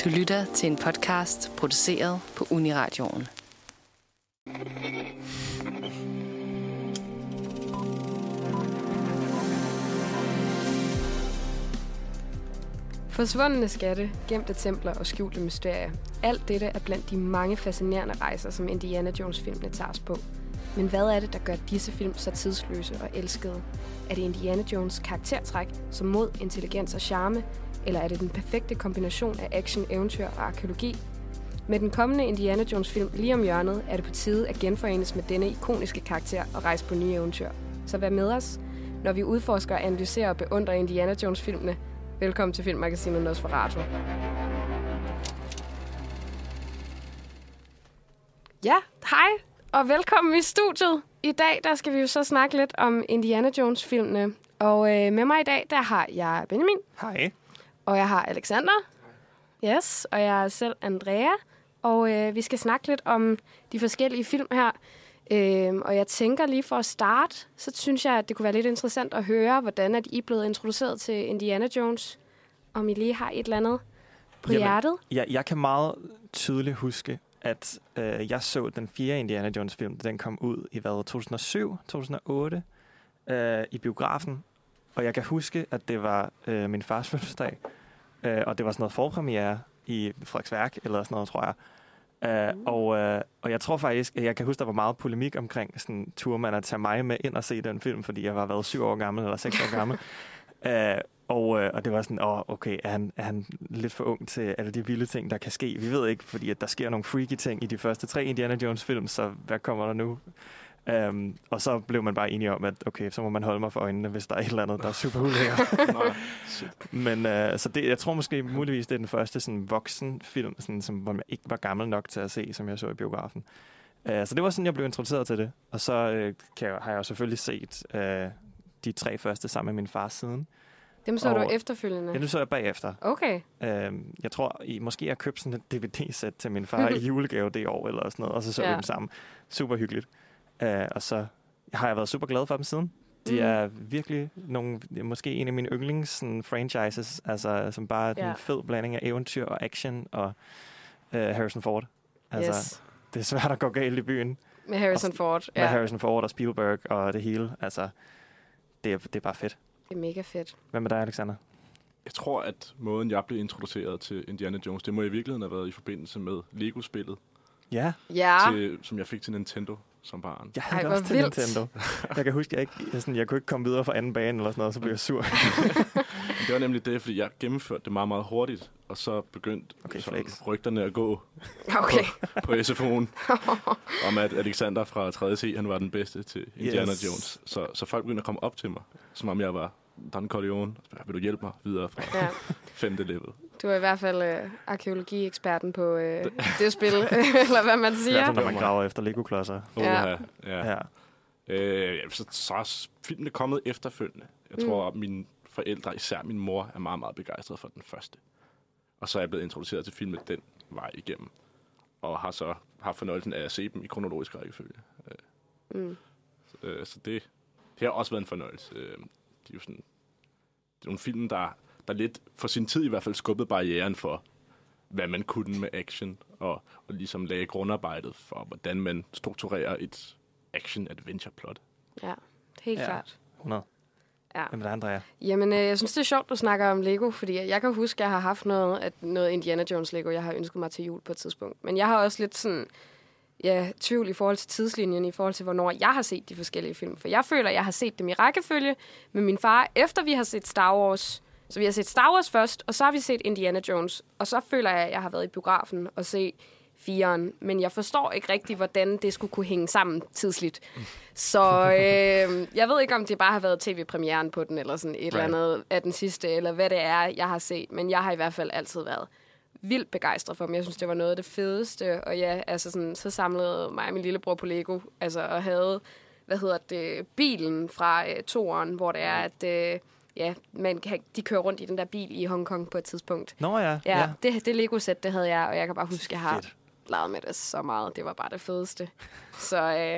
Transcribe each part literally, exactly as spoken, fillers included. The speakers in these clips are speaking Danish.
Du lytter til en podcast produceret på Uniradioen. Forsvundne skatte, gemte templer og skjulte mysterier. Alt dette er blandt de mange fascinerende rejser, som Indiana Jones-filmene tager os på. Men hvad er det, der gør disse film så tidsløse og elskede? Er det Indiana Jones' karaktertræk som mod, intelligens og charme? Eller er det den perfekte kombination af action, eventyr og arkæologi? Med den kommende Indiana Jones-film lige om hjørnet, er det på tide at genforenes med denne ikoniske karakter og rejse på nye eventyr. Så vær med os, når vi udforsker, analyserer og beundrer Indiana Jones-filmene. Velkommen til Filmmagasinet Nosferatu. Ja, hej og velkommen i studiet. I dag der skal vi jo så snakke lidt om Indiana Jones-filmene. Og øh, med mig i dag, der har jeg Benjamin. Hej. Og jeg har Alexander. Yes, og jeg er selv Andrea. Og øh, vi skal snakke lidt om de forskellige film her. Øh, og jeg tænker lige for at starte, så synes jeg, at det kunne være lidt interessant at høre, hvordan at I er blevet introduceret til Indiana Jones. Om I lige har et eller andet på Jamen, hjertet. Jeg, jeg kan meget tydeligt huske, at øh, jeg så den fjerde Indiana Jones-film, den kom ud i hvad, to tusind og syv, to tusind og otte øh, i biografen. Og jeg kan huske, at det var øh, min fars fødselsdag, øh, og det var sådan noget forpremiere i Frederiksværk, eller sådan noget, tror jeg. Uh, mm. og, uh, og jeg tror faktisk, at jeg kan huske, der var meget polemik omkring sådan turde man at tage mig med ind og se den film, fordi jeg var været syv år gammel eller seks år gammel. uh, og, uh, og det var sådan, åh, oh, okay, er han, er han lidt for ung til alle de vilde ting, der kan ske? Vi ved ikke, fordi at der sker nogle freaky ting i de første tre Indiana Jones-film, så hvad kommer der nu? Um, og så blev man bare enige om, at okay, så må man holde mig for øjnene, hvis der er et eller andet, der er super ulækkert. Men uh, så det, jeg tror måske muligvis, det er den første sådan voksenfilm, sådan, som, hvor jeg ikke var gammel nok til at se, som jeg så i biografen. Uh, så det var sådan, jeg blev introduceret til det. Og så uh, kan jeg, har jeg jo selvfølgelig set uh, de tre første sammen med min far siden. Dem så og, du efterfølgende? Ja, nu så jeg bagefter. Okay. Uh, jeg tror, I måske har købt sådan et D V D-sæt til min far i julegave det år, eller sådan noget, og så så ja. vi dem sammen. Super hyggeligt. Uh, og så har jeg været super glad for dem siden. De er virkelig nogle, måske en af mine yndlings sådan, franchises, altså som bare er ja. en fed blanding af eventyr og action og uh, Harrison Ford. Altså, yes. Det er svært at gå galt i byen. Med Harrison og, Ford. Med ja. Harrison Ford og Spielberg og det hele. Altså, det er, det er bare fedt. Det er mega fedt. Hvad med dig, Alexander? Jeg tror, at måden, jeg blev introduceret til Indiana Jones, det må i virkeligheden have været i forbindelse med Lego-spillet. Ja. ja. Til, som jeg fik til Nintendo som barn. Jeg havde Ej, også til vildt. Nintendo. Jeg kan huske, jeg, ikke, jeg, sådan, jeg kunne ikke komme videre fra anden bane eller sådan noget, så blev jeg sur. Det var nemlig det, fordi jeg gennemførte det meget, meget hurtigt, og så begyndte okay, sådan, rygterne at gå okay. på, på S F O'en, om at Alexander fra tredje C, han var den bedste til Indiana yes. Jones. Så, så folk begyndte at komme op til mig, som om jeg var Don Corleone. Vil du hjælpe mig videre fra ja. femte level? Du er i hvert fald øh, arkeologi-eksperten på øh, det. det spil, eller hvad man siger. I hvert fald, når man graver efter Lego-klodser. Ja. Ja. Ja. Ja. Øh, så, så er filmene kommet efterfølgende. Jeg mm. tror, at mine forældre, især min mor, er meget, meget begejstret for den første. Og så er jeg blevet introduceret til filmen den vej igennem. Og har så haft fornøjelsen af at se dem i kronologisk rækkefølge. Mm. Så, øh, så det, det har også været en fornøjelse. Øh, de er jo sådan, det er nogle film, der der lidt for sin tid i hvert fald skubbede barrieren for, hvad man kunne med action, og, og ligesom lagde grundarbejdet for, hvordan man strukturerer et action-adventure-plot. Ja, helt ja. klart. hundrede. Ja. Hvem er det, Andrea? Jamen, øh, jeg synes, det er sjovt, du snakker om Lego, fordi jeg kan huske, at jeg har haft noget, at noget Indiana Jones Lego, jeg har ønsket mig til jul på et tidspunkt. Men jeg har også lidt sådan, ja, tvivl i forhold til tidslinjen, i forhold til, hvornår jeg har set de forskellige film. For jeg føler, at jeg har set dem i rækkefølge med min far, efter vi har set Star Wars. Så vi har set Star Wars først, og så har vi set Indiana Jones. Og så føler jeg, at jeg har været i biografen og se fireren. Men jeg forstår ikke rigtig, hvordan det skulle kunne hænge sammen tidsligt. Så øh, jeg ved ikke, om det bare har været tv-premieren på den, eller sådan et right. eller andet af den sidste, eller hvad det er, jeg har set. Men jeg har i hvert fald altid været vildt begejstret for dem. Jeg synes, det var noget af det fedeste. Og ja, altså sådan, så samlede mig og min lillebror på Lego, altså, og havde, hvad hedder det, bilen fra øh, toeren, hvor det er, at øh, ja, man kan, de kører rundt i den der bil i Hongkong på et tidspunkt. Nå ja. Ja, ja. Det, det Lego-sæt, det havde jeg, og jeg kan bare huske, at jeg har leget med det så meget. Det var bare det fedeste. Så øh,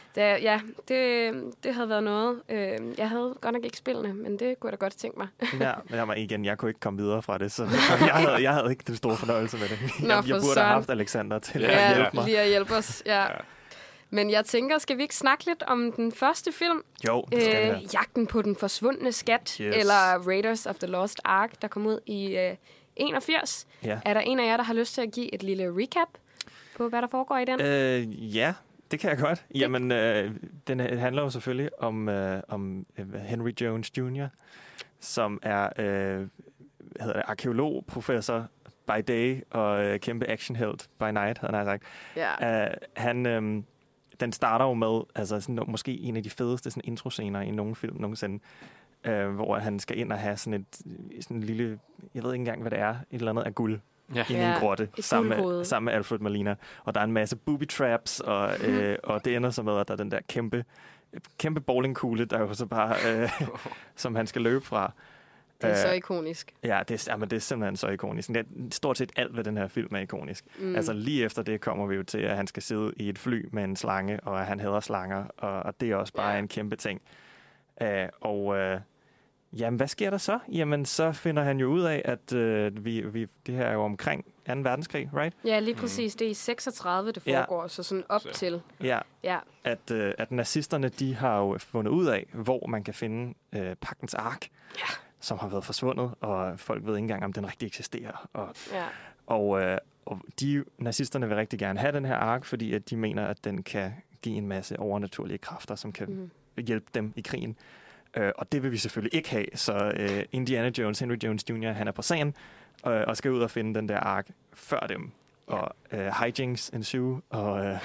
Da, ja, det, det havde været noget. Øh, jeg havde godt nok ikke spillene, men det kunne jeg da godt tænke mig. ja, men igen, jeg kunne ikke komme videre fra det, så jeg havde, jeg havde ikke den store fornøjelse med det. Nå, jeg, jeg burde søren. have haft Alexander til ja, at hjælpe mig. lige at hjælpe os, ja. ja. Men jeg tænker, skal vi ikke snakke lidt om den første film? Jo, det skal øh, Jagten på den forsvundne skat, yes. eller Raiders of the Lost Ark, der kom ud i øh, enogfirs. Ja. Er der en af jer, der har lyst til at give et lille recap på, hvad der foregår i den? Øh, ja, det kan jeg godt. Jamen, øh, den handler jo selvfølgelig om, øh, om Henry Jones junior, som er øh, hedder det, arkeologprofessor by day og øh, kæmpe actionhelt by night, havde jeg sagt. Ja. Uh, han, øh, den starter jo med altså sådan, måske en af de fedeste sådan, introscener i nogen film nogensinde, øh, hvor han skal ind og have sådan et sådan en lille, jeg ved ikke engang, hvad det er, et eller andet af guld. Ja. I ja, en grotte, sammen med, sammen med Alfred Molina. Og der er en masse booby traps, og, mm. øh, og det ender så med, at der er den der kæmpe, kæmpe bowlingkugle, der jo så bare, øh, som han skal løbe fra. Det er så ikonisk. Ja, det er, jamen, det er simpelthen så ikonisk. Det er stort set alt ved den her film er ikonisk. Mm. Altså lige efter det kommer vi jo til, at han skal sidde i et fly med en slange, og at han hader slanger, og, og det er også bare ja. en kæmpe ting. Uh, og uh, jamen, hvad sker der så? Jamen, så finder han jo ud af, at uh, vi, vi, det her er jo omkring anden verdenskrig, right? Ja, lige præcis. Mm. Det er i seksogtredive, det foregår, ja. så sådan op så. til. Ja, ja. At, uh, at nazisterne, de har jo fundet ud af, hvor man kan finde uh, Pagtens Ark. Ja. Som har været forsvundet, og folk ved ikke engang, om den rigtig eksisterer. Og, ja. og, øh, og de nazisterne vil rigtig gerne have den her ark, fordi at de mener, at den kan give en masse overnaturlige kræfter, som kan mm. hjælpe dem i krigen. Øh, og det vil vi selvfølgelig ikke have, så øh, Indiana Jones, Henry Jones junior, han er på sagen, øh, og skal ud og finde den der ark før dem. Ja. Og øh, hijinks ensue, og... Øh,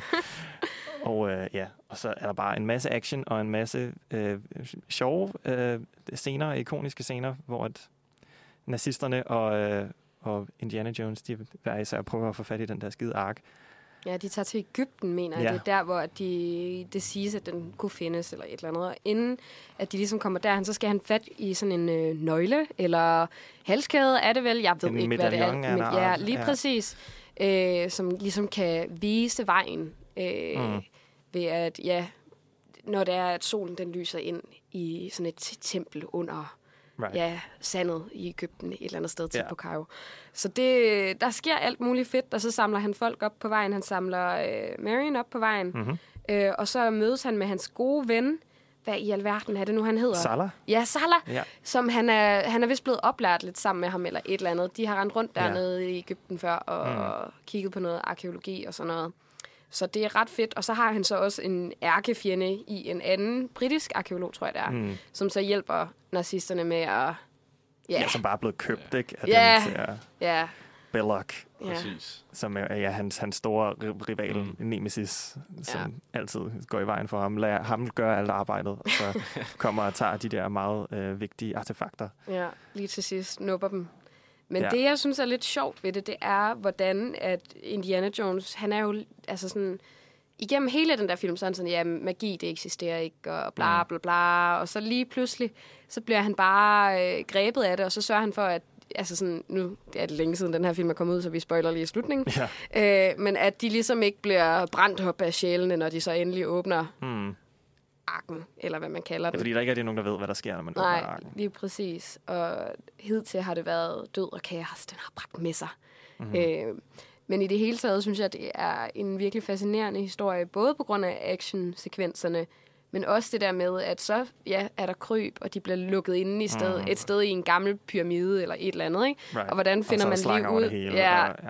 Og øh, ja, og så er der bare en masse action og en masse øh, sjove øh, scener, ikoniske scener, hvor at nazisterne og, øh, og Indiana Jones, de hver især prøver at få fat i den der skide ark. Ja, de tager til Egypten, mener jeg. Ja. Det er der, hvor de, det siges, at den kunne findes, eller et eller andet. Og inden at de ligesom kommer derhen, så skal han fat i sådan en øh, nøgle, eller halskæde er det vel? Jeg ved en ikke, hvad det er. Men, ja, lige ja. præcis. Øh, som ligesom kan vise vejen. Øh, mm. Ved at, ja, når det er, at solen den lyser ind i sådan et tempel under right. ja, sandet i Egypten, et eller andet sted til yeah. på Cairo. Så det, der sker alt muligt fedt, og så samler han folk op på vejen. Han samler øh, Marion op på vejen, mm-hmm. øh, og så mødes han med hans gode ven. Hvad i alverden er det nu, han hedder? Salah. Ja, Salah, ja. som han er, han er vist blevet oplært lidt sammen med ham, eller et eller andet. De har rendt rundt dernede ja. i Egypten før, og mm. kigget på noget arkeologi og sådan noget. Så det er ret fedt. Og så har han så også en ærkefjende i en anden britisk arkeolog, tror jeg det er, mm. som så hjælper nazisterne med at... Ja, ja som bare er blevet købt, ja. ikke? Af ja, den til, ja. Belloc, ja. Præcis. Som er ja, hans, hans store rival, mm. Nemesis, som ja. altid går i vejen for ham. Lader ham gøre alt arbejdet, og så kommer og tager de der meget øh, vigtige artefakter. Ja, lige til sidst nupper dem. Men ja. det, jeg synes er lidt sjovt ved det, det er, hvordan at Indiana Jones, han er jo altså sådan, igennem hele den der film, så er han sådan, ja, magi, det eksisterer ikke, og bla, bla, bla, og så lige pludselig, så bliver han bare øh, grebet af det, og så sørger han for, at, altså sådan, nu det er det længe siden, den her film er kommet ud, så vi spoiler lige i slutningen, ja. øh, men at de ligesom ikke bliver brændt op af sjælene, når de så endelig åbner mm. arken, eller hvad man kalder det. Fordi der ikke er det nogen, der ved, hvad der sker, når man Nej, åbner arken. lige præcis. Og hidtil har det været død og kaos, den har bragt med sig. Mm-hmm. Øh, men i det hele taget synes jeg, det er en virkelig fascinerende historie, både på grund af actionsekvenserne, men også det der med, at så ja, er der kryb, og de bliver lukket inde i sted, mm. et sted i en gammel pyramide, eller et eller andet, ikke? Right. Og hvordan finder man lige ud? Hele, ja. og, ja.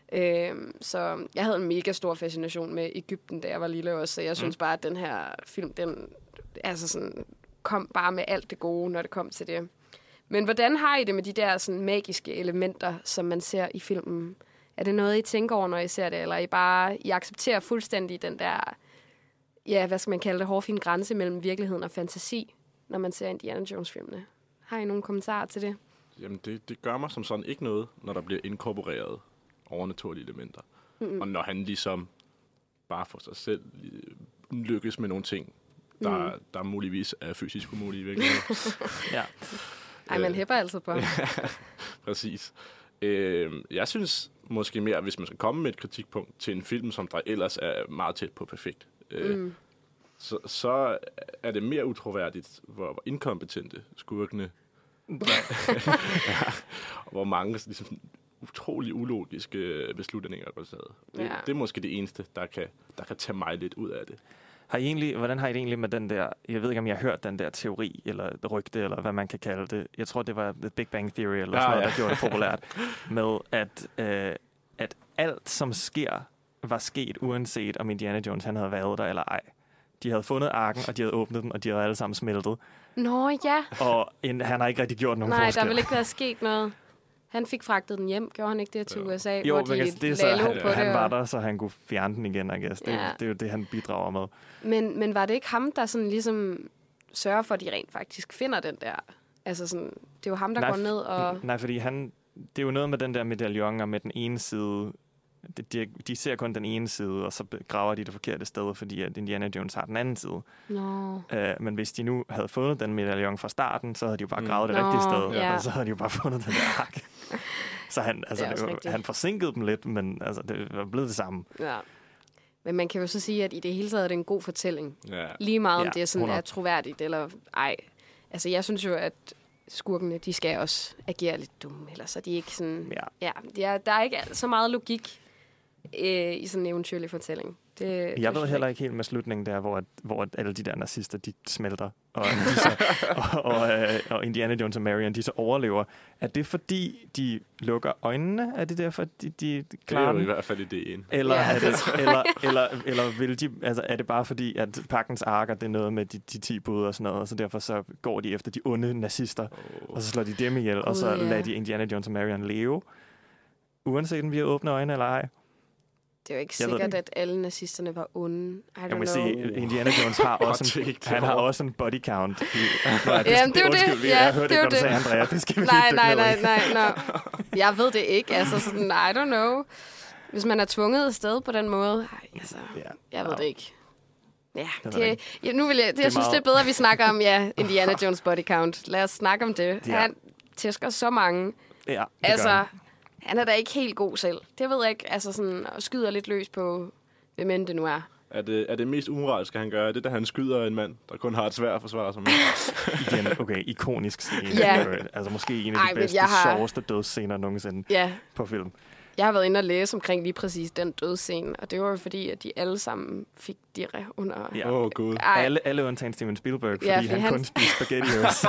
Øhm, så jeg havde en mega stor fascination med Egypten, da jeg var lille også, så jeg synes mm. bare, at den her film, den altså sådan, kom bare med alt det gode, når det kom til det. Men hvordan har I det med de der sådan, magiske elementer, som man ser i filmen? Er det noget, I tænker over, når I ser det, eller I bare I accepterer fuldstændig den der, ja, hvad skal man kalde det, hårfine grænse mellem virkeligheden og fantasi, når man ser Indiana Jones-filmene? Har I nogle kommentarer til det? Jamen, det, det gør mig som sådan ikke noget, når der bliver inkorporeret overnaturlige elementer. Mm-hmm. Og når han ligesom bare for sig selv lykkes med nogle ting, der, mm. der muligvis er fysisk umulige i virkeligheden. ja. Ej, man hæpper altså på. Præcis. Øh, jeg synes måske mere, hvis man skal komme med et kritikpunkt til en film, som der ellers er meget tæt på perfekt, øh, mm. så, så er det mere utroværdigt, hvor, hvor inkompetente skurkene ja, og hvor mange ligesom, utrolig ulogiske beslutninger er taget. Det, Ja. det er måske det eneste, der kan, der kan tage mig lidt ud af det. Har I egentlig, hvordan har I det egentlig med den der, jeg ved ikke, om jeg har hørt den der teori, eller rygte, eller hvad man kan kalde det. Jeg tror, det var The Big Bang Theory, eller Ja, sådan noget, ja. der gjorde det populært, med at, øh, at alt, som sker, var sket, uanset om Indiana Jones han havde været der eller ej. De havde fundet arken, og de havde åbnet den, og de havde alle sammen smeltet. Nå ja. Og en, han har ikke rigtig gjort nogen Nej, forskel. der vil ikke være sket noget. Han fik fragtet den hjem, gjorde han ikke det til Jo. U S A, Jo, hvor de men det er så, lagde låg han, på han det. var Og... der, så han kunne fjerne den igen, I guess. Det, Ja. det er jo det, han bidrager med. Men, men var det ikke ham, der sådan ligesom sørger for, at de rent faktisk finder den der? Altså sådan, det er jo ham, der Nej, går ned og... Nej, fordi han, det er jo noget med den der medaljon, og med den ene side, de, de, de ser kun den ene side, og så graver de det forkerte sted, fordi at Indiana Jones har den anden side. Nå. Uh, men hvis de nu havde fundet den medaljon fra starten, så havde de jo bare Mm. gravet det Nå, rigtige sted, ja. og så havde de jo bare fundet den der ark. Så han, altså, Det er også det, rigtigt. han forsinkede dem lidt, men altså, det var blevet det samme. Ja. Men man kan jo så sige, at i det hele taget er det en god fortælling. Ja. Lige meget om Ja, det sådan hundrede. er troværdigt eller ej. Altså, jeg synes jo, at skurkene, de skal også agere lidt dumme, ellers er de ikke sådan... Ja. Ja, de er, der er ikke så meget logik øh, i sådan en eventyrlig fortælling. Det, det Jeg ved synes heller ikke helt med slutningen der, hvor, at, hvor at alle de der nazister, de smelter, og, de så, og, og, øh, og Indiana Jones og Marion, de så overlever. Er det fordi, de lukker øjnene? Er det derfor, de, de Det er klarer jo i den? hvert fald ideen. Eller, Ja, er det det, tror eller, eller, eller vil de, altså, er det bare fordi, at pakkens arker, det er noget med de, de ti bud og sådan noget, og så derfor så går de efter de onde nazister, Oh. og så slår de dem ihjel, Gud, og så ja. lader de Indiana Jones og Marion leve, uanset om vi har åbne øjne eller ej. Det er jo ikke Jeg ved sikkert, det at alle nazisterne var onde. I don't Jeg må know. sige, Indiana Jones har også en, take det han har over. også en body count. Nej, Jamen, det er jo det. undskyld, Ja, jeg hørte det er ikke, jo hvad du det. sagde, Andrea. Det skal vi Nej, lige nej, dykke nej, ned i. nej, nej. Jeg ved det ikke. Altså, sådan, I don't know. Hvis man er tvunget afsted på den måde, ej, altså, Ja. jeg ved Ja. det ikke. Ja, Det det, ved jeg det, ja, nu vil jeg, det, er jeg synes, meget- det er bedre, at vi snakker om, ja, Indiana Jones body count. Lad os snakke om det. Ja. Han tæsker så mange. Ja, det Altså, gør han. han er da ikke helt god selv. Det ved jeg ikke. Altså, sådan, og skyder lidt løs på, hvem end det nu er. Er det, er det mest umoralske, han gør? Er det, da han skyder en mand, der kun har et sværd at forsvare sig med? Igen, okay, ikonisk scene. Ja. Altså måske en af Ej, de men bedste, jeg har- sjoveste dødsscener nogensinde Ja, på film. jeg har været inde og læse omkring lige præcis den dødsscene, og det var jo fordi, at de alle sammen fik diarré under... Ja. Åh, oh, gud. Ej, Alle, alle undtagen Steven Spielberg, fordi, Ja, ja, fordi han, han- kun spiste spaghettios.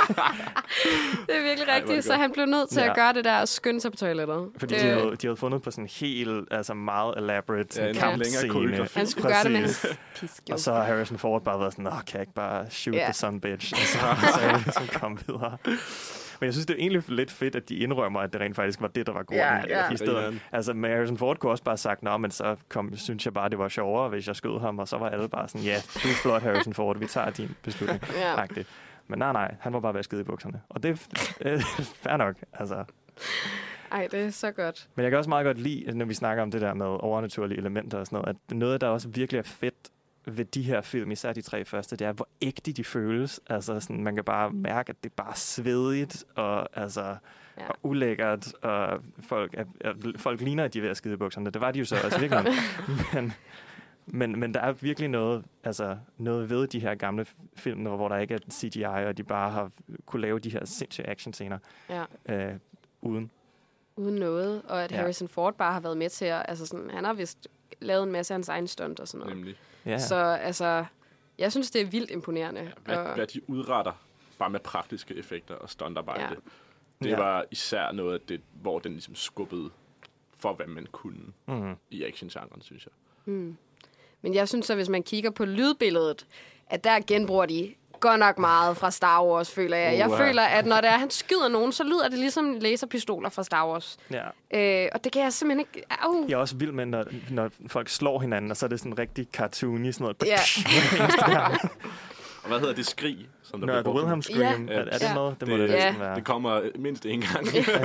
det er virkelig Ej, hvor er rigtigt, det så godt. han blev nødt til Ja. at gøre det der og skynde sig på toilettet. Fordi det, de havde, de havde fundet på sådan en helt, altså meget elaborate sådan Ja, en kampscene. længere koreografi. han skulle gøre det med Præcis. hans pisk, jo. Og så har Harrison Ford bare været sådan, åh, kan jeg ikke bare shoot Ja. yeah. the son bitch? Og så, så er jeg ligesom kommet videre. Men jeg synes, det er egentlig lidt fedt, at de indrømmer, at det rent faktisk var det, der var grunden. Ja, ja. I stedet, Grineren. altså, med Harrison Ford kunne også bare have sagt, nå, men så kom, synes jeg bare, det var sjovere, hvis jeg skød ham, og så var alle bare sådan, ja, du er flot, Harrison Ford, vi tager din beslutning. Ja. Agtigt. Men nej, nej, han var bare ved at skide i bukserne. Og det er øh, fair nok, altså. Ej, det er så godt. Men jeg kan også meget godt lide, når vi snakker om det der med overnaturlige elementer og sådan noget, at noget, der også virkelig er fedt ved de her film, især de tre første, det er, hvor ægte de føles. Altså, sådan, man kan bare mærke, at det er bare svedigt og, altså, Ja. og ulækkert, og folk, er, er, folk ligner, at de er ved at skide i bukserne. Det var de jo så også virkelig. men, men, men der er virkelig noget, altså, noget ved de her gamle film, hvor der ikke er C G I, og de bare har kunne lave de her sindssyge actionscener Ja. øh, uden. Uden noget, og at Ja. Harrison Ford bare har været med til at... Altså sådan, han har vist lavet en masse af hans egen stunt og sådan noget. Nemlig. Ja. Så altså, jeg synes, det er vildt imponerende. Hvad, og, hvad de udretter, bare med praktiske effekter og stuntarbejde. Ja. Ja. Det Ja. var især noget af det, hvor den ligesom skubbede for, hvad man kunne Mm. i action-genren, synes jeg. hmm. Men jeg synes så, hvis man kigger på lydbilledet, at der genbruger de godt nok meget fra Star Wars, føler jeg. Jeg Uha. føler, at når der er, han skyder nogen, så lyder det ligesom laserpistoler fra Star Wars. Ja. Øh, og det kan jeg simpelthen ikke... Au. Jeg er også vild med, når, når folk slår hinanden, og så er det sådan rigtig cartoony, sådan noget. Ja. Og hvad hedder det skrig, som der Nå, bliver The brugt? Wilhelm Scream, Ja. er, er det Ja. med? Det må det, Det- det næsten Ja. være. Det kommer mindst en gang.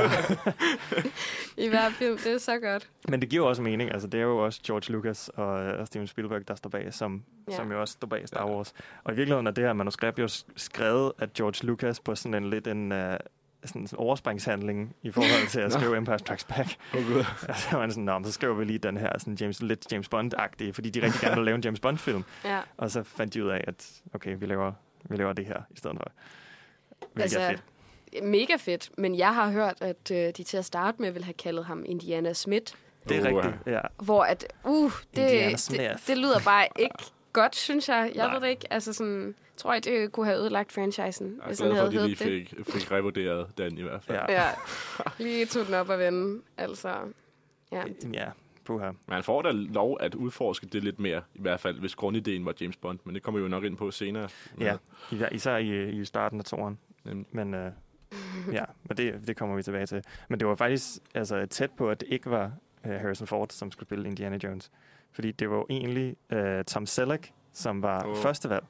I hver film, det er så godt. Men det giver jo også mening. Altså, det er jo også George Lucas og, og Steven Spielberg, der står bag, som, Ja. ja. som jo også står bag Star Wars. Og i virkeligheden er det her manuskript jo skrevet af George Lucas på sådan en lidt en uh, sådan en overspringshandling i forhold til at skrive Empire Strikes Back. Okay. Så var man sådan, Nå, så skriver vi lige den her sådan James, lidt James Bond-agtige, fordi de rigtig gerne vil lave en James Bond-film. Ja. Og så fandt de ud af, at okay, vi laver, vi laver det her i stedet for. Hvilket Altså, er fedt. Mega fedt, men jeg har hørt, at øh, de til at starte med vil have kaldet ham Indiana Smith. Det er Uh, rigtigt, ja. Hvor at, uh, Indiana det, Smith. det, det lyder bare ikke godt, synes jeg. Jeg Nej. ved det ikke. Altså sådan, tror jeg, det kunne have ødelagt franchisen, Jeg er hvis glad han for, havde at de lige heddet det. fik, fik revurderet den i hvert fald. Ja. Ja, lige tog den op og vende. Altså, ja. Ja, puha. Men han får da lov at udforske det lidt mere, i hvert fald, hvis grundideen var James Bond. Men det kommer vi jo nok ind på senere. Ja, især, især i, i starten af toren. Nemlig. Men øh, ja, men det, det kommer vi tilbage til. Men det var faktisk altså, tæt på, at det ikke var uh, Harrison Ford, som skulle spille Indiana Jones. Fordi det var jo egentlig uh, Tom Selleck, som var Oh. første valg.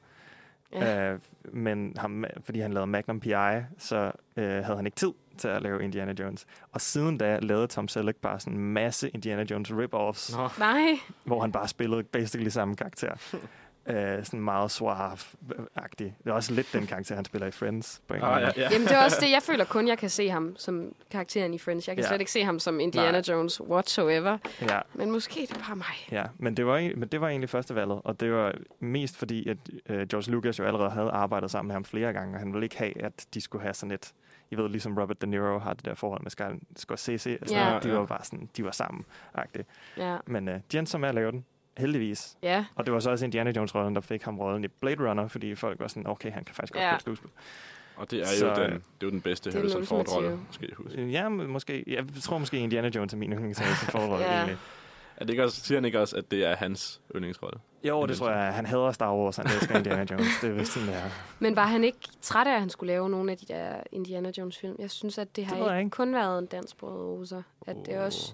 Ja. Uh, men ham, fordi han lavede Magnum P I, så uh, havde han ikke tid til at lave Indiana Jones. Og siden da lavede Tom Selleck bare sådan en masse Indiana Jones rip-offs, Nå. Nej. hvor han bare spillede basically samme karakter. Uh, sådan meget suave-agtig. Det er også lidt den karakter, han spiller i Friends. På en Ah, ja, måde. ja. Jamen, det er også det, jeg føler kun, jeg kan se ham som karakteren i Friends. Jeg kan Ja. slet ikke se ham som Indiana Nej. Jones whatsoever. Ja, Men måske det er bare mig. ja. Men, det var, en- men det var egentlig første valget, og det var mest fordi, at uh, George Lucas jo allerede havde arbejdet sammen med ham flere gange, og han ville ikke have, at de skulle have sådan et, I ved, ligesom Robert De Niro har det der forhold med Scar- Scorsese, altså, Ja. de Ja. var bare sådan, de var sammen-agtige. Ja. Men uh, de endte så med at lave den, heldigvis. Ja. Og det var så også Indiana Jones-rollen, der fik ham rollen i Blade Runner, fordi folk var sådan, okay, han kan faktisk godt Ja. spille skuespil. Og det er Så, jo den, øh, det er jo den bedste det er den Harrison Ford-rolle, ultimative. måske huske. Øh, Ja, men måske, jeg tror måske Indiana Jones er min yndlingsrolle Ja. egentlig. Er det ikke også, siger han ikke også, at det er hans yndlingsrolle? Jo, det tror jeg. Han hader Star Wars, han elsker Indiana Jones. Det er vist sådan, det er. Men var han ikke træt af, at han skulle lave nogle af de der Indiana Jones-film? Jeg synes, at det har Det ved jeg ikke ikke. kun været en dansksproget oser. At det også...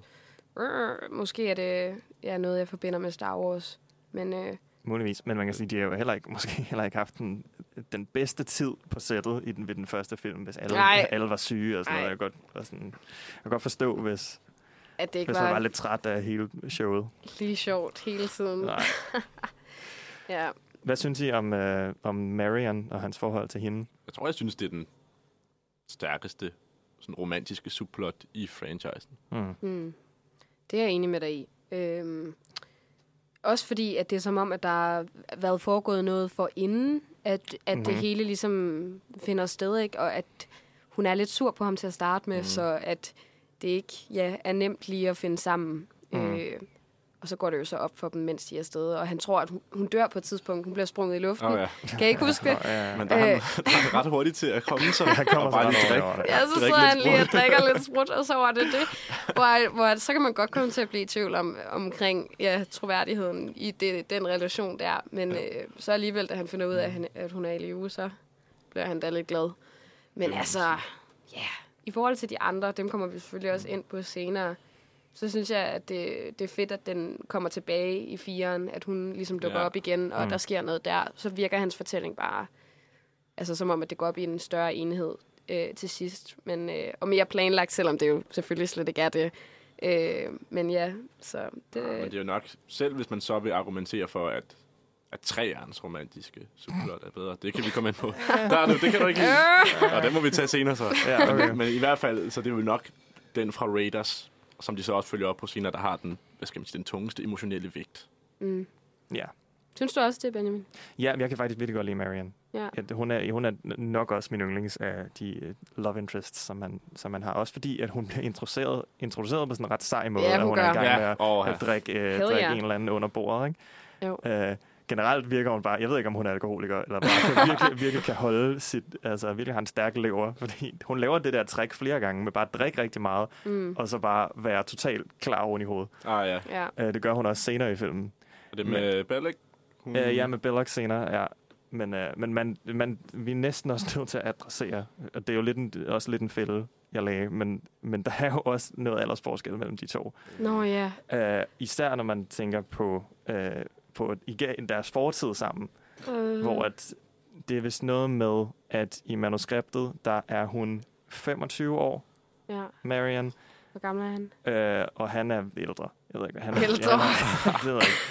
Øh, måske er det ja, noget, jeg forbinder med Star Wars. Men øh, Muligvis. Men man kan sige, de har jo heller ikke, måske heller ikke haft den, den bedste tid på sættet i den, ved den første film, hvis alle, Nej. alle var syge og sådan Nej. noget. Jeg kan godt, og sådan, jeg kan godt forstå, hvis, at det ikke hvis var, man var lidt træt af hele showet. lige sjovt hele tiden. Nej. Ja. Hvad synes I om, øh, om Marion og hans forhold til hende? Jeg tror, jeg synes, det er den stærkeste sådan romantiske subplot i franchisen. Mm. Hmm. Det er jeg enig med dig i. Øhm, også fordi, at det er som om, at der har været foregået noget for inden, at, at mm-hmm. det Mhm. hele ligesom finder sted, ikke? Og at hun er lidt sur på ham til at starte med, Mhm. mm. så at det ikke ja, er nemt lige at finde sammen. Mhm. Øh, og så går det jo så op for dem, mens de er afsted. Og han tror, at hun, hun dør på et tidspunkt. Hun bliver sprunget i luften. Åh, ja. Kan I ikke huske det? Nå, ja. Men der er, han, Øh. der er han ret hurtigt til at komme så. Han kommer og bare så lige ret drikke. over det. Ja, så Drikke sidder lidt han lige og sprut. drikker lidt sprut, og så var det det. Hvor, hvor, så kan man godt komme til at blive i tvivl om, omkring ja, troværdigheden i det, den relation der. Men øh, så alligevel, da han finder ud af, at, han, at hun er i live, så bliver han da lidt glad. Men Det må altså, man ja, i forhold til de andre, dem kommer vi selvfølgelig også ind på senere. Så synes jeg, at det, det er fedt, at den kommer tilbage i firen, at hun ligesom dukker Ja. op igen, og Mm. der sker noget der. Så virker hans fortælling bare, altså som om, at det går op i en større enhed øh, til sidst. Men, øh, og mere planlagt, selvom det jo selvfølgelig slet ikke er det. Øh, men ja, så det... Men det er jo nok, selv hvis man så vil argumentere for, at at treernes romantiske subplot er bedre. Det kan vi komme ind på. Der er det, det kan du ikke lide. Og det må vi tage senere så. Ja, okay. men, men i hvert fald, så det er jo nok den fra Raiders, som de så også følger op på senere, der har den, hvad skal man sige, den tungeste emotionelle vægt. Mm. Ja. Synes du også det, Benjamin? Ja, jeg kan faktisk virkelig godt lide Marion. Ja. At hun, er, hun er nok også min yndlings af de uh, love interests, som man, som man har. Også fordi, at hun bliver introduceret, introduceret på sådan en ret sej måde, Ja, at hun hun er i gør. gang Ja. med at, Åh, ja. at drikke, uh, Hell drikke yeah. en eller anden under bordet. Ikke? Jo. Uh, generelt virker hun bare, jeg ved ikke, om hun er alkoholiker, eller bare kan virkelig, virkelig kan holde sit, altså virkelig har en stærk lever, fordi hun laver det der trick flere gange med bare at drikke rigtig meget, Mm. og så bare være totalt klar oven i hovedet. Ah ja, Ja. Uh, det gør hun også senere i filmen. og det med Bellic. Hun... Uh, ja, med Belloc senere, ja. Men, uh, men man, man, vi er næsten også nødt til at adressere, og det er jo lidt en, også lidt en fælde, jeg lagde, men, men der er jo også noget aldersforskel mellem de to. Nå ja. Uh, især når man tænker på, uh, på igen, deres fortid sammen, Øh. hvor at det er vist noget med, at i manuskriptet, der er hun femogtyve år, Ja. Marion, Hvor gammel er han? uh, og han er ældre. Jeg ved ikke, han er Ældre. Han er, jeg ved ikke.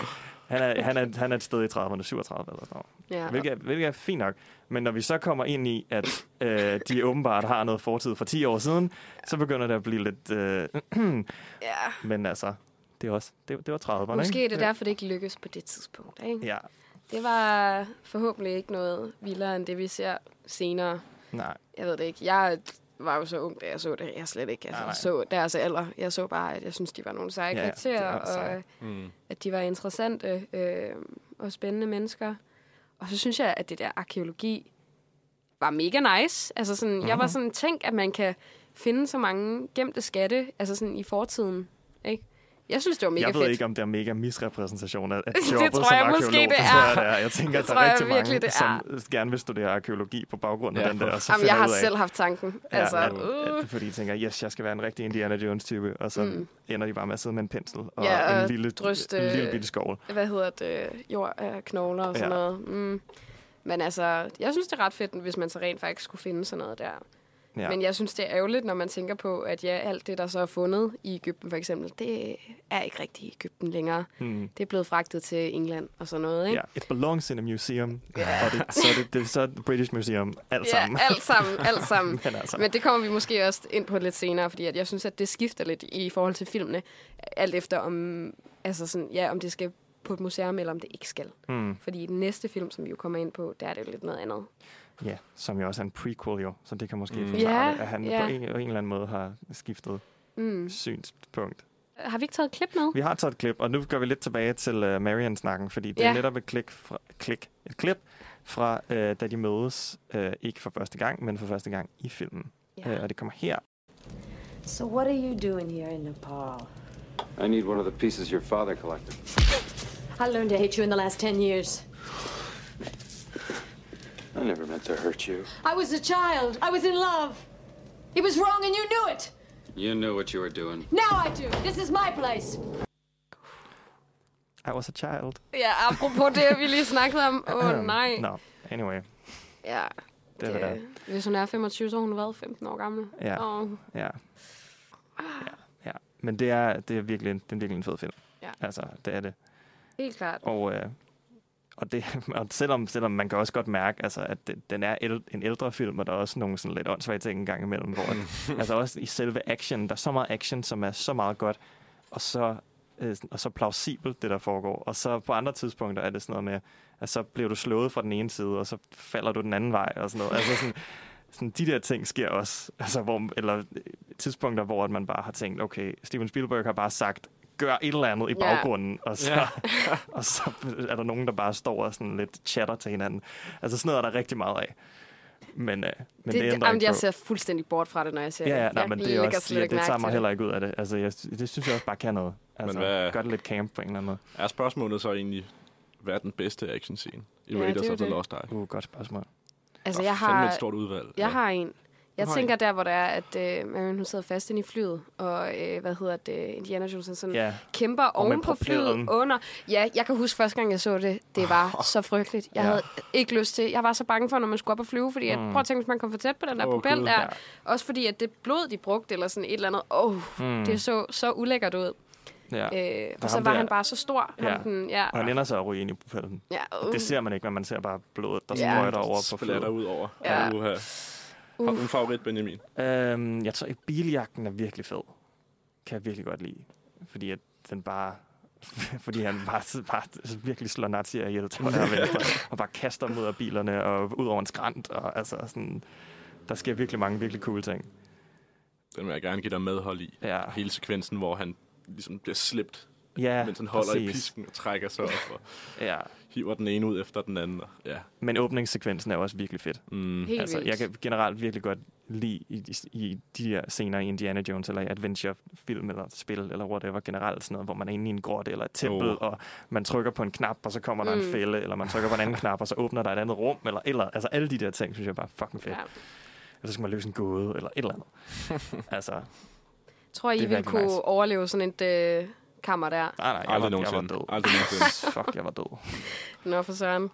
Han er, han, er, han er et sted i trediverne, syvogtredive eller sådan noget. Ja. Hvilket, hvilket er fint nok. Men når vi så kommer ind i, at øh, de åbenbart har noget fortid for ti år siden, så begynder det at blive lidt... Øh, ja. Men altså, det, er også, det, det var trediverne, Måske ikke? er det derfor, det ikke lykkes på det tidspunkt, ikke? Ja. Det var forhåbentlig ikke noget vildere, end det vi ser senere. Nej. Jeg ved det ikke. Jeg var jo så ung, da jeg så det. Jeg slet ikke altså, nej. så deres alder. Jeg så bare, at jeg synes, de var nogle seje Ja, karakterer, de var seje. og Mm. at de var interessante øh, og spændende mennesker. Og så synes jeg, at det der arkeologi var mega nice. Altså sådan, mm-hmm. jeg var sådan, tænk, at man kan finde så mange gemte skatte, altså sådan i fortiden, ikke? Jeg synes, det var mega fedt. Jeg fedt. ved ikke, om det er mega misrepræsentation af Det jobbet tror som jeg måske, arkeolog. det tror er. jeg, det er. Jeg tænker, Det at der tror er jeg rigtig virkelig, mange, det er. som gerne vil studere arkeologi på baggrund af Ja. den der. Og så Jamen, jeg finder har ud af, selv haft tanken. Ja, Altså, at, uh. at, fordi de tænker, yes, jeg skal være en rigtig Indiana Jones-type, og så mm. ender de bare med at sidde med en pensel og Ja, en og lille, dryste- en lille bitte skovl. Hvad hedder det? Jord af knogler og sådan Ja. noget. Mm. Men altså, jeg synes, det er ret fedt, hvis man så rent faktisk skulle finde sådan noget der. Ja. Men jeg synes, det er ærgerligt, når man tænker på, at ja, alt det, der så er fundet i Egypten for eksempel, det er ikke rigtig i Egypten længere. Hmm. Det er blevet fragtet til England og sådan noget, ikke? Ja, it belongs in a museum. Ja. Og det, så er det, det så er det British Museum, alt Ja, sammen. alt sammen, alt sammen. Men altså. Men det kommer vi måske også ind på lidt senere, fordi at jeg synes, at det skifter lidt i forhold til filmene, alt efter om, altså sådan, ja, om det skal på et museum, eller om det ikke skal. Hmm. Fordi i den næste film, som vi jo kommer ind på, der er det jo lidt noget andet. Ja, som jo også er en prequel jo, så det kan måske Mm. forklare Ja, det, at han ja. på en, en eller anden måde har skiftet Mm. synspunkt. Har vi ikke taget et klip med? Vi har taget et klip, og nu går vi lidt tilbage til uh, Marian-snakken, fordi det Ja. er netop et, klik fra, klik, et klip fra, uh, da de mødes, uh, ikke for første gang, men for første gang i filmen. Ja. Uh, og det kommer her. So what are you doing here in Nepal? I need one of the pieces your father collected. I learned to hate you in the last ten years. I never meant to hurt you. I was a child. I was in love. It was wrong and you knew it. You knew what you were doing. Now I do. This is my place. I was a child. Ja, apropos det, vi lige snakkede om. Åh, oh, nej. No, anyway. Ja, Det er, hvad det er. hvis hun er femogtyve, så har hun været femten år gammel. Ja. Oh. Ja. ja, ja. Men det er, det er virkelig, en- det er virkelig en fed film. Ja. Altså, det er det. Helt klart. Og, øh, og, det, og selvom, selvom man kan også godt mærke, altså, at det, den er el, en ældre film, og der er også nogle sådan lidt åndssvage ting en gang imellem, hvor at, altså også i selve action, der er så meget action, som er så meget godt, og så, øh, og så plausibelt, det der foregår. Og så på andre tidspunkter er det sådan noget med, at så bliver du slået fra den ene side, og så falder du den anden vej, og sådan noget. Altså sådan, sådan, de der ting sker også. Altså, hvor, eller tidspunkter, hvor man bare har tænkt, okay, Steven Spielberg har bare sagt, gør et eller andet i Ja. baggrunden, og, så, Ja. og så er der nogen, der bare står og sådan lidt chatter til hinanden. Altså sådan noget er der rigtig meget af. Men, øh, men det, det, det ændrer jamen, ikke jeg på. ser fuldstændig bort fra det, når jeg ser Ja, ja, det. nej, Jeg men det, er lægger også, slet ja, ikke det mærke tager mig til heller ikke ud af det. Altså, jeg, det synes jeg også bare kan noget. Altså, hvad- gør det lidt camp på en eller anden måde. Er spørgsmålet så egentlig, hvad er den bedste actionscene i Ja, Raiders det er of the det. Lost Ark? Uh, godt spørgsmål. Altså, Der jeg er fandme har, et stort udvalg. jeg har en. Jeg Du har tænker en. der, hvor det er, at øh, Marion, hun sidder fast inde i flyet, og øh, hvad hedder det, Indiana Jones sådan Ja, kæmper Og med oven på flyet propellen. under. Ja, jeg kan huske første gang, jeg så det. Det var så frygteligt. Jeg Ja. havde ikke lyst til. Jeg var så bange for, når man skulle op og flyve, fordi Mm. at, prøv at tænke, hvis man kom for tæt på den der Åh, propel Gud. der. Ja. Også fordi, at det blod, de brugte, eller sådan et eller andet. Åh, oh, Mm. det så så ulækkert ud. ja. Øh, og Og så ham var der- han bare så stor. Ja. Ham den, ja. Og han ender så at ryge ind i propellen. Ja, Og uh. det ser man ikke, men man ser bare blodet, der Ja. sprøjter over på Splatter flyet. ud over. Ja. Ja. Uha. Har du en favorit, Benjamin? Øhm, jeg tror, at biljagten er virkelig fed. Kan jeg virkelig godt lide. Fordi at den bare... fordi han bare, bare virkelig slår nazier ihjel til højre og venstre, og bare kaster dem ud af bilerne og ud over en skrant. Og altså sådan, der sker virkelig mange virkelig cool ting. Den vil jeg gerne give dig medhold i. Ja, Hele sekvensen, hvor han ligesom bliver slæbt, ja mens han holder i præcis. pisken og trækker sig op og Ja. hiver den ene ud efter den anden. Og, ja. Men åbningssekvensen er også virkelig fedt. Mm. Helt Altså, vildt. jeg kan generelt virkelig godt lide i, i, i de her scener i Indiana Jones, eller i adventure-film, eller spil, eller whatever, generelt sådan noget, hvor man er inde i en grotte eller et tempel, Oh. og man trykker på en knap, og så kommer der Mm. en fælde, eller man trykker på en anden knap, og så åbner der et andet rum, eller, eller altså alle de der ting, synes jeg bare er fucking fedt. Ja. Eller så skal man løse en gåde, eller et eller andet. altså, Tror I, Det I er ville virkelig kunne nice. overleve sådan et øh, kammer der? nej, nej, jeg var, Aldrig jeg var nogensinde. død. Aldrig nogensinde. Fuck, jeg var død. Nå, for søren.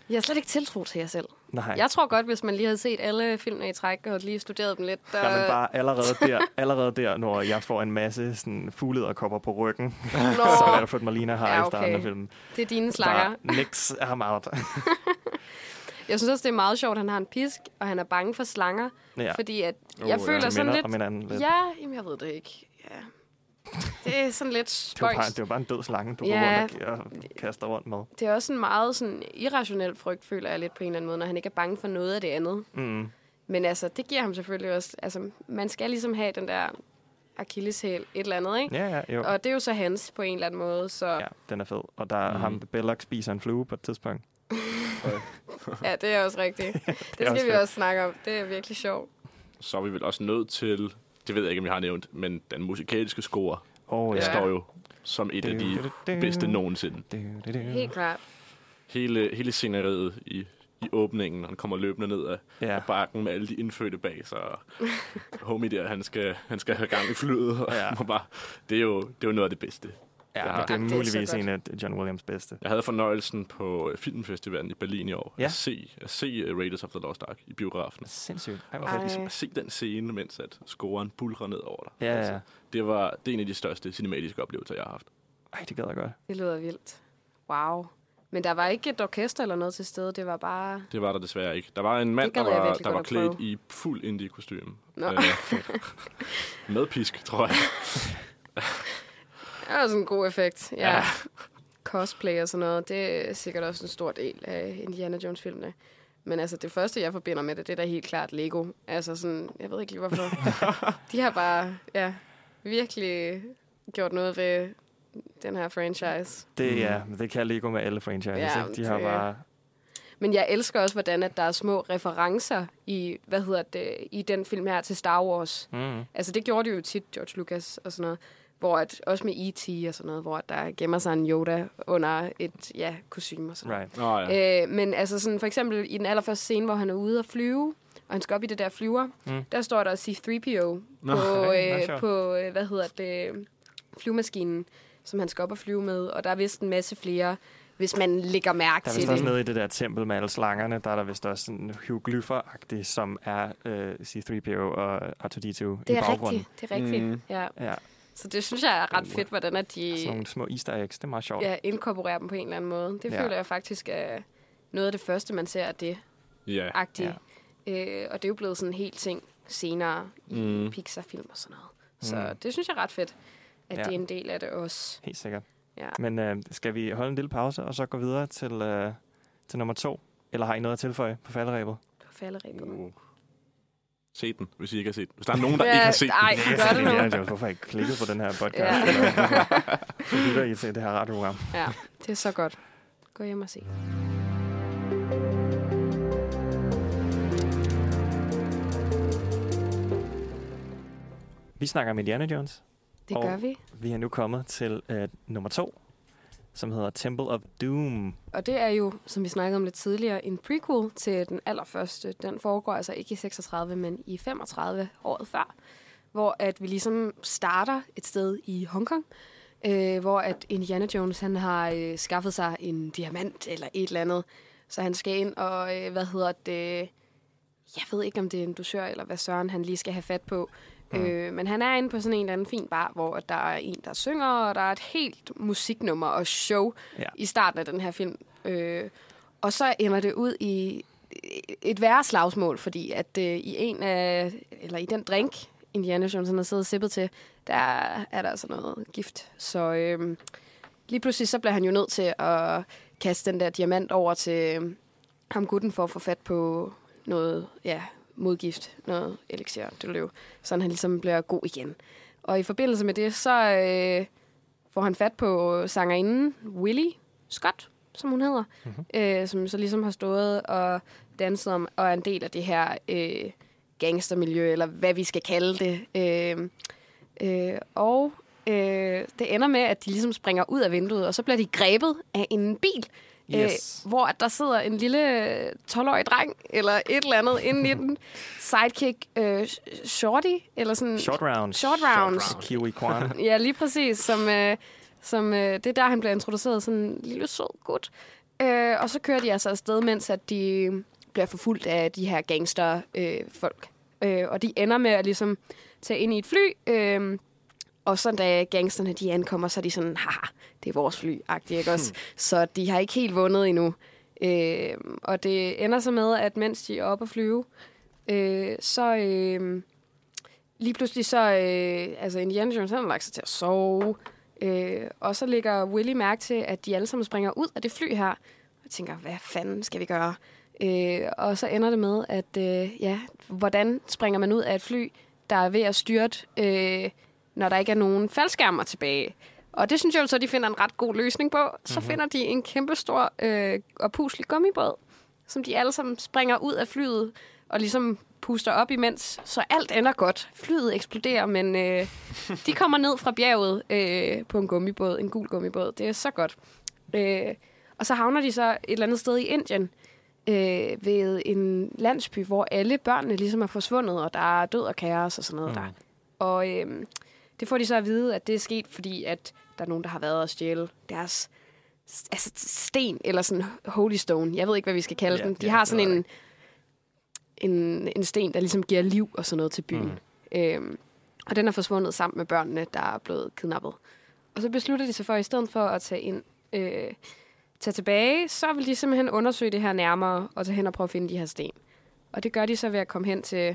Jeg har slet ikke tiltro til jer selv. Nej. Jeg tror godt, hvis man lige havde set alle filmene i træk og lige studeret dem lidt. Der... Jamen bare allerede der, allerede der, når jeg får en masse sådan fuglederkopper på ryggen, Nå. som er der fået Marlina har Ja, i starten okay. af filmen. Det er dine slanger. Der niks er meget. Jeg synes også, det er meget sjovt, at han har en pisk, og han er bange for slanger. Ja. Fordi at Oh, jeg ja. føler De sådan minder lidt... om hinanden lidt. Ja, jamen, jeg ved det ikke. Ja. Det er sådan lidt Det var, bare, spøjst. det var bare en død slange, du Ja. går rundt og, og kaster rundt med. Det er også en meget sådan irrationel frygt, føler jeg lidt på en eller anden måde, når han ikke er bange for noget af det andet. Mm. Men altså, det giver ham selvfølgelig også... Altså, man skal ligesom have den der akilleshæl, et eller andet, ikke? Ja, ja, jo. Og det er jo så hans på en eller anden måde, så Ja, den er fed. Og der mm. ham, Belloc spiser en flue på et tidspunkt. ja, det er også rigtigt. det er skal også vi fedt. også snakke om. Det er virkelig sjovt. Så er vi vel også nødt til, det ved jeg ikke, om jeg har nævnt, men den musikalske score, Oh, det ja. står jo som et af de bedste nogensinde. Helt klart. Hele, hele sceneriet i, i åbningen, når han kommer løbende ned af, Ja. af bakken med alle de indfødte bag sig. Og homie der, han skal, han skal have gang i flyet. Og Ja. ja. bare, det, er jo, det er jo noget af det bedste. Ja, Ja, det er det er så muligvis godt. en af John Williams bedste. Jeg havde fornøjelsen på filmfestivalen i Berlin i år Ja. at se, at se uh, Raiders of the Lost Ark i biografen. Sindssygt. Ej, hvor Og fedt. ligesom at se den scene, mens at scoren bulrer ned over dig. Ja, ja. Det var det er en af de største cinematiske oplevelser, jeg har haft. Ej, det gad jeg godt. Det lyder vildt. Wow. Men der var ikke et orkester eller noget til stede. Det var bare... Det var der desværre ikke. Der var en mand, Det gad der jeg var, virkelig der var godt at klædt prøve. i fuld indie-kostyme. Nå. Øh, med pisk, tror jeg. Det var sådan en god effekt. Ja. Ja. Cosplay og sådan noget. Det er sikkert også en stor del af Indiana Jones-filmene. Men altså, det første, jeg forbinder med det, det er da helt klart Lego. Altså sådan, jeg ved ikke lige hvorfor. De har bare, ja, virkelig gjort noget ved den her franchise. Det, ja, men det kan Lego med alle franchises, Ja, ikke? De har det- bare... Men jeg elsker også, hvordan at der er små referencer i, hvad hedder det, i den film her til Star Wars. Mm. Altså, det gjorde de jo tit, George Lucas og sådan noget. Hvor at, også med E T og sådan noget, hvor der gemmer sig en Yoda under et, ja, kostume og sådan noget. Right. Nå, ja. Øh, men altså sådan, for eksempel i den allerførste scene, hvor han er ude at flyve, og han skal op i det der flyver, Mm. der står der C tre P O Nå, på, okay, nå, øh, sjovt. på øh, hvad hedder det, flyvemaskinen, som han skal op og flyve med, og der er vist en masse flere, hvis man lægger mærke Der er til vist det. også nede i det der tempel med alle slangerne, der er der vist også sådan hieroglyffer-agtigt, som er øh, C tre P O og R to D to Det i er baggrunden. rigtigt, det er rigtigt, Mm. ja. Ja, Så det synes jeg er ret fedt, hvordan at de sådan nogle små easter eggs, det er meget sjovt. ja, inkorporerer dem på en eller anden måde. Det Ja. føler jeg faktisk er noget af det første, man ser af det. Ja. agtigt. Ja. Øh, og det er jo blevet sådan en hel ting senere i Mm. Pixar-film og sådan noget. Så Mm. det synes jeg er ret fedt, at Ja. det er en del af det også. Helt sikkert. Ja. Men øh, skal vi holde en lille pause, og så gå videre til, øh, til nummer to? Eller har I noget at tilføje på falderæbet? På falderæbet. Uh. Se den, hvis I ikke har set den. Hvis der er nogen, der Ja, ikke har set ej, den. gør det nu. Ja, hvorfor har I ikke klikket på den her podcast? Ja. Så lytter I til det her radioprogram. Ja, det er så godt. Gå hjem og se. Vi snakker om Indiana Jones. Det Og gør vi. Vi er nu kommet til øh, nummer to, som hedder Temple of Doom. Og det er jo, som vi snakkede om lidt tidligere, en prequel til den allerførste. Den foregår altså ikke i seksogtredive, men i femogtredive året før. Hvor at vi ligesom starter et sted i Hongkong, øh, hvor at Indiana Jones han har øh, skaffet sig en diamant eller et eller andet. Så han skal ind og, øh, hvad hedder det, jeg ved ikke om det er en dusør eller hvad Søren han lige skal have fat på. Mm. Øh, men han er inde på sådan en eller anden fin bar, hvor der er en, der synger, og der er et helt musiknummer og show Ja. i starten af den her film. Øh, og så ender det ud i et værre slagsmål, fordi at øh, i en af, eller i den drink, Indiana Jones han har siddet og sippet til, der er der altså noget gift. Så øh, lige pludselig så bliver han jo nødt til at kaste den der diamant over til øh, ham gutten for at få fat på noget, ja, modgift, noget elixir, det løb, så han ligesom bliver god igen. Og i forbindelse med det, så øh, får han fat på sangerinden Willie Scott, som hun hedder, mm-hmm. øh, som så ligesom har stået og danset om, og er en del af det her øh, gangstermiljø, eller hvad vi skal kalde det. Øh, øh, og øh, det ender med, at de ligesom springer ud af vinduet, og så bliver de grebet af en bil, Yes. Øh, hvor at der sidder en lille tolv-årig dreng, eller et eller andet inde i den. Sidekick øh, Shorty, eller sådan... Short rounds. Short rounds. Short rounds. Kiwi Kwan. Ja, lige præcis. Som, øh, som, øh, det er der, han bliver introduceret. Sådan en lille sød gut. Øh, og så kører de altså afsted, mens at de bliver forfulgt af de her gangster-folk. Øh, folk. øh, og de ender med at ligesom tage ind i et fly. Øh, og så da gangsterne de ankommer, så er de sådan, haha, det er vores fly-agtigt, ikke også? Hmm. Så de har ikke helt vundet endnu. Øh, og det ender så med, at mens de er oppe at flyve, øh, så øh, lige pludselig så, øh, altså Indiana Jones han har lagt sig til at sove, øh, og så lægger Willy mærke til, at de alle sammen springer ud af det fly her. Jeg tænker, hvad fanden skal vi gøre? Øh, og så ender det med, at øh, ja, hvordan springer man ud af et fly, der er ved at styrte, øh, når der ikke er nogen faldskærmer tilbage? Og det synes jeg jo så, de finder en ret god løsning på. Så mm-hmm. finder de en kæmpestor øh, og puslig gummibåd, som de alle sammen springer ud af flyet og ligesom puster op imens. Så alt ender godt. Flyet eksploderer, men øh, de kommer ned fra bjerget øh, på en gummibåd, en gul gummibåd. Det er så godt. Øh, og så havner de så et eller andet sted i Indien øh, ved en landsby, hvor alle børnene ligesom er forsvundet, og der er død og kaos og sådan noget mm. der. Og øh, det får de så at vide, at det er sket, fordi at der er nogen, der har været og stjæle deres altså, sten, eller sådan holy stone. Jeg ved ikke, hvad vi skal kalde yeah, den. De yeah, har sådan en, en, en sten, der ligesom giver liv og sådan noget til byen. Mm. Øhm, og den er forsvundet sammen med børnene, der er blevet kidnappet. Og så beslutter de sig for, i stedet for at tage ind, øh, tage tilbage, så vil de simpelthen undersøge det her nærmere, og tage hen og prøve at finde de her sten. Og det gør de så ved at komme hen til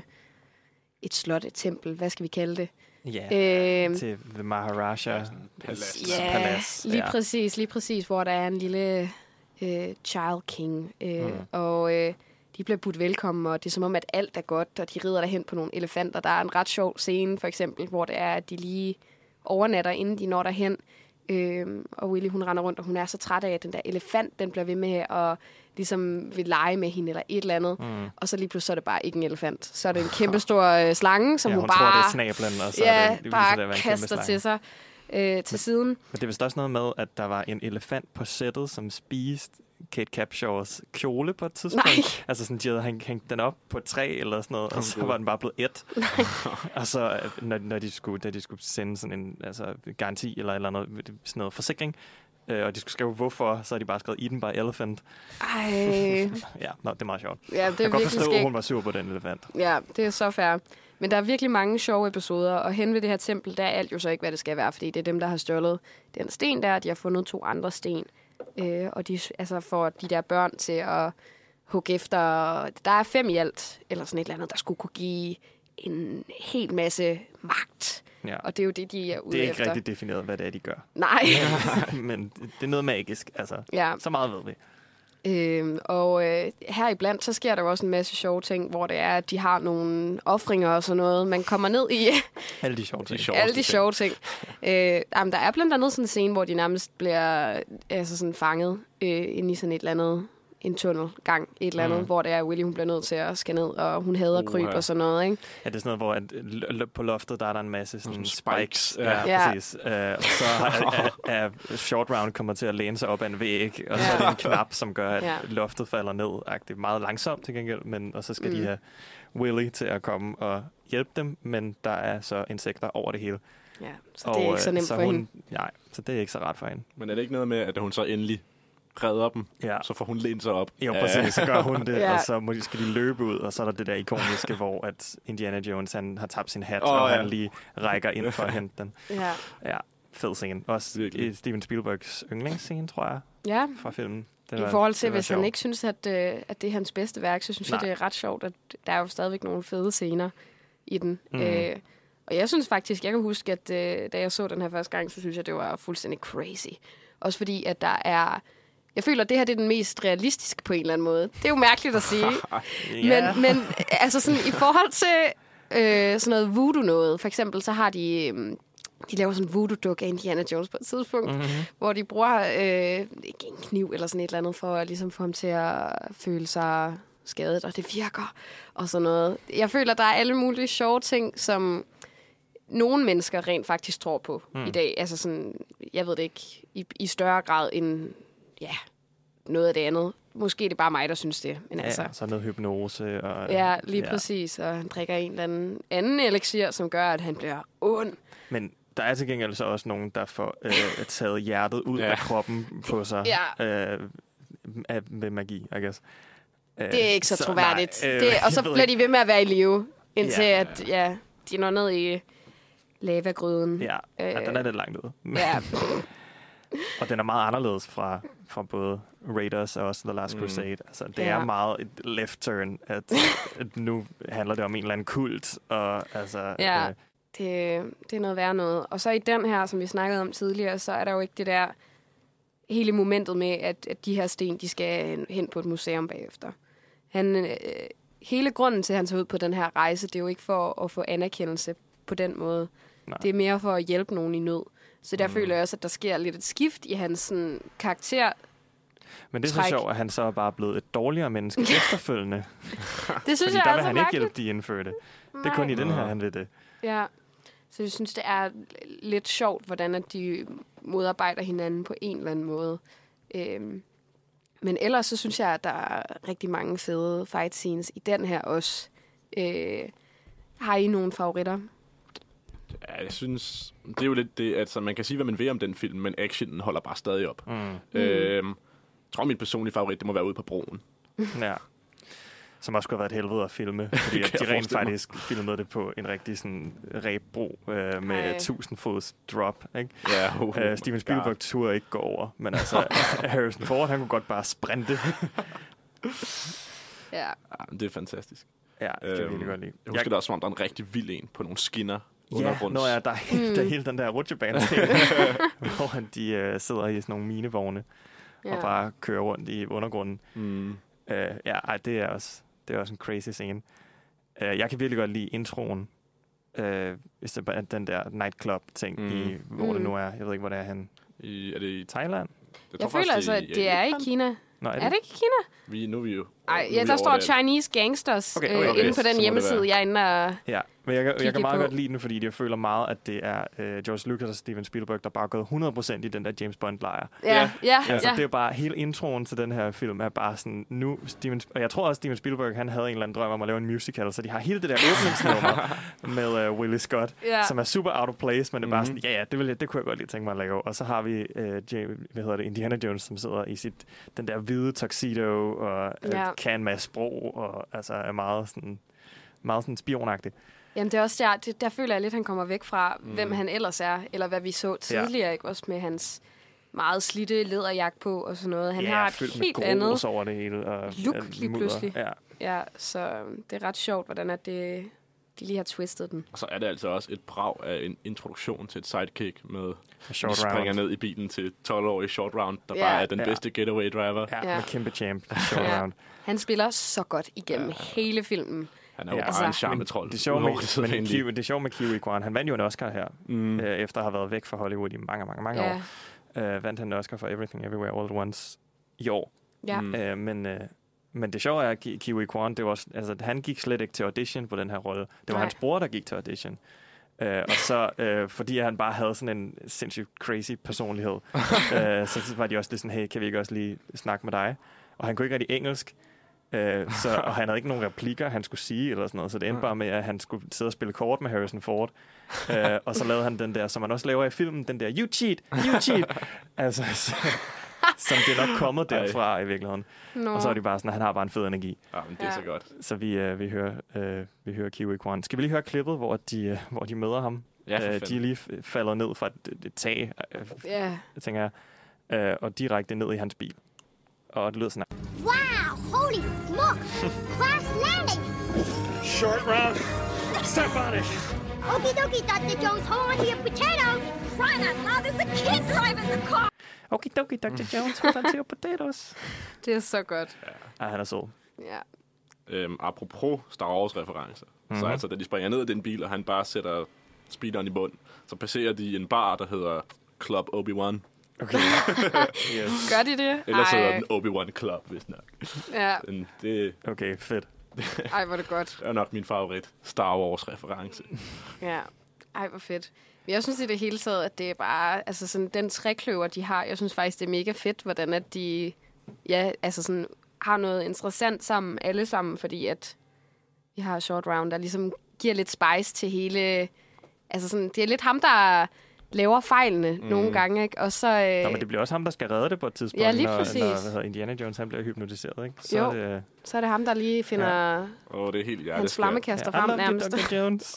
et slot, et tempel, hvad skal vi kalde det? Ja, yeah, øhm, til The Maharaja Palace. Ja, Palace. lige ja. præcis, lige præcis, hvor der er en lille øh, child king, øh, mm. og øh, de bliver budt velkommen, og det er som om, at alt er godt, og de rider derhen på nogle elefanter. Der er en ret sjov scene, for eksempel, hvor det er, at de lige overnatter, inden de når derhen, øh, og Willy, hun render rundt, og hun er så træt af, at den der elefant, den bliver ved med at ligesom vil lege med hende, eller et eller andet. Mm. Og så lige pludselig så er det bare ikke en elefant. Så er det en kæmpe stor øh, slange, som ja, hun, hun bare... tror, det er snablen, og så ja, er det, bare det, kaster til sig øh, til men, siden. Men det er vist også noget med, at der var en elefant på sættet, som spiste Kate Capshaws kjole på et tidspunkt. Nej. Altså sådan, de havde hængt, hængt den op på et træ eller sådan noget, og så var den bare blevet et. Og så, når, når de skulle, da de skulle sende sådan en altså, garanti eller, eller noget, sådan noget forsikring, øh, og de skulle skrive hvorfor, så har de bare skrevet eaten by elephant. Ej. Ja, nå, det er meget sjovt. Ja, det er jeg kan godt forstå, skægt. at hun var sur på den elefant. Ja, det er så fair. Men der er virkelig mange sjove episoder, og hen ved det her tempel, der er alt jo så ikke, hvad det skal være, fordi det er dem, der har stjålet den sten der, de har fundet to andre sten, øh, og de altså får de der børn til at hugge efter. Der er fem i alt, eller sådan et eller andet, der skulle kunne give en hel masse magt. Ja. Og det er jo det, de er ude efter. Det er ikke efter. rigtig defineret, hvad det er, de gør. Nej. Men det er noget magisk, altså. Ja. Så meget ved vi. Øhm, og øh, her iblandt, så sker der jo også en masse sjove ting, hvor det er, at de har nogle ofringer og sådan noget. Man kommer ned i... Alle de sjove ting. Alle de sjove ting. øh, jamen, der er blandt andet sådan en scene, hvor de nærmest bliver altså sådan fanget øh, inde i sådan et eller andet, en tunnelgang, et eller andet, mm. hvor det er, Willy, hun bliver nødt til at skal ned, og hun hader uh, kryb og sådan noget, ikke? Ja, det er sådan noget, hvor at på loftet, der er der en masse sådan spikes. Ja, ja, ja. præcis. Uh, og så er, er, er Short Round kommer til at læne sig op ad en væg, og så ja. er det en knap, som gør, at ja. loftet falder ned. Det er meget langsomt til gengæld, men, og så skal mm. de have Willy til at komme og hjælpe dem, men der er så insekter over det hele. Ja, så og, det er ikke så nemt så for hun, hende. Nej, så det er ikke så ret for hende. Men er det ikke noget med, at hun så endelig redder dem, ja. så får hun lænet sig op? Jo, præcis, så gør hun det, ja. og så skal de løbe ud, og så er der det der ikoniske, hvor at Indiana Jones han har tabt sin hat, oh, og ja. han lige rækker ind for at hente den. Ja. Ja, fed scene. Også virkelig. Steven Spielbergs yndlingsscene, tror jeg, ja. fra filmen. Det I var, forhold til, hvis sjovt. han ikke synes, at, øh, at det er hans bedste værk, så synes Nej. jeg, det er ret sjovt, at der er jo stadigvæk nogle fede scener i den. Mm. Øh, og jeg synes faktisk, jeg kan huske, at øh, da jeg så den her første gang, så synes jeg, det var fuldstændig crazy. Også fordi, at der er... Jeg føler, at det her det er den mest realistiske på en eller anden måde. Det er jo mærkeligt at sige. yeah. men, men altså sådan, i forhold til øh, sådan noget voodoo-noget, for eksempel, så har de... Øh, de laver sådan en voodoo-duk af Indiana Jones på et tidspunkt, mm-hmm. hvor de bruger øh, ikke en kniv eller sådan et eller andet, for at ligesom få ham til at føle sig skadet, og det virker, og sådan noget. Jeg føler, der er alle mulige sjove ting, som nogle mennesker rent faktisk tror på mm. i dag. Altså sådan, jeg ved det ikke, i, i større grad end ja, noget af det andet. Måske er det bare mig, der synes det. Men ja, altså, så noget hypnose. Og, ja, lige ja. præcis. Og han drikker en eller anden anden elixir, som gør, at han bliver ond. Men der er til gengæld så også nogen, der får øh, taget hjertet ud ja. af kroppen på sig. Ja. Øh, af, med magi, I guess. Det er ikke så, så troværdigt. Nej, øh, det, og så bliver de ved med at være i live, indtil Ja. at ja, de når ned i lavagryden. Ja, øh, ja, den er lidt langt ude. Ja. Og den er meget anderledes fra, fra både Raiders og også The Last Crusade. Mm. Altså, det Ja. er meget et left turn, at, at nu handler det om en eller anden kult. Og, altså, Ja, øh, det, det er noget værre noget. Og så i den her, som vi snakkede om tidligere, så er der jo ikke det der hele momentet med, at, at de her sten, de skal hen på et museum bagefter. Han, øh, hele grunden til, at han tager ud på den her rejse, det er jo ikke for at få anerkendelse på den måde. Nej. Det er mere for at hjælpe nogen i nød. Så der Mm. føler jeg også, at der sker lidt et skift i hans sådan, karakter. men det er så Træk. sjovt, at han så er bare blevet et dårligere menneske efterfølgende. Det synes Fordi jeg der er vil så han ikke mærkeligt. hjælpe de indfødte. Det er kun i den her, han vil det. Ja, så jeg synes, det er lidt sjovt, hvordan at de modarbejder hinanden på en eller anden måde. Øhm, men ellers så synes jeg, at der er rigtig mange fede fight scenes i den her også. Øh, har I nogle favoritter? Ja, jeg synes, det er jo lidt det, altså man kan sige, hvad man vil om den film, men actionen holder bare stadig op. Mm. Øhm, jeg tror, min personlige favorit, det må være ude på broen. Ja. Som også skulle have været et helvede at filme, fordi at Kan de jeg rent forestille mig. faktisk filmede det på en rigtig sådan ræbbro øh, med Ej. tusind fods drop. Ikke? Ja, uh, Uh, Steven Spielberg turde ikke gå over, men altså Harrison Ford, han kunne godt bare sprinte. Ja. Ja, det er fantastisk. Ja, det kan jeg Øhm, virkelig godt lide. Jeg husker det også, som om der er en rigtig vild en på nogle skinner. Ja, undergrunds. når jeg, der, er helt, Mm. der er hele den der rutsjebane hvor de uh, sidder i sådan nogle minevogne Ja. og bare kører rundt i undergrunden. Mm. Uh, ja, ej, det er også det er også en crazy scene. Uh, jeg kan virkelig godt lide introen. Uh, hvis det er den der nightclub-ting, Mm. i, hvor Mm. det nu er. Jeg ved ikke, hvor det er han. I, er det i Thailand? Jeg, Jeg føler altså, at det er i Kina. Nå, Er det ikke i Kina? Vi, nu er vi jo... Ej, nu er ja, vi der over står det. Chinese Gangsters Okay, okay, okay, okay, øh, inde yes, på så den må det hjemmeside, være. jeg er inde og... Ja, men jeg, jeg, jeg Kigge kan meget på. godt lide den, fordi jeg føler meget, at det er øh, George Lucas og Steven Spielberg, der bare er gået hundrede procent i den der James Bond-lejr. Ja, ja, ja. Altså, ja. det er bare, hele introen til den her film er bare sådan, nu, Steven, og jeg tror også, Steven Spielberg, han havde en eller anden drøm om at lave en musical, så de har hele det der åbningsnummer med uh, Willie Scott, Ja. som er super out of place, men det er bare Mhm. sådan, ja, ja, det, vil jeg, det kunne jeg godt lige tænke mig at lave. Og så har vi uh, James, hvad hedder det, Indiana Jones, som sidder i sit, den der hvide tuxedo, og uh, Ja. kan en masse sprog, og altså er meget sådan, meget sådan spionagtig. Jamen, det er også der, det, der føler jeg lidt, han kommer væk fra, mm. hvem han ellers er, eller hvad vi så tidligere, ja. ikke? Også med hans meget slidte læderjakke på og sådan noget. Han ja, har et fyldt helt med andet grus over det hele. Og look alt lige mudder. pludselig. Ja. Ja, så øhm, det er ret sjovt, hvordan at det, de lige har twistet den. Og så er det altså også et brag af en introduktion til et sidekick med... Short vi springer round. ned i bilen til tolv-årige Short Round, der Ja. bare er den Ja. bedste getaway driver. Ja, Ja. med kæmpe champ. Short Ja. round. Han spiller så godt igennem ja. hele filmen. Han er jo Ja. bare Altså- en charmetrol. Det er sjovt Udover med, det men sædvanlige. Kiwi, det er sjovt med Kiwi Kwan. Han vandt jo en Oscar her, Mm. øh, efter at have været væk fra Hollywood i mange, mange, mange Ja. år. Øh, vandt han en Oscar for Everything Everywhere All at Once i år. Ja. Mm. Øh, men, øh, men det sjove er, at Ki- Kiwi Kwan, det var, også- altså, han gik slet ikke til audition på den her rolle. Det var Nej. hans bror, der gik til audition. Øh, og så, øh, fordi han bare havde sådan en sindssygt crazy personlighed, øh, så var de også lidt sådan, hey, kan vi ikke også lige snakke med dig? Og han kunne ikke rigtig engelsk, øh, så, og han havde ikke nogen replikker, han skulle sige, eller sådan noget, så det endte bare med, at han skulle sidde og spille kort med Harrison Ford. øh, og så lavede han den der, som man også laver i filmen, den der, you cheat, you cheat! altså, så, som det er nok kommet derfra i virkeligheden. Nå. Og så er de bare sådan, at han har bare en fed energi. Ja, men det er Ja. så godt. Så vi, øh, vi, hører, øh, vi hører Kiwi Kwan. Skal vi lige høre klippet, hvor de, øh, hvor de møder ham? Ja, for øh, fanden. de er lige f- falder ned fra et, et tag, øh, Ja. tænker jeg, øh, og direkte ned i hans bil. Og det lyder sådan her. Wow, holy smoke! Crash landing! Short round. Step on it. Okie dokie, Doctor Jones, hold on to your potatoes! Crying out loud, there's a kid driving the car! Okay, dokie, doktor Jones, hold on to your potatoes. Det er så godt. Ej, han er sød. Ja. Øhm, apropos Star Wars-referencer. Mm-hmm. Så altså, da de springer ned i den bil, og han bare sætter speederen i bund, så passerer de en bar, der hedder Club Obi-Wan. Okay. yes. Gør de det? Ellers hedder Ej. den Obi-Wan Club, hvis nok. Ja. Men det Okay, fedt. Ej, hvor er det godt. er nok min favorit Star Wars-reference. Ja. Ej, hvor fedt. Men jeg synes i det hele taget, at det er bare... Altså sådan, den trækløver, de har, jeg synes faktisk, det er mega fedt, hvordan at de... Ja, altså sådan... har noget interessant sammen, alle sammen, fordi at vi har Short Round, der ligesom giver lidt spice til hele... Altså sådan, det er lidt ham, der laver fejlene mm. nogle gange, ikke? Og så... Øh, Nå, men det bliver også ham, der skal redde det på et tidspunkt, ja, lige når, præcis. når hvad hedder, Indiana Jones han bliver hypnotiseret, ikke? Så jo, er det, så er det ham, der lige finder Åh, oh, det er helt hans flammekaster ja, frem nærmest. doktor Jones.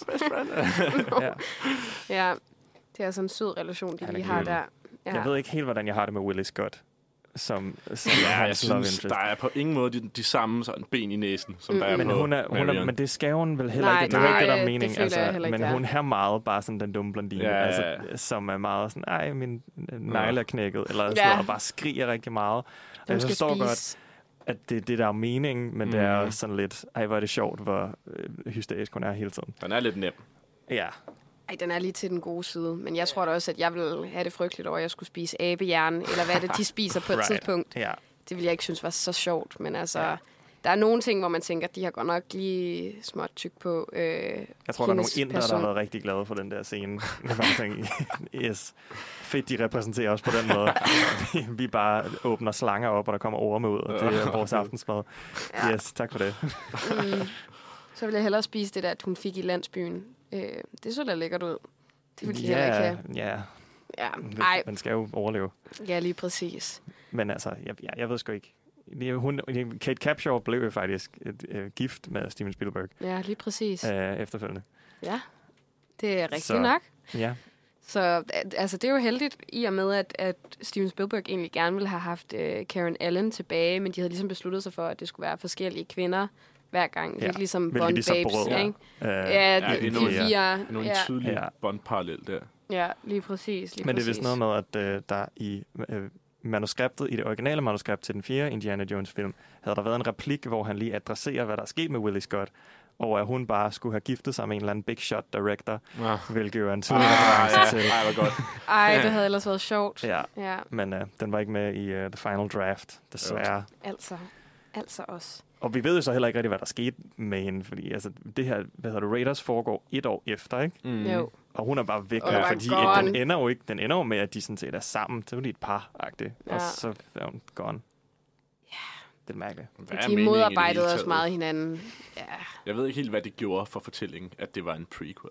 ja. Ja, det er sådan en sød relation, de Han er lige har cute. der. Ja. Jeg ved ikke helt, hvordan jeg har det med Willie Scott. Som, som Ja, jeg hans love synes, interest. der er på ingen måde de, de samme sådan ben i næsen, som Mm, der er Men, på hun er, hun er, Marion. men det skal hun vel heller Nej, ikke. Det er jo nej, ikke det, der er det mening. føler jeg Altså, heller ikke, men det er. hun er meget bare sådan den dumme blondine, Ja, ja, ja. altså, som er meget sådan, ej, min negle er knækket, eller sådan noget, og bare skriger rigtig meget. De Jeg skal forstår spise. godt, at det er det, der er meningen, men mm. det er også sådan lidt, ej, hvor er det sjovt, hvor øh, hysterisk hun er hele tiden. Den er lidt nem. Ja. Ej, den er lige til den gode side. Men jeg tror da også, at jeg vil have det frygteligt over, at jeg skulle spise abehjerne, eller hvad det de spiser på et Right. tidspunkt. Ja. Det ville jeg ikke synes var så sjovt, men altså... Ja. Der er nogle ting, hvor man tænker, at de har godt nok lige småt tyk på. Øh, Jeg tror, der er nogle indere, der har været rigtig glade for den der scene. Man tænker, yes, fedt, de repræsenterer os på den måde. Vi, vi bare åbner slanger op, og der kommer orme ud, og det er vores aftensmad. Ja. Yes, tak for det. Mm. Så vil jeg hellere spise det der, at hun fik i landsbyen. Øh, det så da lækkert ud. Det ville de heller ikke have. Ja, Ja, ej. man skal jo overleve. Ja, lige præcis. Men altså, jeg, jeg, jeg ved sgu ikke. Hun, Kate Capshaw blev jo faktisk et, et gift med Steven Spielberg Ja, lige præcis. øh, efterfølgende. Ja, det er rigtigt Så- nok. Ja, Så altså, det er jo heldigt i og med, at, at Steven Spielberg egentlig gerne ville have haft øh, Karen Allen tilbage, men de havde ligesom besluttet sig for, at det skulle være forskellige kvinder hver gang. Ja. Lidt ligesom Hvilket Bond de så Babes, brød. ikke? øh, Ja, Ja, de, endnu de en- fire. Endnu en Ja, tydelig Ja. Bond-parallel der. ja, lige præcis. Lige Men det er præcis. vist noget med, at øh, der i øh, manuskriptet, i det originale manuskript til den fjerde Indiana Jones-film, havde der været en replik, hvor han lige adresserer, hvad der er sket med Willie Scott, og at hun bare skulle have giftet sig med en eller anden big shot director, Ah. hvilket jo er en tydelig Ah, reference ja. til. Ej, hvor godt. Ej, det havde ellers været sjovt. Ja, Ja, men øh, den var ikke med i uh, The Final Draft, desværre. altså. Altså også. Og vi ved jo så heller ikke rigtig, hvad der skete med hende, fordi altså, det her, hvad hedder det, Raiders foregår et år efter, ikke? Mm. Jo. Og hun er bare væk, Oh ja, my fordi God. den ender jo ikke, den ender jo med, at de sådan set er sammen. Så er de et par-agtigt, Ja. og så er hun gone. Ja. Det er mærkeligt. Hvad er De meningen i det modarbejdede hele også taget? meget hinanden. Ja. Jeg ved ikke helt, hvad det gjorde for fortællingen, at det var en prequel.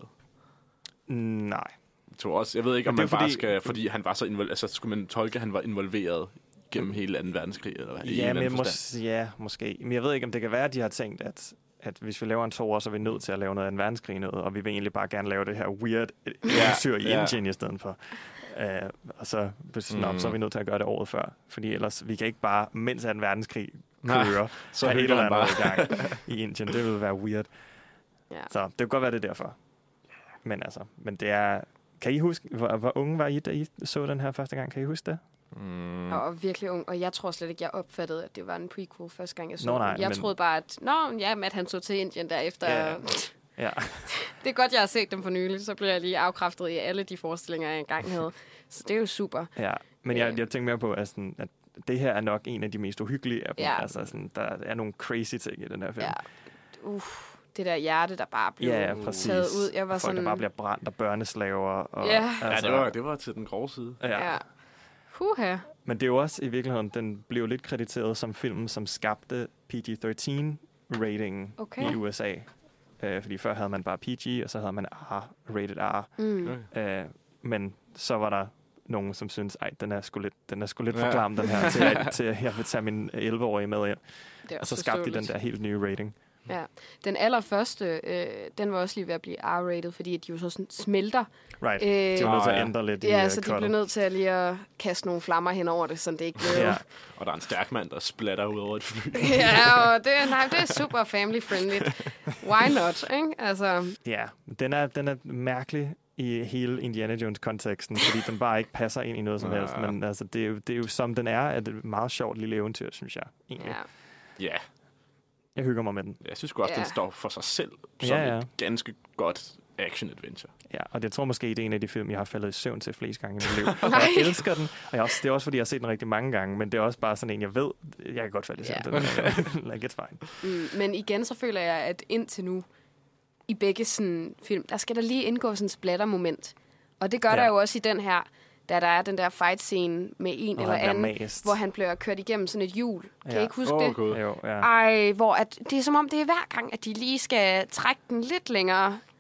Nej. Jeg tror også, jeg ved ikke, om Men man det er bare fordi- skal, fordi han var så involveret, altså skulle man tolke, at han var involveret gennem hele anden verdenskrig, eller hvad? I en Ja, eller men anden forstand. mås- ja, måske. Men jeg ved ikke, om det kan være, at de har tænkt, at, at hvis vi laver en toer, så er vi nødt til at lave noget af en verdenskrig noget, og vi vil egentlig bare gerne lave det her weird eventyr i ja. Indien i stedet for. Uh, og så, hvis, mm. nå, så er vi nødt til at gøre det året før, fordi ellers vi kan ikke bare, mens en verdenskrig kører, så have et hygger eller man andet bare. i gang i Indien. Det vil være weird. Ja. Så det kan godt være, det er derfor. Men altså, men det er... Kan I huske, hvor, hvor unge var I, da I så den her første gang? Kan I huske det? Mm. Og, og virkelig ung. Og jeg tror slet ikke, jeg opfattede, at det var en prequel første gang, jeg så Nå, nej, den. Jeg men- troede bare, at, nå, ja, at han så til Indien derefter. Ja. Ja. Det er godt, jeg har set dem for nylig. Så bliver jeg lige afkræftet i alle de forestillinger, jeg engang havde. Så det er jo super. Ja, men jeg, jeg tænker mere på, at, sådan, at det her er nok en af de mest uhyggelige af dem. Ja. Altså, sådan, der er nogle crazy ting i den her film. Ja. Uff, det der hjerte, der bare blev Ja, præcis. taget ud. Jeg var Folk, sådan... der bare bliver brændt, og børneslaver. Og, Ja. Ja, det var, det var til den grove side. Ja. Ja. Huha. Men det er jo også i virkeligheden, den blev lidt krediteret som filmen, som skabte P G tretten ratingen Okay. i U S A. Øh, fordi før havde man bare P G, og så havde man R, rated R. Mm. Øh, men så var der nogen, som synes, ej, den er sgu lidt, den er sgu lidt Ja. for klam, den her, til, at, til at jeg vil tage min elleve-årige med ind. Det er Og også så skabte de den forståeligt. der helt nye rating. Ja. Den allerførste, øh, den var også lige ved at blive R-rated, fordi de jo så sådan smelter. Right. Øh, De var nødt til Ah, at ja. ændre lidt i Ja, uh, så de cuttet. blev nødt til at lige at kaste nogle flammer hen over det, så det ikke blev... Ja. Og der er en stærk mand, der splatter ud over et fly. Ja, og det, nej, det er super family-friendly. Why not, ikke? Altså, Ja, den er, den er mærkelig i hele Indiana Jones-konteksten, fordi den bare ikke passer ind i noget som Ja. helst. Men altså, det, er jo, det er jo som den er, at det er et meget sjovt lille eventyr, synes jeg. Egentlig. ja. Ja, Jeg hygger mig med den. jeg synes godt, Ja. den står for sig selv som Ja, ja. et ganske godt action-adventure. Ja, og det tror måske, det er en af de film, jeg har faldet i søvn til flest gange i mit liv. Og Nej. jeg elsker den, og jeg også, det er også, fordi jeg har set den rigtig mange gange, men det er også bare sådan en, jeg ved, jeg kan godt falde i søvn Ja. til den. Like, it's fine. Mm, men igen, så føler jeg, at indtil nu, i begge sådan film, der skal der lige indgå sådan en splatter-moment. Og det gør Ja. der jo også i den her, da der er den der fight-scene med en Og eller han bliver anden, mast. hvor han bliver kørt igennem sådan et hjul. Kan Ja. I ikke huske Åh, det? gud. Jo, ja. Ej, hvor at, det er som om, det er hver gang, at de lige skal trække den lidt længere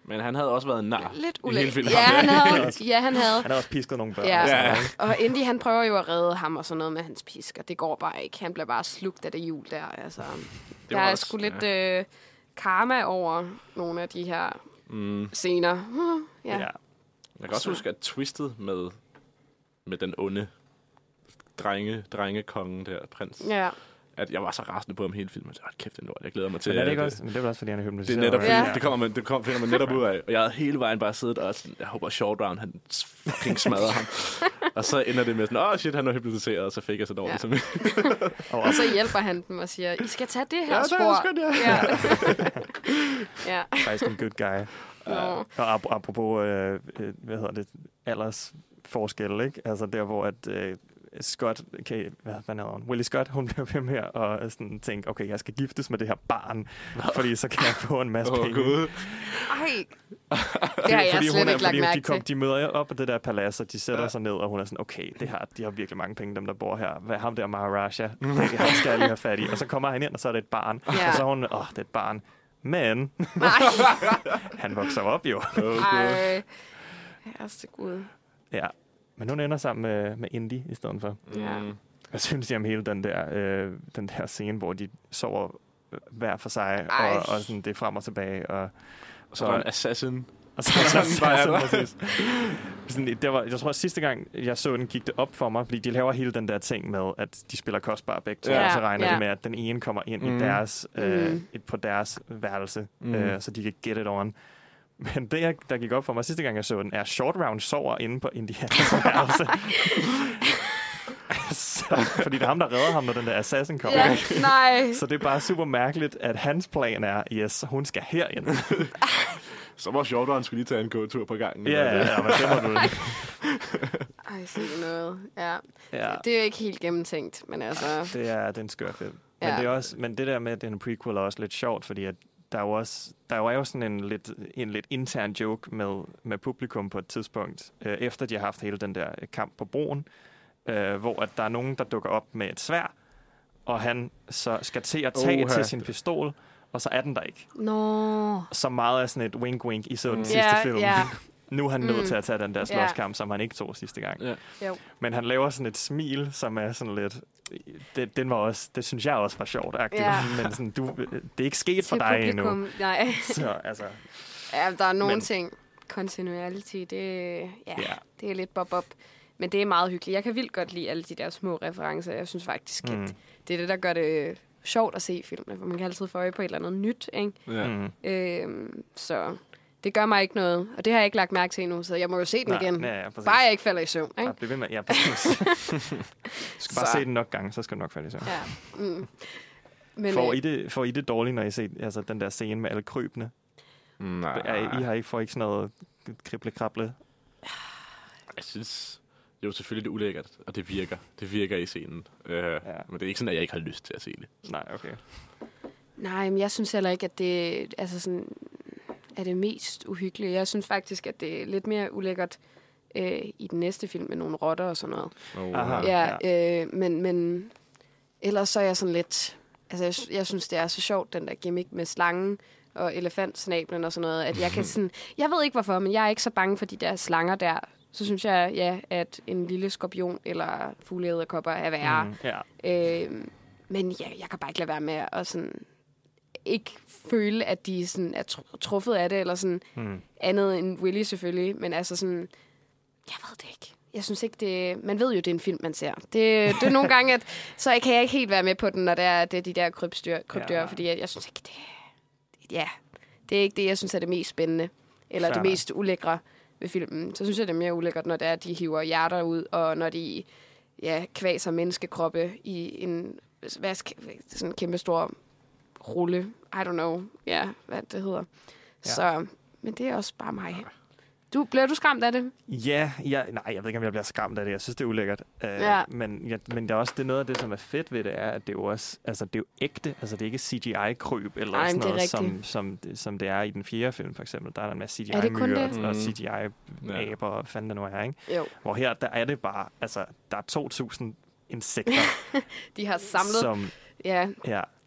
Men han havde også været en nar. Lidt i hele filmen. ulækkert. Ja, han havde. Ja, han havde. Han havde også pisket nogle børn. Ja. Og, Ja. Og Indy, han prøver jo at redde ham og sådan noget med hans pisk, og det går bare ikke. Han bliver bare slugt af det hjul der. Altså, der er også- sgu lidt øh, karma over nogle af de her Mm. scener. Uh, ja. ja. Jeg kan også huske, at twistet med, med den onde drenge, drengekongen der, prins, ja. at jeg var så rasende på ham hele filmen. Så hold kæft, det er lort. Jeg glæder mig til. Men er det ikke at- også? Men det er vel også, fordi han er Det er hypnotiseret. netop, Ja. ja. det kommer man, det kommer, finder man netop ud af. Og jeg havde hele vejen bare siddet og sådan, jeg håber Short Round, han fucking smadrer ham. Og så ender det med sådan, åh oh, shit, han er hypnotiseret, og så fik jeg så dårligt Ja. som Og så hjælper han dem og siger, I skal tage det her Ja, det er spor. også godt, ja. ja. ja. Faktisk en good guy. Nå. Og ap- apropos, øh, øh, hvad hedder det, aldersforskel, ikke? Altså der, hvor at øh, Scott, okay, hvad, hvad hedder hun? Willie Scott, hun blev ved med at sådan tænke, okay, jeg skal giftes med det her barn, fordi så kan jeg få en masse Åh, penge. Gud. Ej, det har jeg fordi slet hun er, ikke lagt fordi mærke de, kom, til. de møder op på det der palads, og de sætter Ja. sig ned, og hun er sådan, okay, det her, de har virkelig mange penge, dem der bor her. Hvad ham der Maharaja? Det han skal jeg lige have fat i. Og så kommer han ind, og så er det et barn. Ja. Og så er hun, åh, det er et barn. Men Nej, han vokser op jo. ej. Herste Gud. Ja. Men hun ender sammen med, med Indy i stedet for. Ja. Mm. Hvad synes I om hele den der, øh, den der scene, hvor de sover øh, hver for sig, Ej. og, og sådan, det er frem og tilbage, og, Og så var der en assassin. og så, så, så, Bare er så, der. præcis. Sådan, det var, jeg tror, at sidste gang, jeg så den, gik det op for mig, fordi de laver hele den der ting med, at de spiller kostbar begge to, Ja, og så regner ja. de med, at den ene kommer ind Mm. i deres, øh, Mm. et, på deres værelse, Mm. øh, så de kan get it on. Men det, jeg- der gik op for mig sidste gang, jeg så den, er Short Round sover inde på Indianas værelse. så, fordi det er ham, der redder ham, når den der assassin kommer. Ja, nej. Så det er bare super mærkeligt, at hans plan er, yes, hun skal herind. Så var Short Round skulle lige tage en gåtur på gangen. Ja, ja, ja, men det må du ikke. Ej, se noget. Ja. Ja, Det er jo ikke helt gennemtænkt, men altså... det er, det er en skør film. Men, Ja. det er også, men det der med, at det er en prequel, er også lidt sjovt, fordi at der er jo også der er jo sådan en lidt, en lidt intern joke med, med publikum på et tidspunkt, øh, efter de har haft hele den der kamp på broen, øh, hvor at der er nogen, der dukker op med et sværd, og han så skal til at tage Oha. til sin pistol, og så er den der ikke. Nå. Så meget er sådan et wink-wink i så den Mm. sidste Ja, film. ja. Nu er han nødt Mm. til at tage den der slåskamp, som han ikke tog sidste gang. Ja. Jo. Men han laver sådan et smil, som er sådan lidt... Det, den var også, det synes jeg også var sjovt. Ja. Men sådan, du, det er ikke sket for Til dig endnu. publikum. Nej. Så, altså, Ja, der er nogle Men- ting. Continuality, det, ja, Ja. det er lidt bob-bob. Men det er meget hyggeligt. Jeg kan vildt godt lide alle de der små referencer. Jeg synes faktisk, Mm. at det er det, der gør det sjovt at se filmene. For man kan altid få øje på et eller andet nyt, ikke? Ja. mm. Øhm, så det gør mig ikke noget. Og det har jeg ikke lagt mærke til endnu, så jeg må jo se den Nej, igen. ja, ja, præcis. Bare jeg ikke falder i søvn, ikke? Bare bliv ved med, ja, præcis. du skal bare Så. se den nok gange, så skal du nok falde i søvn. Ja. Mm. Men, Får, øh, I det, får I det dårligt, når I ser altså, den der scene med alle krybene? Nej. Er, I har ikke, får ikke sådan noget krible-krable? Jeg synes jo selvfølgelig, det er ulækkert, og det virker. Det virker i scenen. Øh, Ja. Men det er ikke sådan, at jeg ikke har lyst til at se det. Nej, okay. Nej, men jeg synes heller ikke, at det altså sådan, er det mest uhyggelige. Jeg synes faktisk, at det er lidt mere ulækkert øh, i den næste film med nogle rotter og sådan noget. Oh, Aha. Ja, øh, men, men ellers så er jeg sådan lidt... Altså, jeg, jeg synes, det er så sjovt, den der gimmick med slangen og elefantsnablen og sådan noget, at jeg kan sådan... Jeg ved ikke hvorfor, men jeg er ikke så bange for de der slanger der. Så synes jeg, ja, at en lille skorpion eller fugleæderkopper er værre. Mm, ja. Øh, men ja, jeg kan bare ikke lade være med at sådan... ikke føle, at de sådan er tr- truffet af det, eller sådan Mm. andet end Willy selvfølgelig, men altså sådan... Jeg ved det ikke. Jeg synes ikke, det... Man ved jo, det er en film, man ser. Det, det er nogle gange, at så kan jeg ikke helt være med på den, når det er, det er de der krybdyr, krybdyr Ja. fordi jeg, jeg synes ikke, det... Ja, det er ikke det, jeg synes er det mest spændende, eller Fair det nok. mest ulækre ved filmen. Så synes jeg, det er mere ulækkert, når det er, at de hiver hjerter ud, og når de ja, kvaser menneskekroppe i en hvad, skal- sådan en kæmpe stor rulle. I don't know, ja, hvad det hedder. Ja. Så, men det er også bare mig. Du, bliver du skræmt af det? Ja, jeg, nej, jeg ved ikke, om jeg bliver skræmt af det. Jeg synes, det er ulækkert. Uh, Ja. Men, ja, men der er også det noget af det, som er fedt ved det, er, at det er jo også, altså det er jo ægte. Altså det er ikke C G I-kryb eller Ej, men sådan det er noget, som, rigtigt. som, det- som det er i den fjerde film, for eksempel. Der er der en masse C G Er det kun I-myrer det? og Mhm. C G I-aber og fanden det nu er, ikke? Jo. Hvor her, der er det bare, altså, der er to tusind insekter, De har samlet... som, Ja, ja,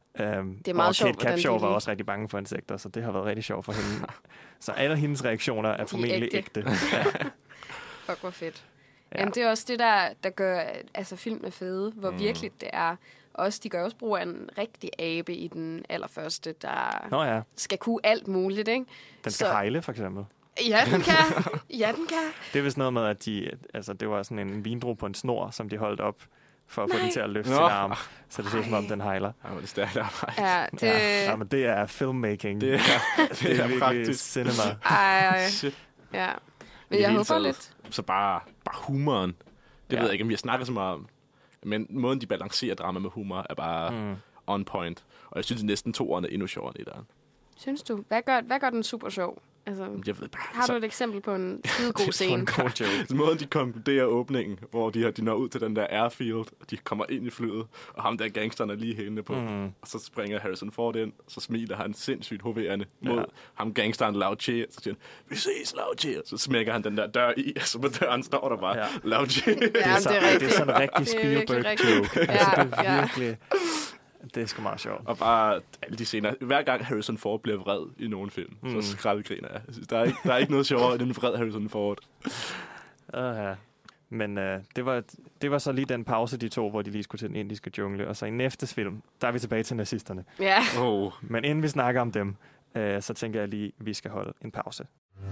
Um, det er meget og sjovt, Kate Capshaw hvordan de var lige- også rigtig bange for insekter, så det har været rigtig sjovt for hende. Så alle hendes reaktioner er formentlig ægte. ægte. Ja. Fuck, hvor fedt. Ja. Jamen, det er også det, der, der gør altså, filmen fede, hvor Mm. mm. virkelig det er. Også, de gør også brug af en rigtig abe i den allerførste, der Nå ja, skal kunne alt muligt, ikke? den skal Så- hejle, for eksempel. Ja, den kan. Ja, den kan. Det er vist noget med, at de, altså, det var sådan en vindrue på en snor, som de holdt op for at få Nej. den til at løfte Nå. sin arm. Så det ser ud som om, den hejler. Ja, men det er stærkt arbejde. Ja, det... Ja. Ja, men det er filmmaking. Det er, det det er er virkelig praktisk. cinema. Ej, Shit. ja. I Men det jeg hele håber taget. lidt. Så bare, bare humoren. Det Ja. ved jeg ikke, om vi har snakket så meget om. Men måden, de balancerer drama med humor, er bare Mm. on point. Og jeg synes næsten toeren er endnu sjovere end etteren. Synes du? Hvad gør, hvad gør den super sjov? Altså, Jeg ved bare, har du et eksempel på en skidegod For scene? en god joke. Så måden, de konkluderer åbningen, hvor de, har, de når ud til den der airfield, og de kommer ind i flyet, og ham der gangsteren er lige hængende på. Mm. Og så springer Harrison Ford ind, og så smiler han sindssygt hoverende mod Ja. ham gangsteren Lao Che. Så siger han, vi ses, Lao Che. Så smækker han den der dør i, og så på døren står der bare, Ja. Lao Che. Ja, Det er, så, det er det er rigtigt. sådan en rigtig Det er virkelig Spielberg-joke. rigtigt. Altså, Ja, det er ja. virkelig... Det er sgu meget sjovt. Og bare alle de scener. Hver gang Harrison Ford bliver vred i nogen film, Mm. så skraldgriner jeg. Jeg synes, der, er ikke, der er ikke noget sjovere end en vred Harrison Ford. Uh, ja. Men uh, det, var, det var så lige den pause, de to, hvor de lige skulle til den indiske jungle. Og så i næste film, der er vi tilbage til nazisterne. Ja. Oh. Men inden vi snakker om dem, uh, så tænker jeg lige, at vi skal holde en pause.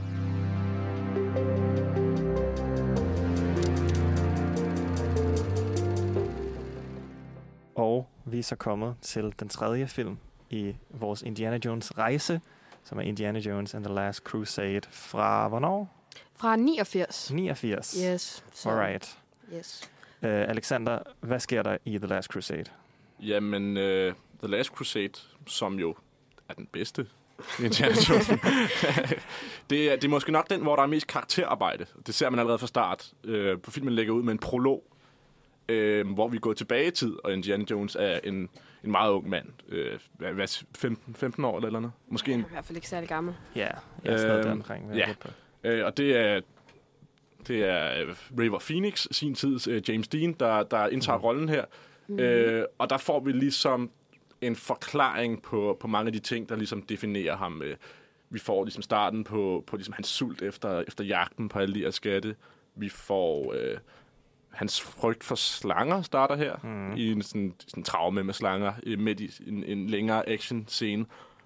Og vi er så kommet til den tredje film i vores Indiana Jones rejse, som er Indiana Jones and the Last Crusade fra hvornår? Fra niogfirs. niogfirs. Yes. Så, Alright. yes. Uh, Alexander, hvad sker der i The Last Crusade? Jamen, uh, The Last Crusade, som jo er den bedste Indiana Jones. det, er, det er måske nok den, hvor der er mest karakterarbejde. Det ser man allerede fra start. Uh, på filmen lægger ud med en prolog, uh, hvor vi går tilbage i tid, og Indiana Jones er en, en meget ung mand. Uh, hvad, hvad, femten, femten år eller noget? Måske en Jeg er i hvert fald ikke særlig gammel. Ja, jeg er sådan noget Øhm, deromkring. ja. Øh, og det er, det er øh, River Phoenix, sin tids øh, James Dean, der, der indtager mm. rollen her. Mm. Øh, og der får vi ligesom en forklaring på, på mange af de ting, der ligesom definerer ham. Øh, vi får ligesom starten på, på ligesom hans sult efter, efter jagten på alle de her skatte. Vi får øh, hans frygt for slanger starter her, mm. i en sådan, sådan traume med slanger, øh, midt i en, en længere action-scene.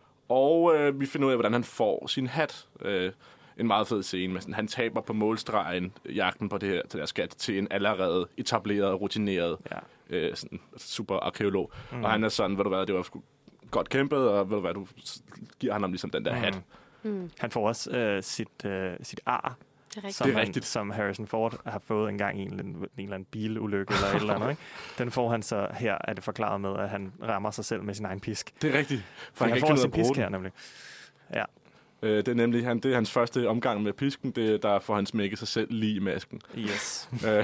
Og øh, vi finder ud af, hvordan han får sin hat. Øh, en meget fed scene. Men sådan, han taber på målstregen jagten på det her, til der skat til en allerede etableret, rutineret Ja. øh, sådan, super arkeolog. Mm. Og han er sådan, ved du hvad, det var sgu godt kæmpet, og ved du hvad, du giver han ham ligesom den der Mm. hat. Mm. Han får også øh, sit, øh, sit ar, Det er rigtigt. som, Det er han, rigtigt. som Harrison Ford har fået engang i en, en, en eller anden bilulykke eller et eller andet. Ikke? Den får han så her, er det forklaret med, at han rammer sig selv med sin egen pisk. Det er rigtigt. For han, han kan får ikke sin finde ud af at pisk bruge her, nemlig. Ja. Øh, det er nemlig han, det er hans første omgang med pisken, det, der får han smækket sig selv lige i masken. Yes. Øh,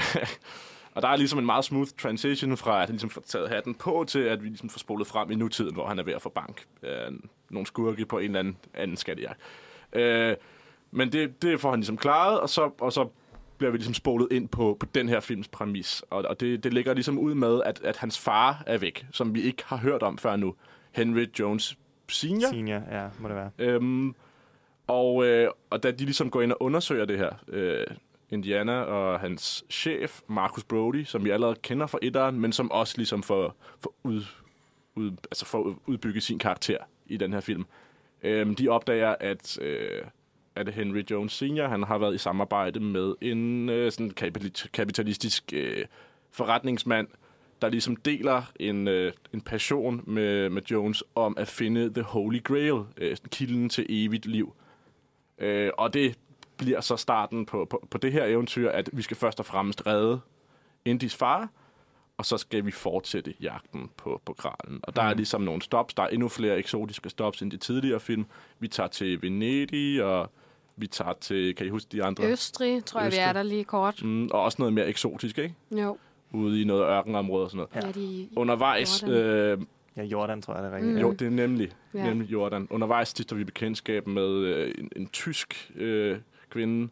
og der er ligesom en meget smooth transition fra, at han ligesom får taget hatten på, til at vi ligesom får spolet frem i nutiden, hvor han er ved at få bank. Øh, nogle skurke på en eller anden, anden skattejagt. Øh, men det, det får han ligesom klaret, og så, og så bliver vi ligesom spolet ind på, på den her films præmis. Og, og det, det ligger ligesom ud med, at, at hans far er væk, som vi ikke har hørt om før nu. Henry Jones Senior. Senior, ja, må det være. Øhm, og, øh, og da de ligesom går ind og undersøger det her, øh, Indiana og hans chef, Marcus Brody, som vi allerede kender fra etteren, men som også ligesom får, får, ud, ud, altså får udbygget sin karakter i den her film. Øhm, de opdager, at, øh, at Henry Jones Senior han har været i samarbejde med en øh, sådan kapitalistisk øh, forretningsmand, der ligesom deler en, øh, en passion med, med Jones om at finde The Holy Grail, øh, kilden til evigt liv. Øh, og det bliver så starten på, på, på det her eventyr, at vi skal først og fremmest redde Indys far, og så skal vi fortsætte jagten på, på kralen. Og der er ligesom nogle stops. Der er endnu flere eksotiske stops end de tidligere film. Vi tager til Venedig, og vi tager til, kan I huske de andre? Østrig, tror jeg, vi er der lige kort. Mm, og også noget mere eksotisk, ikke? Jo. Ude i noget ørkenområde og sådan noget. Ja. Er de Undervejs, Jordan? øh, Ja, Jordan, tror jeg, det er rigtigt. Mm. jo, det er nemlig, Ja. nemlig Jordan. Undervejs stifter vi bekendtskab med øh, en, en tysk øh, kvinde,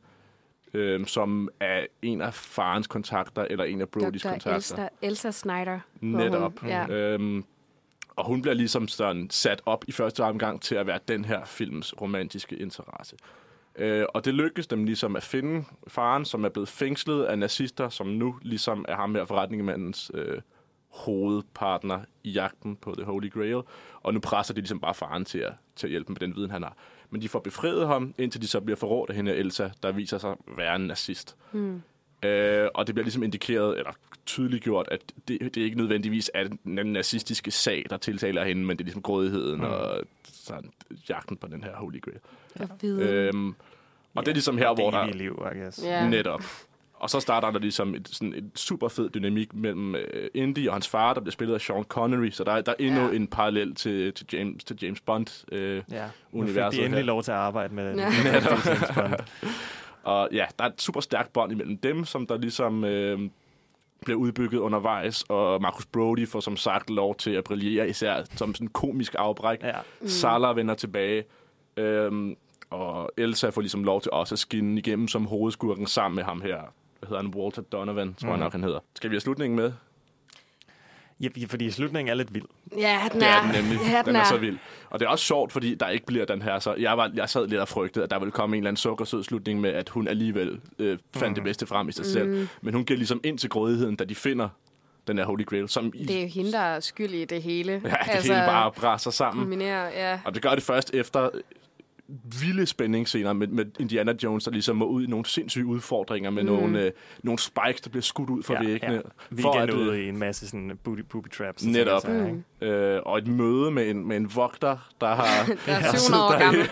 øh, som er en af farens kontakter, eller en af Brodys doktor kontakter. Elsa, Elsa Snyder. hvor Netop. hun- Ja. Øhm, og hun bliver ligesom sådan sat op i første omgang til at være den her films romantiske interesse. Øh, og det lykkes dem ligesom at finde faren, som er blevet fængslet af nazister, som nu ligesom er ham her forretningsmandens øh, hovedpartner i jagten på The Holy Grail. Og nu presser de ligesom bare faren til at, til at hjælpe med den viden, han har. Men de får befriet ham, indtil de så bliver forrådt af hende Elsa, der viser sig at være en nazist. Hmm. Øh, og det bliver ligesom indikeret, eller tydeliggjort, at det, det ikke nødvendigvis er den nazistiske sag, der tiltaler hende, men det er ligesom grådigheden hmm. og sådan, jagten på den her Holy Grail. Ja. Øhm, og ja, det er ligesom her, hvor der... liv, I guess. Yeah. Netop. Og så starter der ligesom et, sådan et super fed dynamik mellem øh, Indy og hans far, der bliver spillet af Sean Connery. Så der, der er endnu ja. en parallel til, til, James, til James Bond øh, ja. universet. Nu fik de endelig her. lov til at arbejde med ja. James Bond. Og ja, der er et super stærkt bånd imellem dem, som der ligesom øh, bliver udbygget undervejs. Og Marcus Brody får som sagt lov til at brillere, især som sådan en komisk afbræk. Ja. Mm. Salah vender tilbage. Øh, og Elsa får ligesom lov til også at skinne igennem som hovedskurken sammen med ham her. Hvad hedder han? Walter Donovan, tror jeg mm. nok, han hedder. Skal vi have slutningen med? Ja, fordi slutningen er lidt vild. Ja, den er. Det er den nemlig. Ja, den, den er. er så vild. Og det er også sjovt, fordi der ikke bliver den her... Så jeg, var, jeg sad lidt og frygtede, at der ville komme en eller anden sukkersød slutning med, at hun alligevel øh, fandt mm. det bedste frem i sig selv. Mm. Men hun giver ligesom ind til grådigheden, da de finder den her Holy Grail. Som det er jo hende, der er skyld i det hele. Ja, det altså, hele bare brænder sammen. Kombinere, ja. Og det gør det først efter... vilde spændingsscener med, med Indiana Jones, der ligesom må ud i nogle sindssyge udfordringer med mm. nogle, øh, nogle spikes, der bliver skudt ud fra ja, væggene. Ja. Vi er igen ude i en masse sådan booby, booby traps. Netop. Så, mm. øh, og et møde med en, med en vogter, der har... der er syv hundrede år gammel.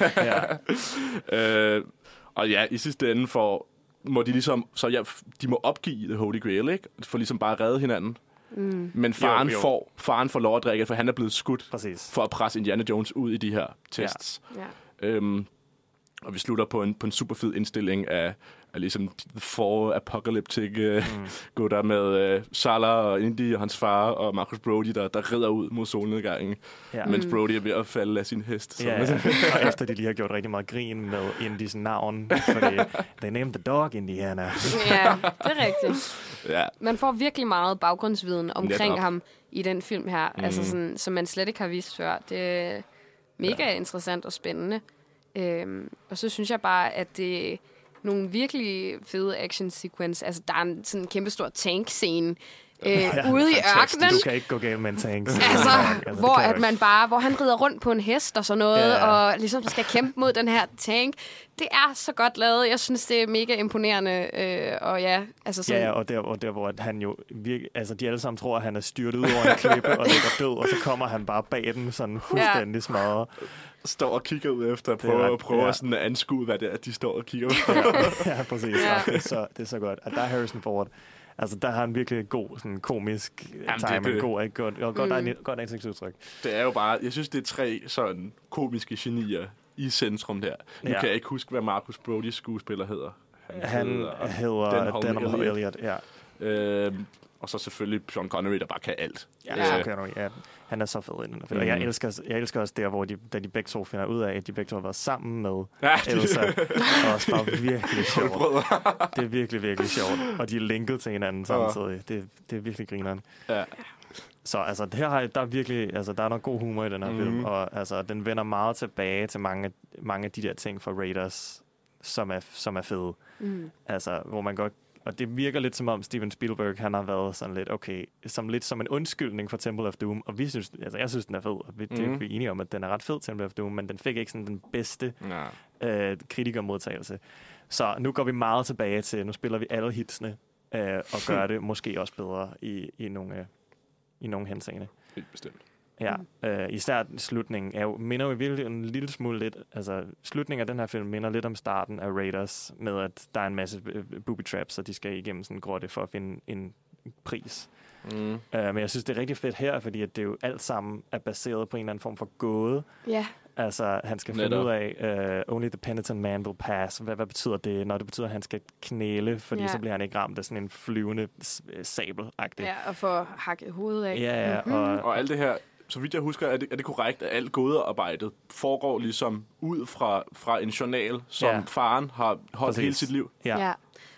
ja. øh, og ja, i sidste ende får, må de ligesom... Så ja, de må opgive The Holy Grail, ikke? For ligesom bare at redde hinanden. Mm. Men faren, jo, jo. Får, faren får lov at drikke, for han er blevet skudt Præcis. for at presse Indiana Jones ud i de her tests. Ja. Ja. Øhm, og vi slutter på en, på en super fed indstilling af, af ligesom the four apocalyptic uh, mm. gutter med uh, Salah og Indy og hans far og Marcus Brody, der, der rider ud mod solnedgangen, ja. mens Brody er ved at falde af sin hest. Ja, ja. Og efter de lige har gjort rigtig meget grin med Indys navn, fordi they named the dog Indiana. Ja, det er rigtigt. Ja. Man får virkelig meget baggrundsviden omkring Netop. ham i den film her, mm. altså sådan, som man slet ikke har vist før. Det er mega ja. interessant og spændende. Øhm, og så synes jeg bare, at det er nogle virkelig fede action sequence. Altså, der er en sådan en kæmpestor tank-scene øh, ja, ude i ørkenen. Du kan ikke gå galt med en tank. Altså, altså hvor at man bare, hvor han rider rundt på en hest og sådan noget, ja. og ligesom skal kæmpe mod den her tank. Det er så godt lavet. Jeg synes, det er mega imponerende. Øh, og ja, altså sådan... Ja, og der, og der hvor han jo virkelig... Altså, de alle sammen tror, at han er styrtet ud over en klippe og ligger død, og så kommer han bare bag den sådan fuldstændig ja. smadret. Står og kigger ud efter, prøver, prøver ja. sådan at anskue, hvad det er, de står og kigger ud. ja, ja, præcis. Ja. Ja, det, er så, det er så godt. Og der er Harrison Ford. Altså, der har han virkelig god, sådan komisk timing. God, godt, godt, godt, mm. godt ansigtsudtryk. Det er jo bare... Jeg synes, det er tre sådan komiske genier i centrum der. Nu ja. kan jeg ikke huske, hvad Marcus Brody's skuespiller hedder. Han, han hedder, hedder Denholm Elliott. Elliott, ja. Øhm, og så selvfølgelig Sean Connery, der bare kan alt. Ja, ja. Sean Connery, ja. Han er så fed i den her film. Mm. Jeg elsker, jeg elsker også der, hvor de, da de begge to finder ud af, at de begge to har været sammen med ja, Elsa. Og også bare virkelig sjovt. Det er virkelig, virkelig sjovt. Og de er linket til hinanden samtidig. Det, det er virkelig grineren. Ja. Så altså, det her, der er virkelig, altså, der er noget god humor i den her mm. film. Og altså, den vender meget tilbage til mange, mange af de der ting fra Raiders, som er, som er fede. Mm. Altså, hvor man godt... Og det virker lidt som om Steven Spielberg, han har været sådan lidt, okay, som lidt som en undskyldning for Temple of Doom. Og vi synes, altså jeg synes, den er fed. Og vi, mm. det er vi enige om, at den er ret fed, Temple of Doom, men den fik ikke sådan den bedste øh, kritikermodtagelse. Så nu går vi meget tilbage til, nu spiller vi alle hitsene, øh, og gør det måske også bedre i, i nogle, øh, i nogle henseende. Helt bestemt. Ja, øh, især slutningen er jo, minder jo virkelig en lille smule lidt, altså slutningen af den her film minder lidt om starten af Raiders, med at der er en masse booby traps, og de skal igennem sådan en grotte for at finde en pris. Mm. Uh, men jeg synes, det er rigtig fedt her, fordi at det jo alt sammen er baseret på en eller anden form for gåde. Ja. Yeah. Altså, han skal finde Netop. ud af, uh, only the penitent man will pass. Hvad, hvad betyder det? Når det betyder, at han skal knæle, fordi yeah. så bliver han ikke ramt af sådan en flyvende sabel-agtig. Ja, og få hakket hovedet af. Ja, ja. Mm-hmm. Og, og alt det her, så vidt jeg husker, er det, er det korrekt, at alt gådearbejdet foregår ligesom ud fra, fra en journal, som ja. faren har holdt Præcis. hele sit liv? Ja. ja.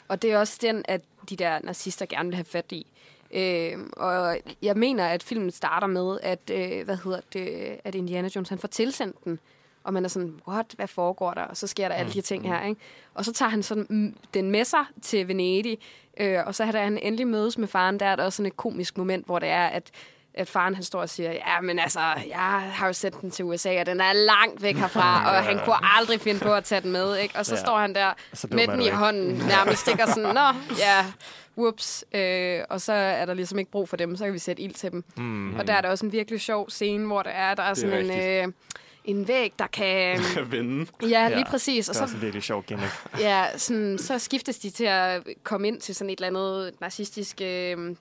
Og det er også den, at de der nazister gerne vil have fat i. Øh, og jeg mener, at filmen starter med, at, øh, hvad hedder det, at Indiana Jones han får tilsendt den. Og man er sådan, what, hvad foregår der? Og så sker der alle de her ting her, ikke? Og så tager han sådan mm, den med sig til Venedig, øh, og så har han endelig mødes med faren. Der er der også sådan et komisk moment, hvor det er, at, at faren han står og siger, ja, men altså, jeg har jo sendt den til U S A, og den er langt væk herfra, og han kunne aldrig finde på at tage den med, ikke? Og så ja. står han der med den i hånden, nærmest stikker sådan, nå, ja, whoops. Øh, og så er der ligesom ikke brug for dem, så kan vi sætte ild til dem. Mm. Og der er der også en virkelig sjov scene, hvor der er, der er sådan er en... Øh, en væg, der kan... vende. Ja, lige ja, præcis. Og det er så, også en virkelig sjov gimmick. Ja, sådan, så skiftes de til at komme ind til sådan et eller andet narcissistisk øh,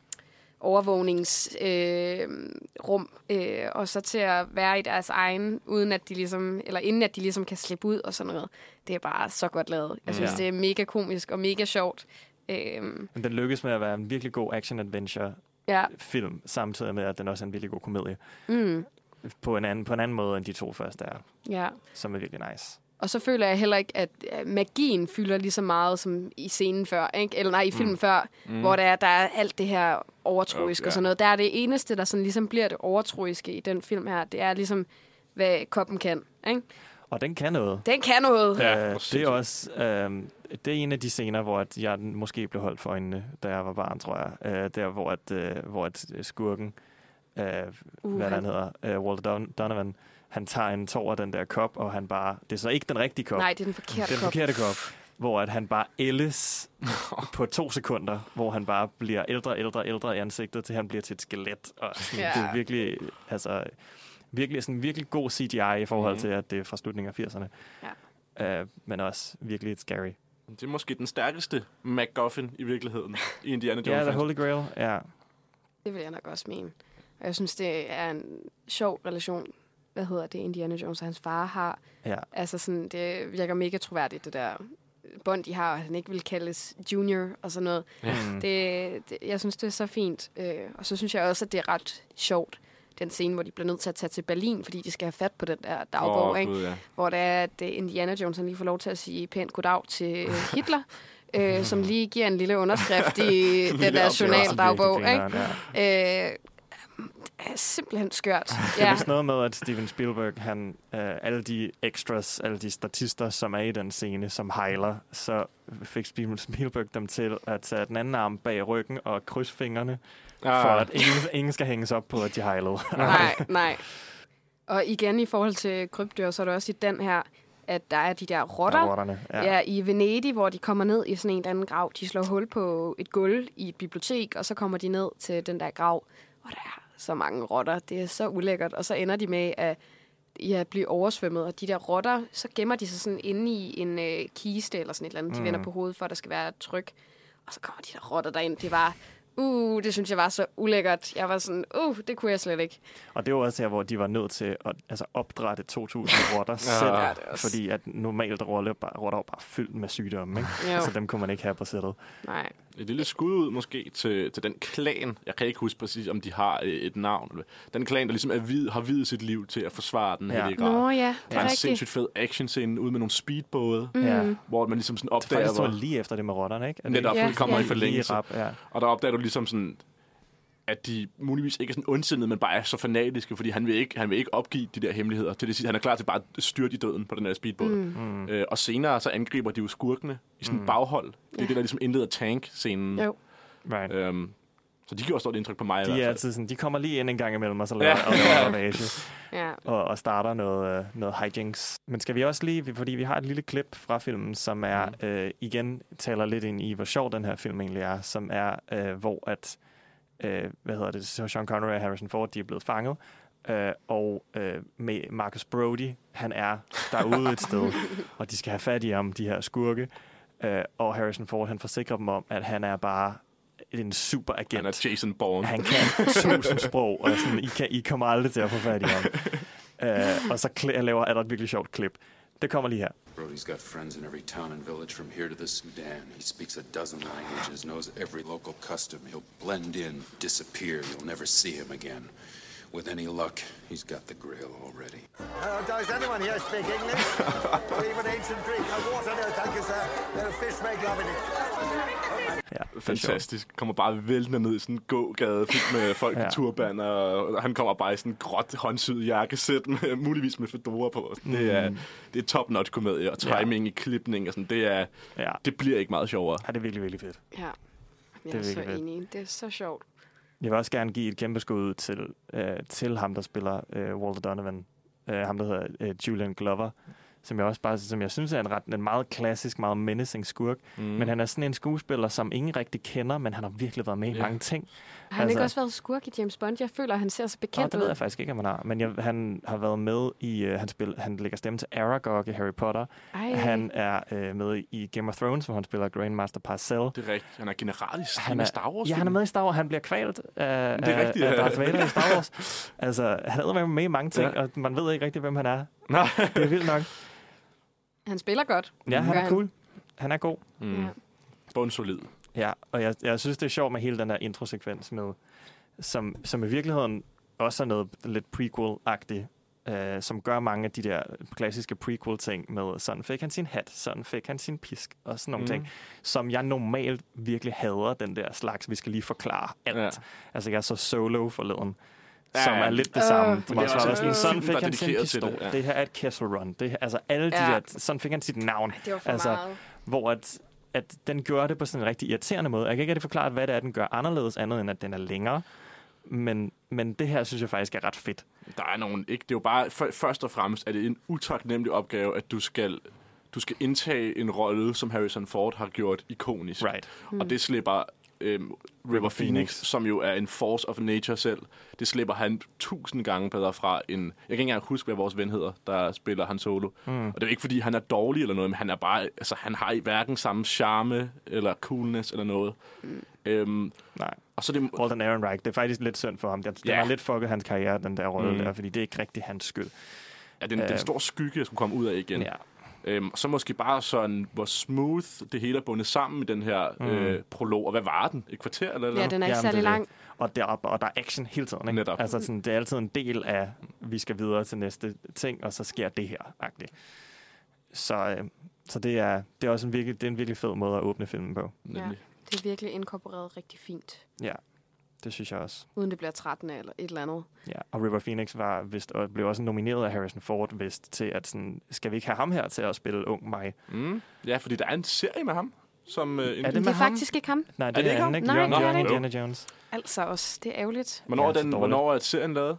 overvågningsrum, øh, øh, og så til at være i deres egen, uden at de ligesom, eller inden at de ligesom kan slippe ud og sådan noget. Det er bare så godt lavet. Jeg synes, ja. det er mega komisk og mega sjovt. Øh, Men den lykkes med at være en virkelig god action-adventure-film, ja. samtidig med, at den også er en virkelig god komedie. Mm. På en, anden, på en anden måde, end de to første er. Ja. Som er virkelig nice. Og så føler jeg heller ikke, at magien fylder lige så meget som i scenen før, ikke? Eller nej, i filmen mm. før, mm. hvor der er, der er alt det her overtroiske okay. og sådan noget. Der er det eneste, der sådan ligesom bliver det overtroiske i den film her, det er ligesom, hvad koppen kan, ikke? Og den kan noget. Den kan noget. Ja, øh, det er også øh, det er en af de scener, hvor at jeg måske blev holdt for øjnene, da jeg var barn, tror jeg. Øh, der, hvor at, øh, hvor at skurken Uh, uh, hvad han hedder, uh, Walter Don- Donovan, han tager en tår af den der kop, og han bare, det er så ikke den rigtige kop. Nej, det er den forkerte den kop. forkerte kop, hvor at han bare ældes på to sekunder, hvor han bare bliver ældre, ældre, ældre i ansigtet, til han bliver til et skelet. Og sådan, yeah. Det er virkelig, altså, virkelig, sådan, virkelig god C G I i forhold mm. til, at det er fra slutningen af firserne. Yeah. Uh, men også virkelig et scary. Det er måske den stærkeste MacGuffin i virkeligheden i Indiana Jones. Ja, yeah, The Holy Grail, ja. Yeah. Det vil jeg nok også mene. Og jeg synes, det er en sjov relation, hvad hedder det, Indiana Jones og hans far har. Ja. Altså sådan, det virker mega troværdigt, det der bånd, de har, og han ikke vil kaldes junior og sådan noget. Mm. Det, det, jeg synes, det er så fint. Øh, og så synes jeg også, at det er ret sjovt, den scene, hvor de bliver nødt til at tage til Berlin, fordi de skal have fat på den der dagbog, oh, ikke? God, ja. Hvor det er, at Indiana Jones han lige får lov til at sige pænt goddag til Hitler, øh, som lige giver en lille underskrift i den der journaldagbog, ikke? Ja. Øh, Det er simpelthen skørt. Det er vist noget med, at Steven Spielberg, han, øh, alle de extras, alle de statister, som er i den scene, som hejler, så fik Spielberg dem til at tage den anden arm bag ryggen og krydse fingrene, ah. for at ingen, ingen skal hænges op på, at de hejlede. Nej, nej. Og igen i forhold til krybdyr, så er der også i den her, at der er de der rotter, der rotterne, ja. Ja, i Venedig, hvor de kommer ned i sådan en eller anden grav. De slår hul på et gulv i et bibliotek, og så kommer de ned til den der grav, hvor der er så mange rotter. Det er så ulækkert. Og så ender de med at ja, blive oversvømmet. Og de der rotter, så gemmer de sig sådan inde i en øh, kiste eller sådan et eller andet. De mm. vender på hovedet, for at der skal være tryk. Og så kommer de der rotter derind. Det var, uh, det synes jeg var så ulækkert. Jeg var sådan, uh, det kunne jeg slet ikke. Og det var også her, hvor de var nødt til at altså, opdrætte to tusind rotter selv. Ja, fordi at normalt rotter, rotter var bare fyldt med sygdomme. Ikke? Så dem kunne man ikke have på sættet. Nej. Et lille skud ud måske til, til den klan. Jeg kan ikke huske præcis, om de har et navn. Den klan, der ligesom er vid, har videt sit liv til at forsvare den ja. hellige grad. Nå ja, der er en sindssygt fed actionscene ude med nogle speedbåde, mm. hvor man ligesom sådan opdager... Det var faktisk lige efter det med rotterne, ikke? Netop, ja. det kommer ja. i forlængelse. Ja. Og der opdager du ligesom sådan... at de muligvis ikke er sådan ondsindede, men bare er så fanatiske, fordi han vil ikke, han vil ikke opgive de der hemmeligheder. Til det, han er klar til bare at styrte i døden på den her speedbåd. Mm. Øh, og senere så angriber de jo skurkene i sådan en mm. baghold. Det er ja. det, der ligesom indleder Tank-scenen. Jo. Right. Øhm, så de gjorde stort indtryk på mig de i hvert fald. Altid sådan, de kommer lige ind en gang imellem, og så laver ja. ravage. ja. og, og starter noget, noget hijinks. Men skal vi også lige, fordi vi har et lille klip fra filmen, som er, mm. øh, igen, taler lidt ind i, hvor sjov den her film egentlig er, som er, øh, hvor at Øh, hvad hedder det, Sean Connery og Harrison Ford, de er blevet fanget, øh, og øh, med Marcus Brody, han er derude et sted, og de skal have fat i ham, de her skurke, øh, og Harrison Ford, han forsikrer dem om, at han er bare en super agent. Han er Jason Bourne. Han kan tusind sprog, og sådan, I, kan, I kommer aldrig til at få fat i ham. øh, og så kl- laver er der et virkelig sjovt klip. Det kommer lige her. Brody's got friends in every town and village from here to the Sudan. He speaks a dozen languages, knows every local custom. He'll blend in, disappear. You'll never see him again. With any luck, he's got the grail already. Uh, does anyone here speak English? Or even ancient Greek? Uh, water, no, thank you, sir. The fish make love in it. Ja, fantastisk. Kommer bare væltende ned i sådan en gågade fyldt med folk ja. i turbaner, og han kommer bare i sådan en gråt håndsyet jakkesæt, med, muligvis med fedora på. Mm. Det er, det er top-notch komedie, og timing ja. i klipning, og sådan, det, er, ja. det bliver ikke meget sjovere. Ja, det er virkelig, virkelig fedt. Ja, jeg det er, er så fedt. enig. Det er så sjovt. Jeg vil også gerne give et kæmpe skud til, øh, til ham, der spiller øh, Walter Donovan. Øh, ham, der hedder øh, Julian Glover. Som jeg også bare, som jeg synes er en ret en meget klassisk, meget menacing skurk. Mm. Men han er sådan en skuespiller, som ingen rigtig kender, men han har virkelig været med i yeah. mange ting. Har han altså, ikke også været skurk i James Bond? Jeg føler, at han ser så bekendt ud. Det ved jeg faktisk ikke, om han har. Men jeg, han har været med i... Uh, han, spil, han lægger stemme til Aragog i Harry Potter. Ej. Han er uh, med i Game of Thrones, hvor han spiller Grandmaster Parcell. Det er rigtigt. Han er general i han er, Star Wars. Ja, han er med i Star Wars. Han bliver kvalt af, det er rigtigt, af, af Darth Vader i Star Wars. Altså, han er med i mange ting, ja. og man ved ikke rigtig, hvem han er. Nej. Det er vildt nok. Han spiller godt. Ja, han er cool. Han er god. Mm. Ja. Bundsolid. Ja, og jeg, jeg synes, det er sjovt med hele den der introsekvens med, som, som i virkeligheden også er noget lidt prequel-agtigt, øh, som gør mange af de der klassiske prequel-ting med, sådan fik han sin hat, sådan fik han sin pisk, og sådan nogle mm. ting, som jeg normalt virkelig hader, den der slags, vi skal lige forklare alt. Ja. Altså, jeg så Solo forleden, som er lidt det samme. Uh, også også sådan, sådan fik han sin pistol. Det, ja. det her er et Kessel Run. Det her, altså alle de ja. der, sådan fik han sit navn. Det var for altså, meget. Hvor at, at den gør det på sådan en rigtig irriterende måde. Jeg kan ikke rigtig forklare, hvad det er, den gør anderledes, andet end at den er længere. Men, men det her synes jeg faktisk er ret fedt. Der er nogen, ikke? Det er jo bare, for, først og fremmest er det en utaknemmelig opgave, at du skal, du skal indtage en rolle, som Harrison Ford har gjort ikonisk. Right. Hmm. Og det slipper øhm, River Phoenix, Phoenix, som jo er en force of nature selv, det slipper han tusind gange bedre fra en... Jeg kan ikke engang huske, hvad vores ven hedder, der spiller Han Solo. Mm. Og det er ikke, fordi han er dårlig eller noget, men han er bare... Altså, han har hverken samme charme eller coolness eller noget. Mm. Øhm, Nej. Og så det... Walton Ehrenreich, det er faktisk lidt synd for ham. Det, det yeah. var lidt fucket hans karriere, den der rolle mm. der, fordi det er ikke rigtig hans skyld. Ja, det er en, uh, en stor skygge, jeg skulle komme ud af igen. Ja. Øhm, og så måske bare sådan, hvor smooth det hele er bundet sammen med den her mm. øh, prolog. Og hvad var den? Et kvarter eller noget? Ja, den er ikke særlig lang. Og der, og der er action hele tiden. Ikke? Netop. Altså, sådan, det er altid en del af, vi skal videre til næste ting, og så sker det her-agtigt. Så, øh, så det, er, det er også en virkelig, det er en virkelig fed måde at åbne filmen på. Ja, det er virkelig inkorporeret rigtig fint. Ja. Det synes jeg også. Uden det bliver trettende eller et eller andet. Ja, og River Phoenix var vist, og blev også nomineret af Harrison Ford vist til, at sådan, skal vi ikke have ham her til at spille ung mig? Mm. Ja, fordi der er en serie med ham. Som, øh, er det, det er ham? Faktisk ikke ham. Nej, det er, det er, ikke han ikke. Young, Young Indiana Jones. Altså også, det er ærgerligt. Hvornår, ja, er, den, hvornår er serien lavet?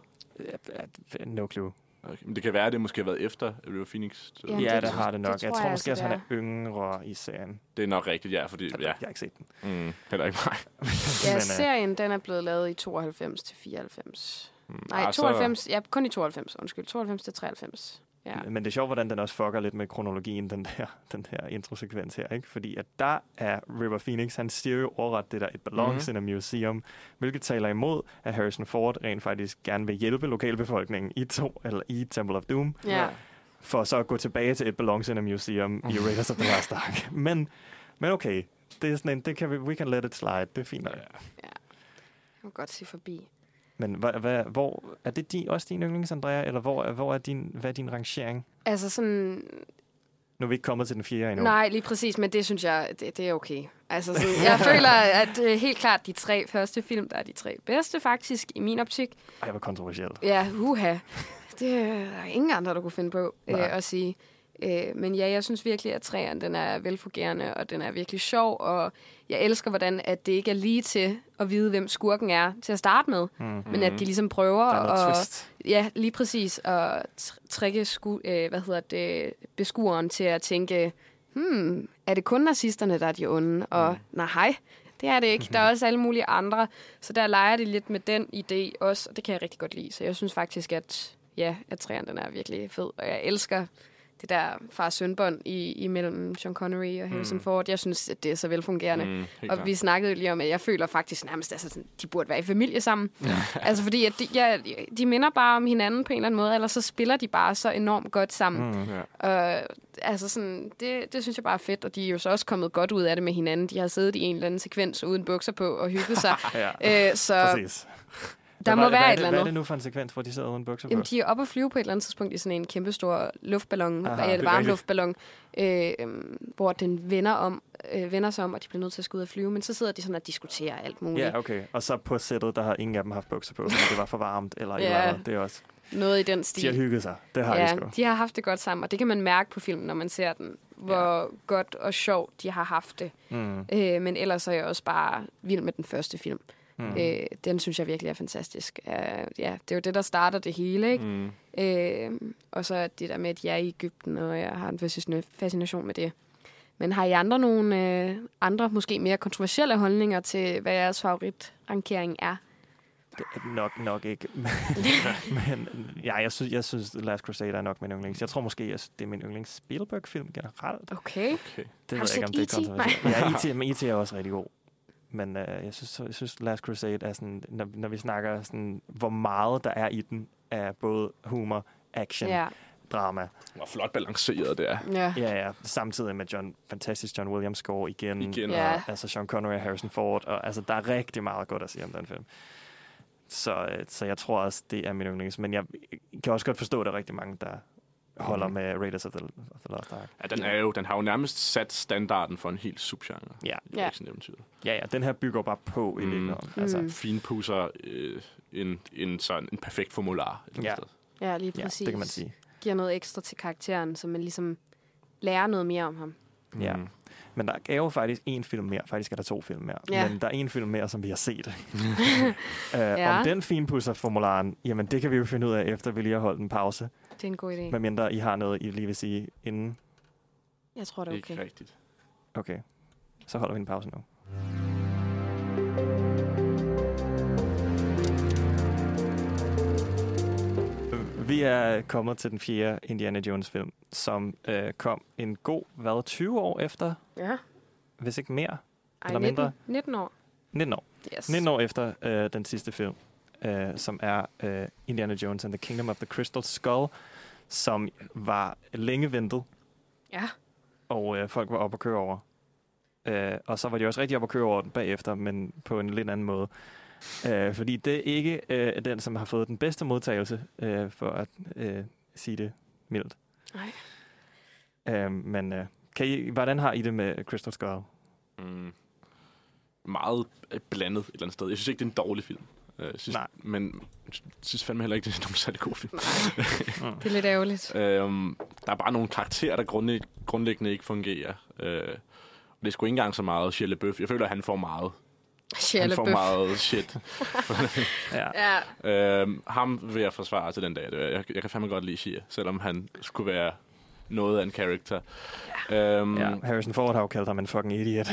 No clue. Okay. Men det kan være, at det måske har været efter River Phoenix. Ja, ja, det har det nok. Det jeg tror jeg måske, at han er yngre i serien. Det er nok rigtigt, ja. Fordi, ja. Jeg har ikke set den. Mm, heller ikke mig. Ja, serien den er blevet lavet i tooghalvfems til fireoghalvfems. Mm. Nej, ah, tooghalvfems. Ja, kun i tooghalvfems. Undskyld, tooghalvfems til treoghalvfems. Ja. Men det er sjovt, hvordan den også fucker lidt med kronologien, den der, den her introsekvens her, ikke? Fordi at der er River Phoenix, han siger jo overret det der, it belongs mm-hmm. in a museum, hvilket taler imod, at Harrison Ford rent faktisk gerne vil hjælpe lokalbefolkningen i to, eller i Temple of Doom, ja. for så at gå tilbage til it belongs in a museum i Raiders of the Lost Ark. Men, men okay, det er sådan en, det kan vi, we can let it slide, det er fint nok. Ja. Ja. Jeg kan godt se forbi. Men hvad, hvad, hvor er det din, også din yndlings, Andrea, eller hvor, hvor er din, hvad er din rangering? Altså sådan... Nu er vi ikke kommet til den fjerde endnu. Nej, lige præcis, men det synes jeg, det, det er okay. Altså sådan, jeg føler, at uh, helt klart de tre første film, der er de tre bedste faktisk, i min optik. Ej, hvor kontroversielt. Ja, uha. Det er der ingen andre, der kunne finde på uh, at sige. Uh, men ja, jeg synes virkelig, at træerne, den er velfungerende, og den er virkelig sjov, og jeg elsker, hvordan at det ikke er lige til at vide, hvem skurken er til at starte med, mm-hmm. men at de ligesom prøver at, ja, lige præcis at trække sku, øh, hvad hedder det, beskueren til at tænke, hmm, er det kun nazisterne, der er de onde? Og mm. nej, hej, det er det ikke. Der er også alle mulige andre, så der leger det lidt med den idé også, og det kan jeg rigtig godt lide. Så jeg synes faktisk, at ja, at træerne, den er virkelig fed, og jeg elsker det der far-søn-bånd i, imellem Sean Connery og Harrison mm. Ford. Jeg synes, at det er så velfungerende. Mm, og klar. Vi snakkede lige om, at jeg føler faktisk nærmest, at altså, de burde være i familie sammen. Altså fordi, at de, ja, de minder bare om hinanden på en eller anden måde, eller så spiller de bare så enormt godt sammen. Mm, yeah. Og altså sådan, det, det synes jeg bare er fedt, og de er jo så også kommet godt ud af det med hinanden. De har siddet i en eller anden sekvens uden bukser på og hygget sig. ja, øh, så præcis. Der må hvad, være hvad et det, eller andet. Hvad er det nu for en sekvens, hvor de sidder uden bukser på? Jamen, de er oppe at flyve på et eller andet tidspunkt i sådan en kæmpestor luftballon, Aha, eller varmluftballon, øh, hvor den vender, om, øh, vender sig om, og de bliver nødt til at skulle ud og flyve. Men så sidder de sådan og diskuterer alt muligt. Ja, okay. Og så på sættet, der har ingen af dem haft bukser på, fordi det var for varmt, eller Ja. ja. Det er også... Noget i den stil. De har hygget sig. Det har ja, de sgu. de har haft det godt sammen, og det kan man mærke på filmen, når man ser den, hvor ja. godt og sjovt de har haft det. Mm. Øh, men ellers er jeg også bare vild med den første film. Mm. Øh, den synes jeg virkelig er fantastisk. Uh, ja, det er jo det, der starter det hele, ikke? Mm. Øh, og så det der med, at jeg er i Egypten, og jeg har en fascination med det. Men har I andre nogle øh, andre, måske mere kontroversielle holdninger til, hvad jeres favoritrankering er? Nok, nok ikke. Men ja, jeg synes, jeg synes Last Crusade er nok min yndlings. Jeg tror måske, at det er min yndlings Spielberg-film generelt. Okay. okay. Det ved jeg ikke, om det er kontroversielt. Ja, E T, men E T er også rigtig god. Men uh, jeg, synes, jeg synes, Last Crusade er sådan, når, når vi snakker sådan, hvor meget der er i den, af både humor, action, yeah. drama. Hvor flot balanceret det er. Ja, ja, ja. Samtidig med John, fantastisk John Williams score igen. igen. Og, yeah. altså Sean Connery og Harrison Ford. Og, altså, der er rigtig meget godt at sige om den film. Så, så jeg tror også, det er min yndlings. Men jeg kan også godt forstå, at der er rigtig mange, der holder mm. med Raiders of the, of the Lost Ark. Ja, den, er jo, den har jo nærmest sat standarden for en helt subgenre. Ja. Ja. ja, ja, den her bygger bare på mm. i virkeligheden. Altså. Mm. Finpudser øh, en, en, sådan, en perfekt formular. Ja. ja, lige præcis. Ja, det kan man sige. Giver noget ekstra til karakteren, så man ligesom lærer noget mere om ham. Mm. Ja. Men der er jo faktisk en film mere. Faktisk er der to film mere. Ja. Men der er en film mere, som vi har set. uh, ja. Om den finpudser-formularen, jamen det kan vi jo finde ud af, efter vi lige har holdt en pause. Det er en god idé. Hvad mindre I har noget, I lige vil sige inden? Jeg tror, det er okay. Ikke rigtigt. Okay. Så holder vi en pause nu. Vi er kommet til den fjerde Indiana Jones-film, som øh, kom en god, hvad, tyve år efter? Ja. Hvis ikke mere? Ej, eller nitten, mindre? nitten år. nitten år. Yes. nitten år efter øh, den sidste film, øh, som er øh, Indiana Jones and the Kingdom of the Crystal Skull, som var længe ventet. Ja. Og øh, folk var oppe at køre over. Øh, og så var de også rigtig oppe at køre over den bagefter, men på en lidt anden måde. Øh, fordi det er ikke øh, den, som har fået den bedste modtagelse, øh, for at øh, sige det mildt. Nej. Øh, men øh, kan I, hvordan har I det med Crystal Skull? Mm. Meget blandet et eller andet sted. Jeg synes ikke, det er en dårlig film. Jeg synes, Nej. Men jeg synes fandme heller ikke, det er nogen særlig god film. Det er lidt ærgerligt. øhm, der er bare nogle karakterer, der grundlæg- grundlæggende ikke fungerer. Øh, det er sgu ikke engang så meget Shia LaBeouf. Jeg føler, at han får meget. Shia Han får LaBeouf. meget shit. Ja. Ja. øhm, ham vil jeg forsvare til den dag. Jeg, jeg kan fandme godt lide Shia, selvom han skulle være noget af en karakter. Ja. Øhm, Ja, Harrison Ford har jo kaldt ham en fucking idiot.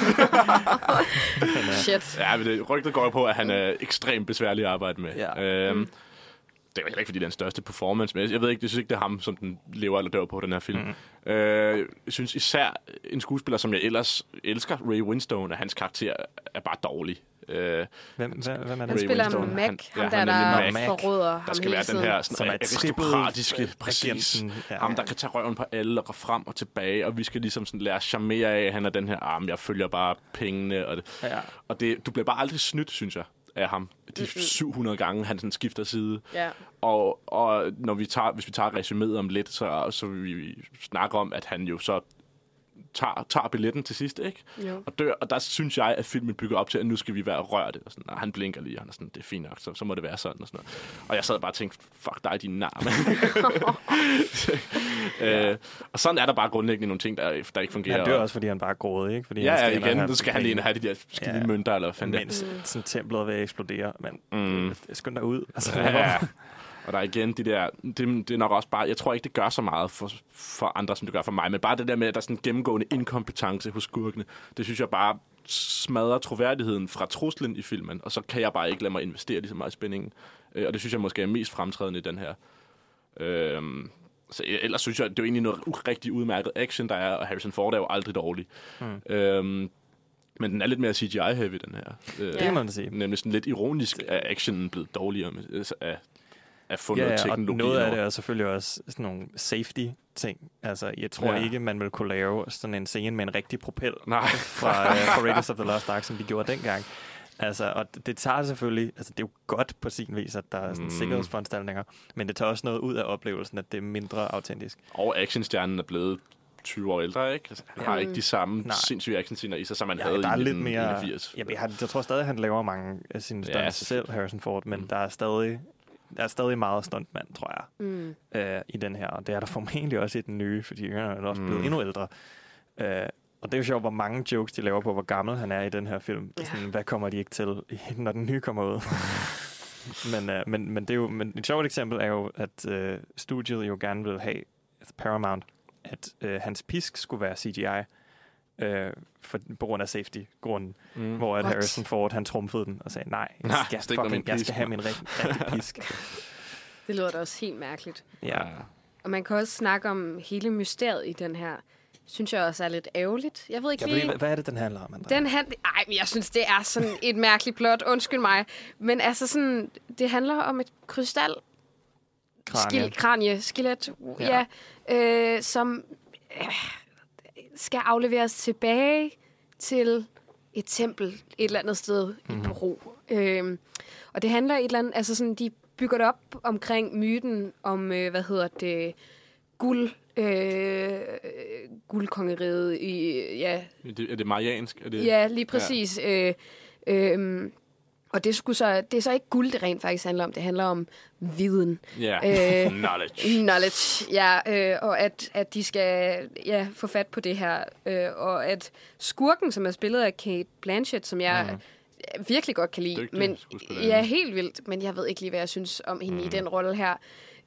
Shit. Ja, men det, rygtet går jo på, at han er ekstremt besværlig at arbejde med. Ja. Øhm, Mm. Det er jo heller ikke, fordi det er den største performance, men jeg ved ikke, det synes ikke, det er ham, som den lever eller dør på, den her film. Mm. Øh, jeg synes især en skuespiller, som jeg ellers elsker, Ray Winstone, at hans karakter er bare dårlig. Øh, Hvem, hvem, hvem er Han det? spiller Winstone. Mac, Han- ham ja, der, han er der nemlig Mac. forråder ham der skal hele være den tiden. her Som sådan, er aristokratiske, trippel- præcis. agenten. Ja, Ham, ja. der kan tage røven på alle og gå frem og tilbage, og vi skal ligesom sådan lære at charmere af, at han er den her arm, jeg følger bare pengene. Og, det, Ja. og det, du bliver bare aldrig snydt, synes jeg, af ham. De Mm-mm. syv hundrede gange, han sådan skifter side. Ja. Og, og når vi tager, hvis vi tager resuméet om lidt, så, så vil vi snakke om, at han jo så tager, tager billetten til sidst, ikke? Jo. Og dør, og der synes jeg, at filmen bygger op til, at nu skal vi være rørte. Og sådan, og han blinker lige, og han er sådan, det er fint nok, så, så må det være sådan. Og, sådan noget. Og jeg sad bare og tænkte, fuck dig, din nar, øh, og sådan er der bare grundlæggende nogle ting, der, der ikke fungerer. Han dør også, fordi han bare er grådig, ikke? Fordi Ja, han ja, skal igen, have nu skal han lige ind og have de der skide Ja. mønter, eller hvad fanden det er. mens sådan templet er ved at eksplodere. Men Mm. det er skynd dig ud. Altså, Ja. Og der er igen de der, det, det er nok også bare, jeg tror ikke, det gør så meget for, for andre, som det gør for mig, men bare det der med, at der er sådan en gennemgående inkompetence hos skurkene, det synes jeg bare smadrer troværdigheden fra truslen i filmen, og så kan jeg bare ikke lade mig investere lige så meget i spændingen. Øh, og det synes jeg måske er mest fremtrædende i den her. Øhm, så ellers synes jeg, det er jo egentlig noget rigtig udmærket action, der er, og Harrison Ford er jo aldrig dårlig. Mm. Øhm, men den er lidt mere C G I-heavy, den her. Øh, det kan man sige. Nemlig sådan lidt ironisk, at actionen blevet dårligere med, af at få Ja, noget ja, og teknologi. noget af over. det er selvfølgelig også sådan nogle safety-ting. Altså, jeg tror Ja. ikke, man vil kunne lave sådan en scene med en rigtig propel Nej. fra, uh, fra Raiders of the Lost Ark, som de gjorde dengang. Altså, og det tager selvfølgelig... Altså, det er jo godt på sin vis, at der er sådan Mm. sikkerhedsforanstaltninger, men det tager også noget ud af oplevelsen, at det er mindre autentisk. Og actionstjernen er blevet tyve år ældre, ikke? Altså, han har Ja. ikke de samme Nej. sindssyge actionscener i sig, som han Ja, havde der er i lidt nitten mere... enogfirs. Ja, jeg, har, jeg tror stadig, at han laver mange af sine stunts Ja, selv, Harrison Ford, men mm. der er stadig... Der er stadig meget stuntmand, tror jeg, Mm. øh, i den her. Og det er der formentlig også i den nye, fordi han er også blevet Mm. endnu ældre. Øh, og det er jo sjovt, hvor mange jokes de laver på, hvor gammel han er i den her film. Ja. Sådan, hvad kommer de ikke til, når den nye kommer ud? men, øh, men, men, det er jo, men et sjovt eksempel er jo, at øh, studiet jo gerne vil have, altså Paramount, at øh, hans pisk skulle være C G I. Øh, for, på grund af safety-grunden, mm. hvor at Harrison Ford, han trumfede den og sagde, nej, jeg Nej, skal, stik mig fucking, med en jeg skal pisk, have min rigtig, rigtig pisk. Det lyder da også helt mærkeligt. Ja. Og man kan også snakke om hele mysteriet i den her. Synes jeg også er lidt ærgerligt. Jeg ved ikke Jeg lige... ved, hvad, hvad er det, den handler om, Andrea? Den hand... Ej, men jeg synes, det er sådan et mærkeligt plot. Undskyld mig. Men altså sådan... Det handler om et krystal... Kranie. Skil, kranie, skelet, ja, ja øh, som øh, skal afleveres tilbage til et tempel et eller andet sted mm-hmm. i Peru. Øh, og det handler et eller andet, altså sådan, de bygger det op omkring myten om, øh, hvad hedder det, guld, øh, guldkongeriget i, ja. Er det, er det mariansk? Er det? Ja, lige præcis. Ja. Øh, øh, Og det, skulle så, det er så ikke guld, det rent faktisk handler om. Det handler om viden. Ja, yeah. øh, knowledge. Knowledge, ja. Øh, og at, at de skal ja, få fat på det her. Øh, og at skurken, som er spillet af Cate Blanchett, som jeg mm. virkelig godt kan lide. Dygtig men ja, helt vildt. Men jeg ved ikke lige, hvad jeg synes om hende mm. i den rolle her.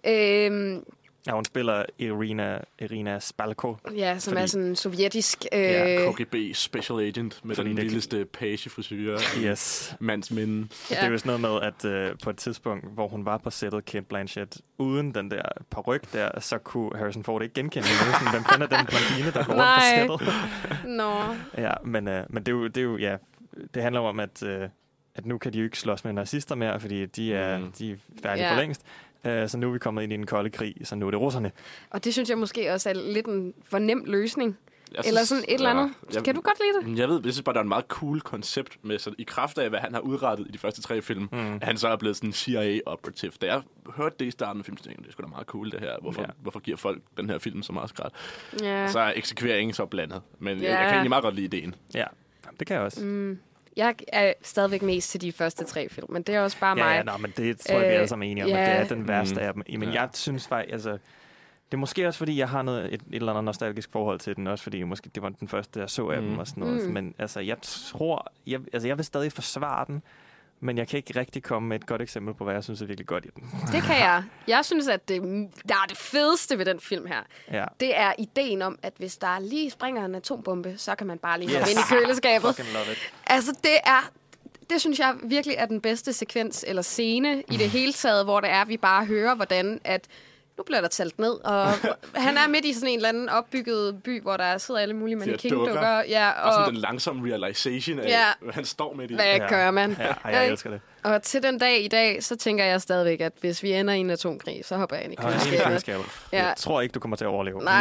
Øh, Ja, hun spiller Irina, Irina Spalko. Ja, som fordi, er sådan en sovjetisk... Øh, ja, K G B Special Agent med den det, vildeste pagefrisyre. Yes. Mandsminde. Ja. Det er jo sådan noget med, at uh, på et tidspunkt, hvor hun var på sættet, Cate Blanchett, uden den der paryk der, så kunne Harrison Ford ikke genkende hende. Sådan, hvem fanden er den blondine, der går rundt på sættet? Nå. Ja, men, uh, men det, er jo, det er jo, ja, det handler om, at, uh, at nu kan de jo ikke slås med nazister mere, fordi de er, mm. de er færdige ja. for længst. Uh, så nu er vi kommet ind i en kolde krig, så nu er det russerne. Og det synes jeg måske også er lidt en for nem løsning. Jeg Eller synes, sådan et eller andet. jeg, Kan du godt lide det? Jeg ved, jeg synes bare, der er en meget cool koncept med, så i kraft af, hvad han har udrettet i de første tre film, mm. at han så er blevet sådan en C I A-operativ. Da jeg hørte det i starten af filmen, så tænkte jeg, det er sgu da meget cool det her. Hvorfor, ja. hvorfor giver folk den her film så meget skræt? Ja. Så er eksekveringen så blandet. Men ja. jeg, jeg kan egentlig meget godt lide ideen. Ja, det kan jeg også. Mm. Jeg er stadigvæk mest til de første tre film, men det er også bare mig. Ja, ja, no, men det tror jeg, øh, vi alle sammen er enige om, ja. at det er den værste mm. af dem. Men ja. jeg synes faktisk, altså, det er måske også, fordi jeg har noget, et, et eller andet nostalgisk forhold til den, også fordi måske det var den første, jeg så af mm. dem og sådan noget. Mm. Men altså, jeg tror, jeg, altså, jeg vil stadig forsvare den, men jeg kan ikke rigtig komme med et godt eksempel på, hvad jeg synes er virkelig godt i den. Det kan jeg. Jeg synes, at det, der er det fedeste ved den film her. Ja. Det er ideen om, at hvis der lige springer en atombombe, så kan man bare lige yes. ind i køleskabet. Fucking love it. Altså, det er... Det synes jeg virkelig er den bedste sekvens eller scene i det hele taget, hvor det er, at vi bare hører, hvordan at nu bliver der talt ned, og han er midt i sådan en eller anden opbygget by, hvor der sidder alle mulige mannequin-dukker. Ja, og, og sådan den langsomme realization af, ja, hvad han står midt i. Hvad ja. gør man? Ja, jeg elsker det. Og til den dag i dag, så tænker jeg stadigvæk, at hvis vi ender i en atomkrig, så hopper jeg ind i køleskabet. Ja. Jeg tror ikke, du kommer til at overleve. Nej,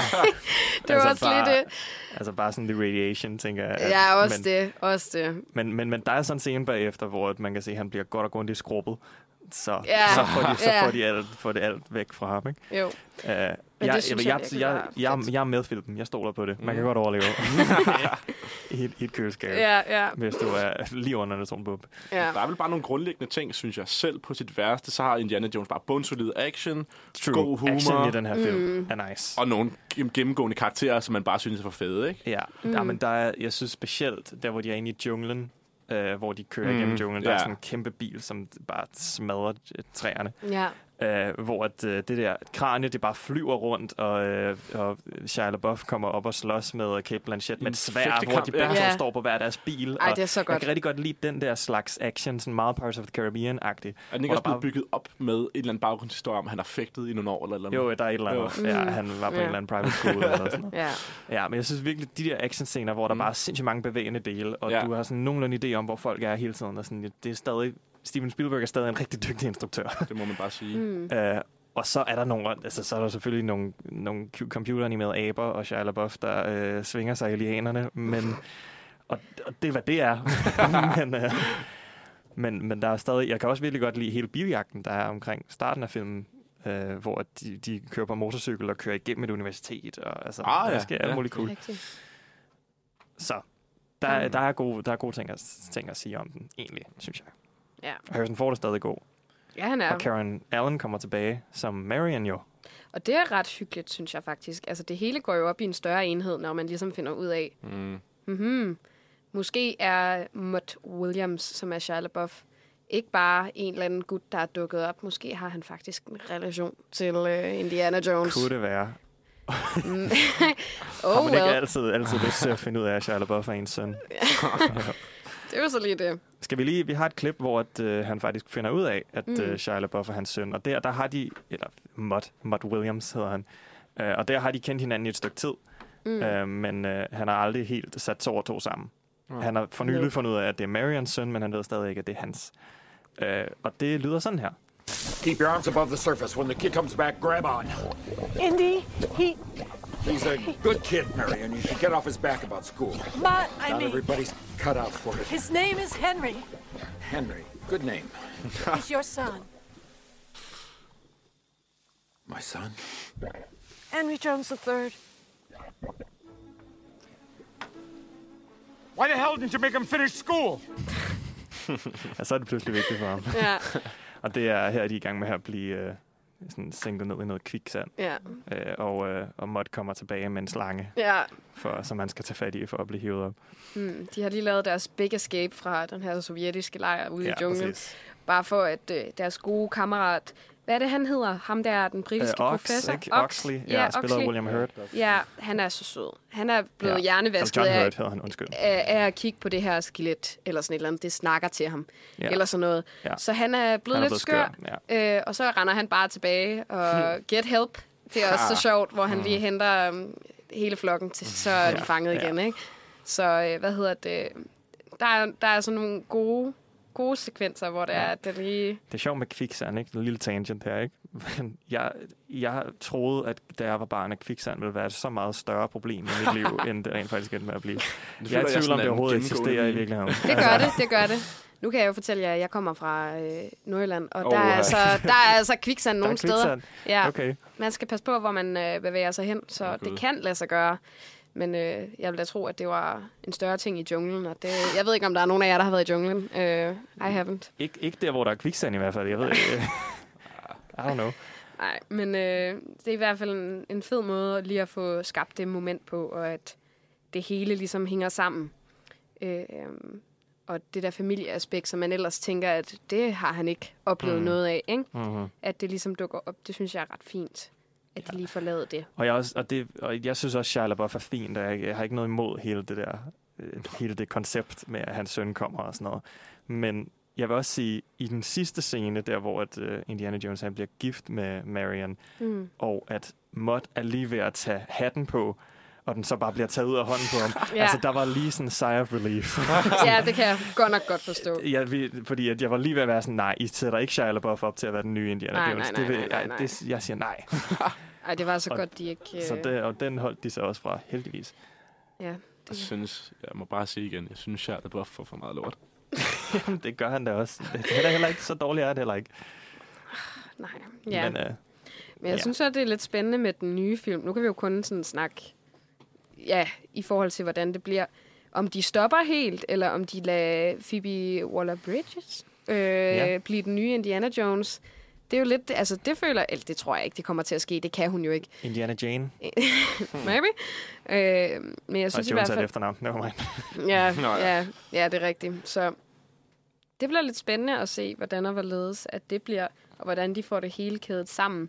det var altså også bare, lidt det. Altså bare sådan the radiation, tænker jeg. At, ja, også men, det, også det. Men, men, men der er sådan en scene bagefter, hvor man kan se, at han bliver godt og grundigt skrubbet. Så, ja. så, får de, så ja. får de alt, får det alt væk fra ham, ikke? Jo. Uh, jeg, jeg, jeg, jeg, jeg, jeg, jeg er med Philip. Jeg stoler på det. Man kan mm. godt overleve i, et, i et køleskab, ja, ja. hvis du er lige under en atombombe. Ja. Der er vel bare nogle grundlæggende ting, synes jeg selv på sit værste. Så har Indiana Jones bare bundsolid action, True. god humor. Action i den her film mm. er nice. Og nogle gennemgående karakterer, som man bare synes er for fede, ikke? Ja, mm. ja men der er, jeg synes specielt, der hvor de er inde i junglen, øh, hvor de kører mm. igennem junglen, der yeah. er sådan en kæmpe bil, som bare smadrer træerne. Ja. Uh, hvor at, uh, det der kranie, det bare flyver rundt, og, uh, og Shia LaBeouf kommer op og slås med Cate Blanchett med et sværd, hvor de begge ja. yeah. står på hver deres bil. Ej, det er så godt. Jeg kan rigtig godt lide den der slags action, sådan meget Pirates of the Caribbean-agtig. Er den ikke også blevet bare bygget op med en eller anden baggrundshistorie om, han har fægtet i nogle år? Eller, eller jo, der er et eller andet. Mm. Ja, han var på ja. en eller anden private school eller sådan noget. ja. ja, men jeg synes virkelig, de der actionscener, hvor der mm. bare er sindssygt mange bevægende dele, og ja. du har sådan nogenlunde idé om, hvor folk er hele tiden, og sådan, det er stadig... Steven Spielberg er stadig en rigtig dygtig instruktør. Det må man bare sige. Mm. uh, Og så er der nogle, altså så er der selvfølgelig nogle, nogle computeranimerede aber og Shia LaBeouf, der øh, svinger sig i lianerne, men og, og det er, hvad det er. men, øh, men, men der er stadig... Jeg kan også virkelig godt lide hele biljagten, der er omkring starten af filmen, øh, hvor de, de kører på motorcykel og kører igennem et universitet. Og, altså, ah, der ja. sker alt ja. muligt cool. Rigtig. Så der, mm. der er gode, der er gode ting, at, ting at sige om den, egentlig, synes jeg. Ja. Og Harrison Ford er stadig god. Ja, han er. Og Karen Allen kommer tilbage som Marion jo. Og det er ret hyggeligt, synes jeg faktisk. Altså, det hele går jo op i en større enhed, når man ligesom finder ud af, Mm. mm-hmm, måske er Mutt Williams, som er Shia LaBeouf, ikke bare en eller anden gut, der er dukket op. Måske har han faktisk en relation til uh, Indiana Jones. Kunne det være. oh, Har man ikke well. altid, altid lyst til at finde ud af, at Shia LaBeouf er ens søn? Det er jo så lige det. Skal vi lige... Vi har et klip, hvor at, øh, han faktisk finder ud af, at Mm. øh, Shia LaBeouf er hans søn. Og der, der har de... Eller Mutt, Mutt Williams hedder han. Øh, og der har de kendt hinanden i et stykke tid. Mm. Øh, men øh, han har aldrig helt sat to og to sammen. Mm. Han har for nylig Nope. fundet ud af, at det er Marions søn, men han ved stadig ikke, at det er hans. Øh, og det lyder sådan her. Keep your arms above the surface. When the kid comes back, grab on. Indy, he... He's a good kid, Marion. You should get off his back about school. But, I Not mean, everybody's cut out for it. his name is Henry. Henry, good name. He's your son. My son? Henry Jones the third. Why the hell didn't you make him finish school? Ja, så er det pludselig vigtigt for ham. Ja, Og det er her, de er i gang med at blive øh, sådan sænket ned i noget kviksand. ja, Øh, og, øh, og Mutt kommer tilbage med en slange, ja. for, som man skal tage fat i for at blive hivet op. Mm, de har lige lavet deres big escape fra den her sovjetiske lejr ude Ja, i junglen. præcis. Bare for, at øh, deres gode kammerat... Hvad er det, han hedder? Ham der, den britiske Øh, Ox, professor? ikke? Oxley. Ja, ja spiller William Hurt. Ja, han er så sød. Han er blevet Ja. ja. hjernevasket Eller John af, Hurt hedder han, undskyld. af, af at kigge på det her skelet, eller sådan et eller andet. Det snakker til ham, Ja. eller sådan noget. Ja. Så han er blevet Han er lidt blevet skør, skør, skør. Øh, og så render han bare tilbage og get help. Det er også så sjovt, hvor han lige henter um, hele flokken, til så er de Ja, fanget ja. igen, ikke? Så øh, hvad hedder det? Der er, der er sådan nogle gode, gode sekvenser, hvor det Ja. er, at det lige... Det er sjovt med kviksand, ikke? En lille tangent her, ikke? Men jeg, jeg troede, at da jeg var barn, at kviksand ville være et så meget større problem i mit liv, end det rent faktisk endte med at blive. Det Jeg er føler i tvivl om, sådan det en overhovedet gennemgående eksisterer i meme. virkeligheden. Det gør det, det gør det. Nu kan jeg jo fortælle jer, at jeg kommer fra øh, Nordjylland, og Oh, der, er ja. altså, der er altså kviksand Der er nogle steder. kviksand. Ja, Okay. man skal passe på, hvor man øh, bevæger sig hen, så Åh, oh, Gud. det kan lade sig gøre. Men øh, jeg vil da tro, at det var en større ting i junglen. Og det, jeg ved ikke, om der er nogen af jer, der har været i junglen. Uh, I haven't. Ik- ikke der, hvor der er kviksand i hvert fald. Jeg ved ikke. I don't know. Nej, men øh, det er i hvert fald en, en fed måde lige at få skabt det moment på, og at det hele ligesom hænger sammen. Øh, og det der familieaspekt, som man ellers tænker, at det har han ikke oplevet Mm. noget af, ikke? Mm-hmm. At det ligesom dukker op, det synes jeg er ret fint, at de lige får lavet det. Og jeg, også, og, det, og jeg synes også, Shia LaBeouf er fint, og jeg, jeg har ikke noget imod hele det der, øh, hele det koncept med, at hans søn kommer og sådan noget. Men jeg vil også sige, i den sidste scene, der hvor at, uh, Indiana Jones han bliver gift med Marion, Mm. og at Mutt er lige ved at tage hatten på, og den så bare bliver taget ud af hånden på ham. Ja. Altså, der var lige sådan en sigh of relief. Ja, det kan jeg godt nok godt forstå. Jeg, vi, fordi at jeg var lige ved at være sådan, nej, I sætter ikke Shia LaBeouf op til at være den nye Indiana Nej, Jones. nej, nej, det vil, nej, nej, jeg, nej. det, jeg siger nej. Ej, det var så Og- godt, de ikke... Øh, Så det, og den holdt de så også fra, heldigvis. ja, Jeg det, synes, jeg må bare sige igen, jeg synes, Shia LaBeouf får for meget lort. Det gør han da også. Det er da heller ikke så dårligt, er det heller ikke. nej. Ja. Men, øh, Men jeg Ja. synes også, det er lidt spændende med den nye film. Nu kan vi jo kun sådan snakke, ja, i forhold til, hvordan det bliver. Om de stopper helt, eller om de lader Phoebe Waller-Bridges øh, Ja. blive den nye Indiana Jones. Det er jo lidt, altså det føler, eller det tror jeg ikke, det kommer til at ske. Det kan hun jo ikke. Indiana Jane. Maybe. Øh, men jeg synes Og i hvert Jones er et fald... efternavn. Nevermind. Ja, Nå, ja. ja, ja, det er rigtigt. Så det bliver lidt spændende at se, hvordan og hvorledes at det bliver, og hvordan de får det hele kædet sammen.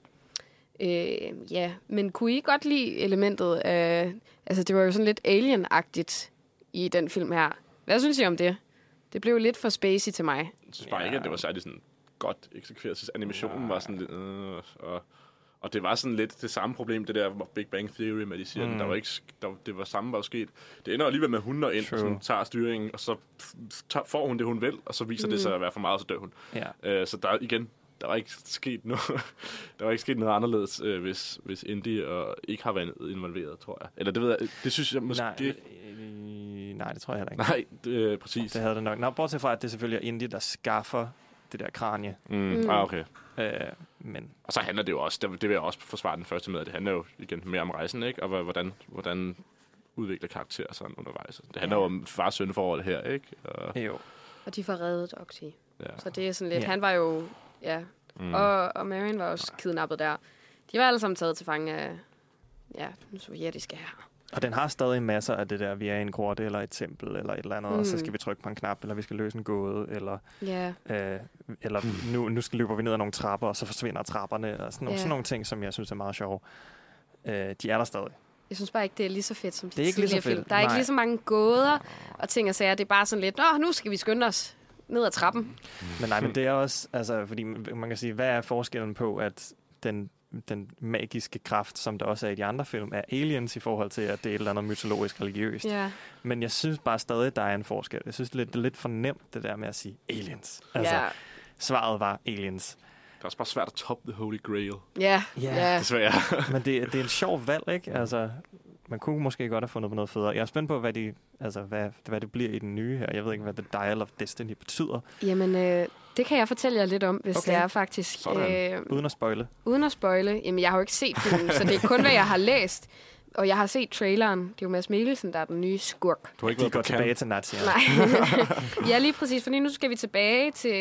Øh, ja, men kunne I godt lide elementet af... Altså, det var jo sådan lidt alien-agtigt i den film her. Hvad synes I om det? Det blev lidt for spacey til mig. Jeg synes bare Ja. ikke, at det var særlig sådan godt eksekveret. Jeg synes, animationen var sådan lidt... Øh, og, og det var sådan lidt det samme problem, det der Big Bang Theory, med de siger, mm. der var ikke, der, det var samme, var jo sket. Det ender alligevel med, at hun når ind True. og sådan, tager styringen, og så tager, får hun det, hun vil, og så viser mm. det sig at være for meget, så dør hun. Ja. Øh, så der igen, der var ikke sket noget, der var ikke sket noget anderledes, øh, hvis, hvis Indy og ikke har været involveret, tror jeg. Eller det ved jeg, det synes jeg måske... Nej, øh, Nej, det tror jeg heller ikke. Nej, det, øh, præcis. Det havde det nok. Nå, bortset fra, at det selvfølgelig er Indy, der skaffer det der kranie. Mm. Mm. Ah, okay. Øh, men... Og så handler det jo også, det vil jeg også forsvare den første med, at det handler jo igen mere om rejsen, ikke? Og hvordan, hvordan udvikler karakterer sådan undervejs. Det handler ja. jo om fars sønneforhold her, ikke? Og... Jo. Og de får reddet Oxy. Ja. Så det er sådan lidt... Ja. Han var jo... Ja. Mm. Og, og Marion var også kidnappet der. De var alle sammen taget til fange af... Ja, den sovjetiske her. Og den har stadig masser af det der, vi er i en grotte eller et tempel eller et eller andet, mm. og så skal vi trykke på en knap, eller vi skal løse en gåde, eller, yeah. øh, eller nu, nu skal løber vi ned ad nogle trapper, og så forsvinder trapperne, og sådan, yeah. sådan nogle ting, som jeg synes er meget sjove. Øh, de er der stadig. Jeg synes bare ikke, det er lige så fedt som de det er ikke lige så fedt. Film. Der er Nej. ikke lige så mange gåder og ting og sager. Det er bare sådan lidt, nå, nu skal vi skynde os ned ad trappen. Mm. Men nej, men det er også, altså, fordi man kan sige, hvad er forskellen på, at den den magiske kraft, som der også er i de andre film, er aliens i forhold til, at det er et eller andet mytologisk religiøst. Yeah. Men jeg synes bare stadig, der er en forskel. Jeg synes, det er lidt for nemt, det der med at sige aliens. Altså, yeah. svaret var aliens. Det er også bare svært at toppe the holy grail. Ja, yeah. yeah. desværre. Men det, det er en sjov valg, ikke? Altså, man kunne måske godt have fundet på noget federe. Jeg er spændt på, hvad, de, altså, hvad, hvad det bliver i den nye her. Jeg ved ikke, hvad The Dial of Destiny betyder. Jamen, øh, det kan jeg fortælle jer lidt om, hvis okay. det er faktisk. Øh, uden at spoile. Uden at spoile. Jamen, jeg har jo ikke set filmen, så det er kun, hvad jeg har læst. Og jeg har set traileren. Det er jo Mads Mikkelsen, der er den nye skurk. Du har ikke været på tilbage til nazierne. Nej. Ja, lige præcis. Fordi nu skal vi tilbage til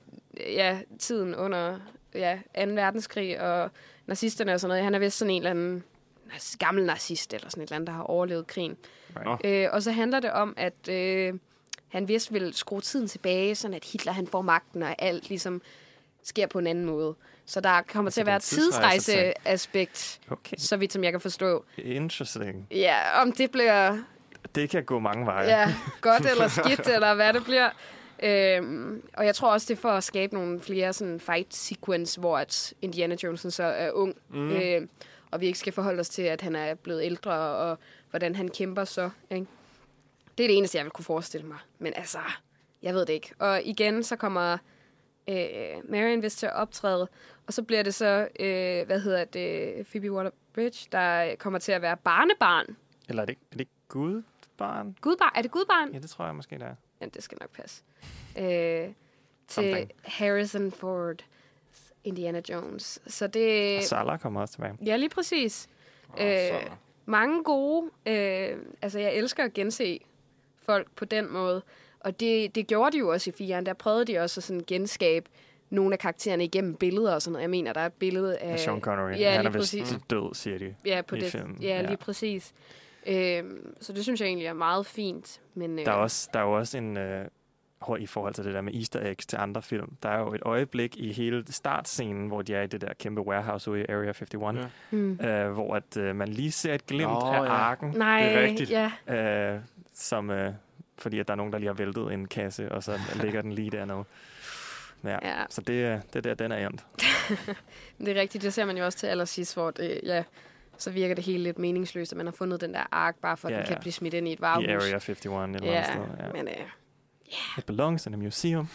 ja, tiden under ja, anden verdenskrig og nazisterne og sådan noget. Han er vist sådan en eller anden gammel nazist eller sådan et eller andet, der har overlevet krigen. Right. Øh, og så handler det om, at øh, han vist vil skrue tiden tilbage, sådan at Hitler han får magten, og alt ligesom sker på en anden måde. Så der kommer altså til at være et tidsrejseaspekt, okay. så vidt som jeg kan forstå. Interesting. Ja, om det bliver... Det kan gå mange veje. Ja, godt eller skidt, eller hvad det bliver. Øhm, og jeg tror også, det er for at skabe nogle flere sådan fight sequence, hvor at Indiana Jones så er ung. Mm. Øh, og vi ikke skal forholde os til, at han er blevet ældre, og hvordan han kæmper så. Ikke? Det er det eneste, jeg vil kunne forestille mig. Men altså, jeg ved det ikke. Og igen, så kommer øh, Marion vist til at optræde, og så bliver det så, øh, hvad hedder det, Phoebe Waller-Bridge, der kommer til at være barnebarn. Eller er det, er det gudbarn? Gudbarn? Er det gudbarn? Ja, det tror jeg måske, det er. Ja, det skal nok passe. Øh, til Harrison Ford, Indiana Jones. Så det... Og Salah kommer også tilbage. Ja, lige præcis. Oh, øh, mange gode... Øh, altså, jeg elsker at gense folk på den måde. Og det, det gjorde de jo også i fireren. Der prøvede de også at sådan genskabe nogle af karaktererne igennem billeder og sådan noget. Jeg mener, der er et billede af... Sean Connery. Ja, han er vist mm. død, siger de. Ja, på i det. filmen. Ja, lige ja. præcis. Øh, så det synes jeg egentlig er meget fint. Men, øh, der, er også, der er jo også en... Øh, i forhold til det der med easter eggs til andre film. Der er jo et øjeblik i hele startscenen, hvor de er i det der kæmpe warehouse ude i Area femoghalvfems, ja. mm. øh, hvor at, øh, man lige ser et glimt oh, af ja. arken. Nej, det er rigtigt. Ja. Øh, som, øh, fordi at der er nogen, der lige har væltet en kasse, og så ligger den lige dernede. Ja, ja. Så det, det der, den er endt. Det er rigtigt, det ser man jo også til allersidst, hvor det, ja, så virker det helt lidt meningsløst, at man har fundet den der ark, bare for at ja, den kan ja. blive smidt ind i et varehus. I Area femoghalvfems eller ja, andet sted. Ja, men... Øh, Yeah. It belongs in a museum.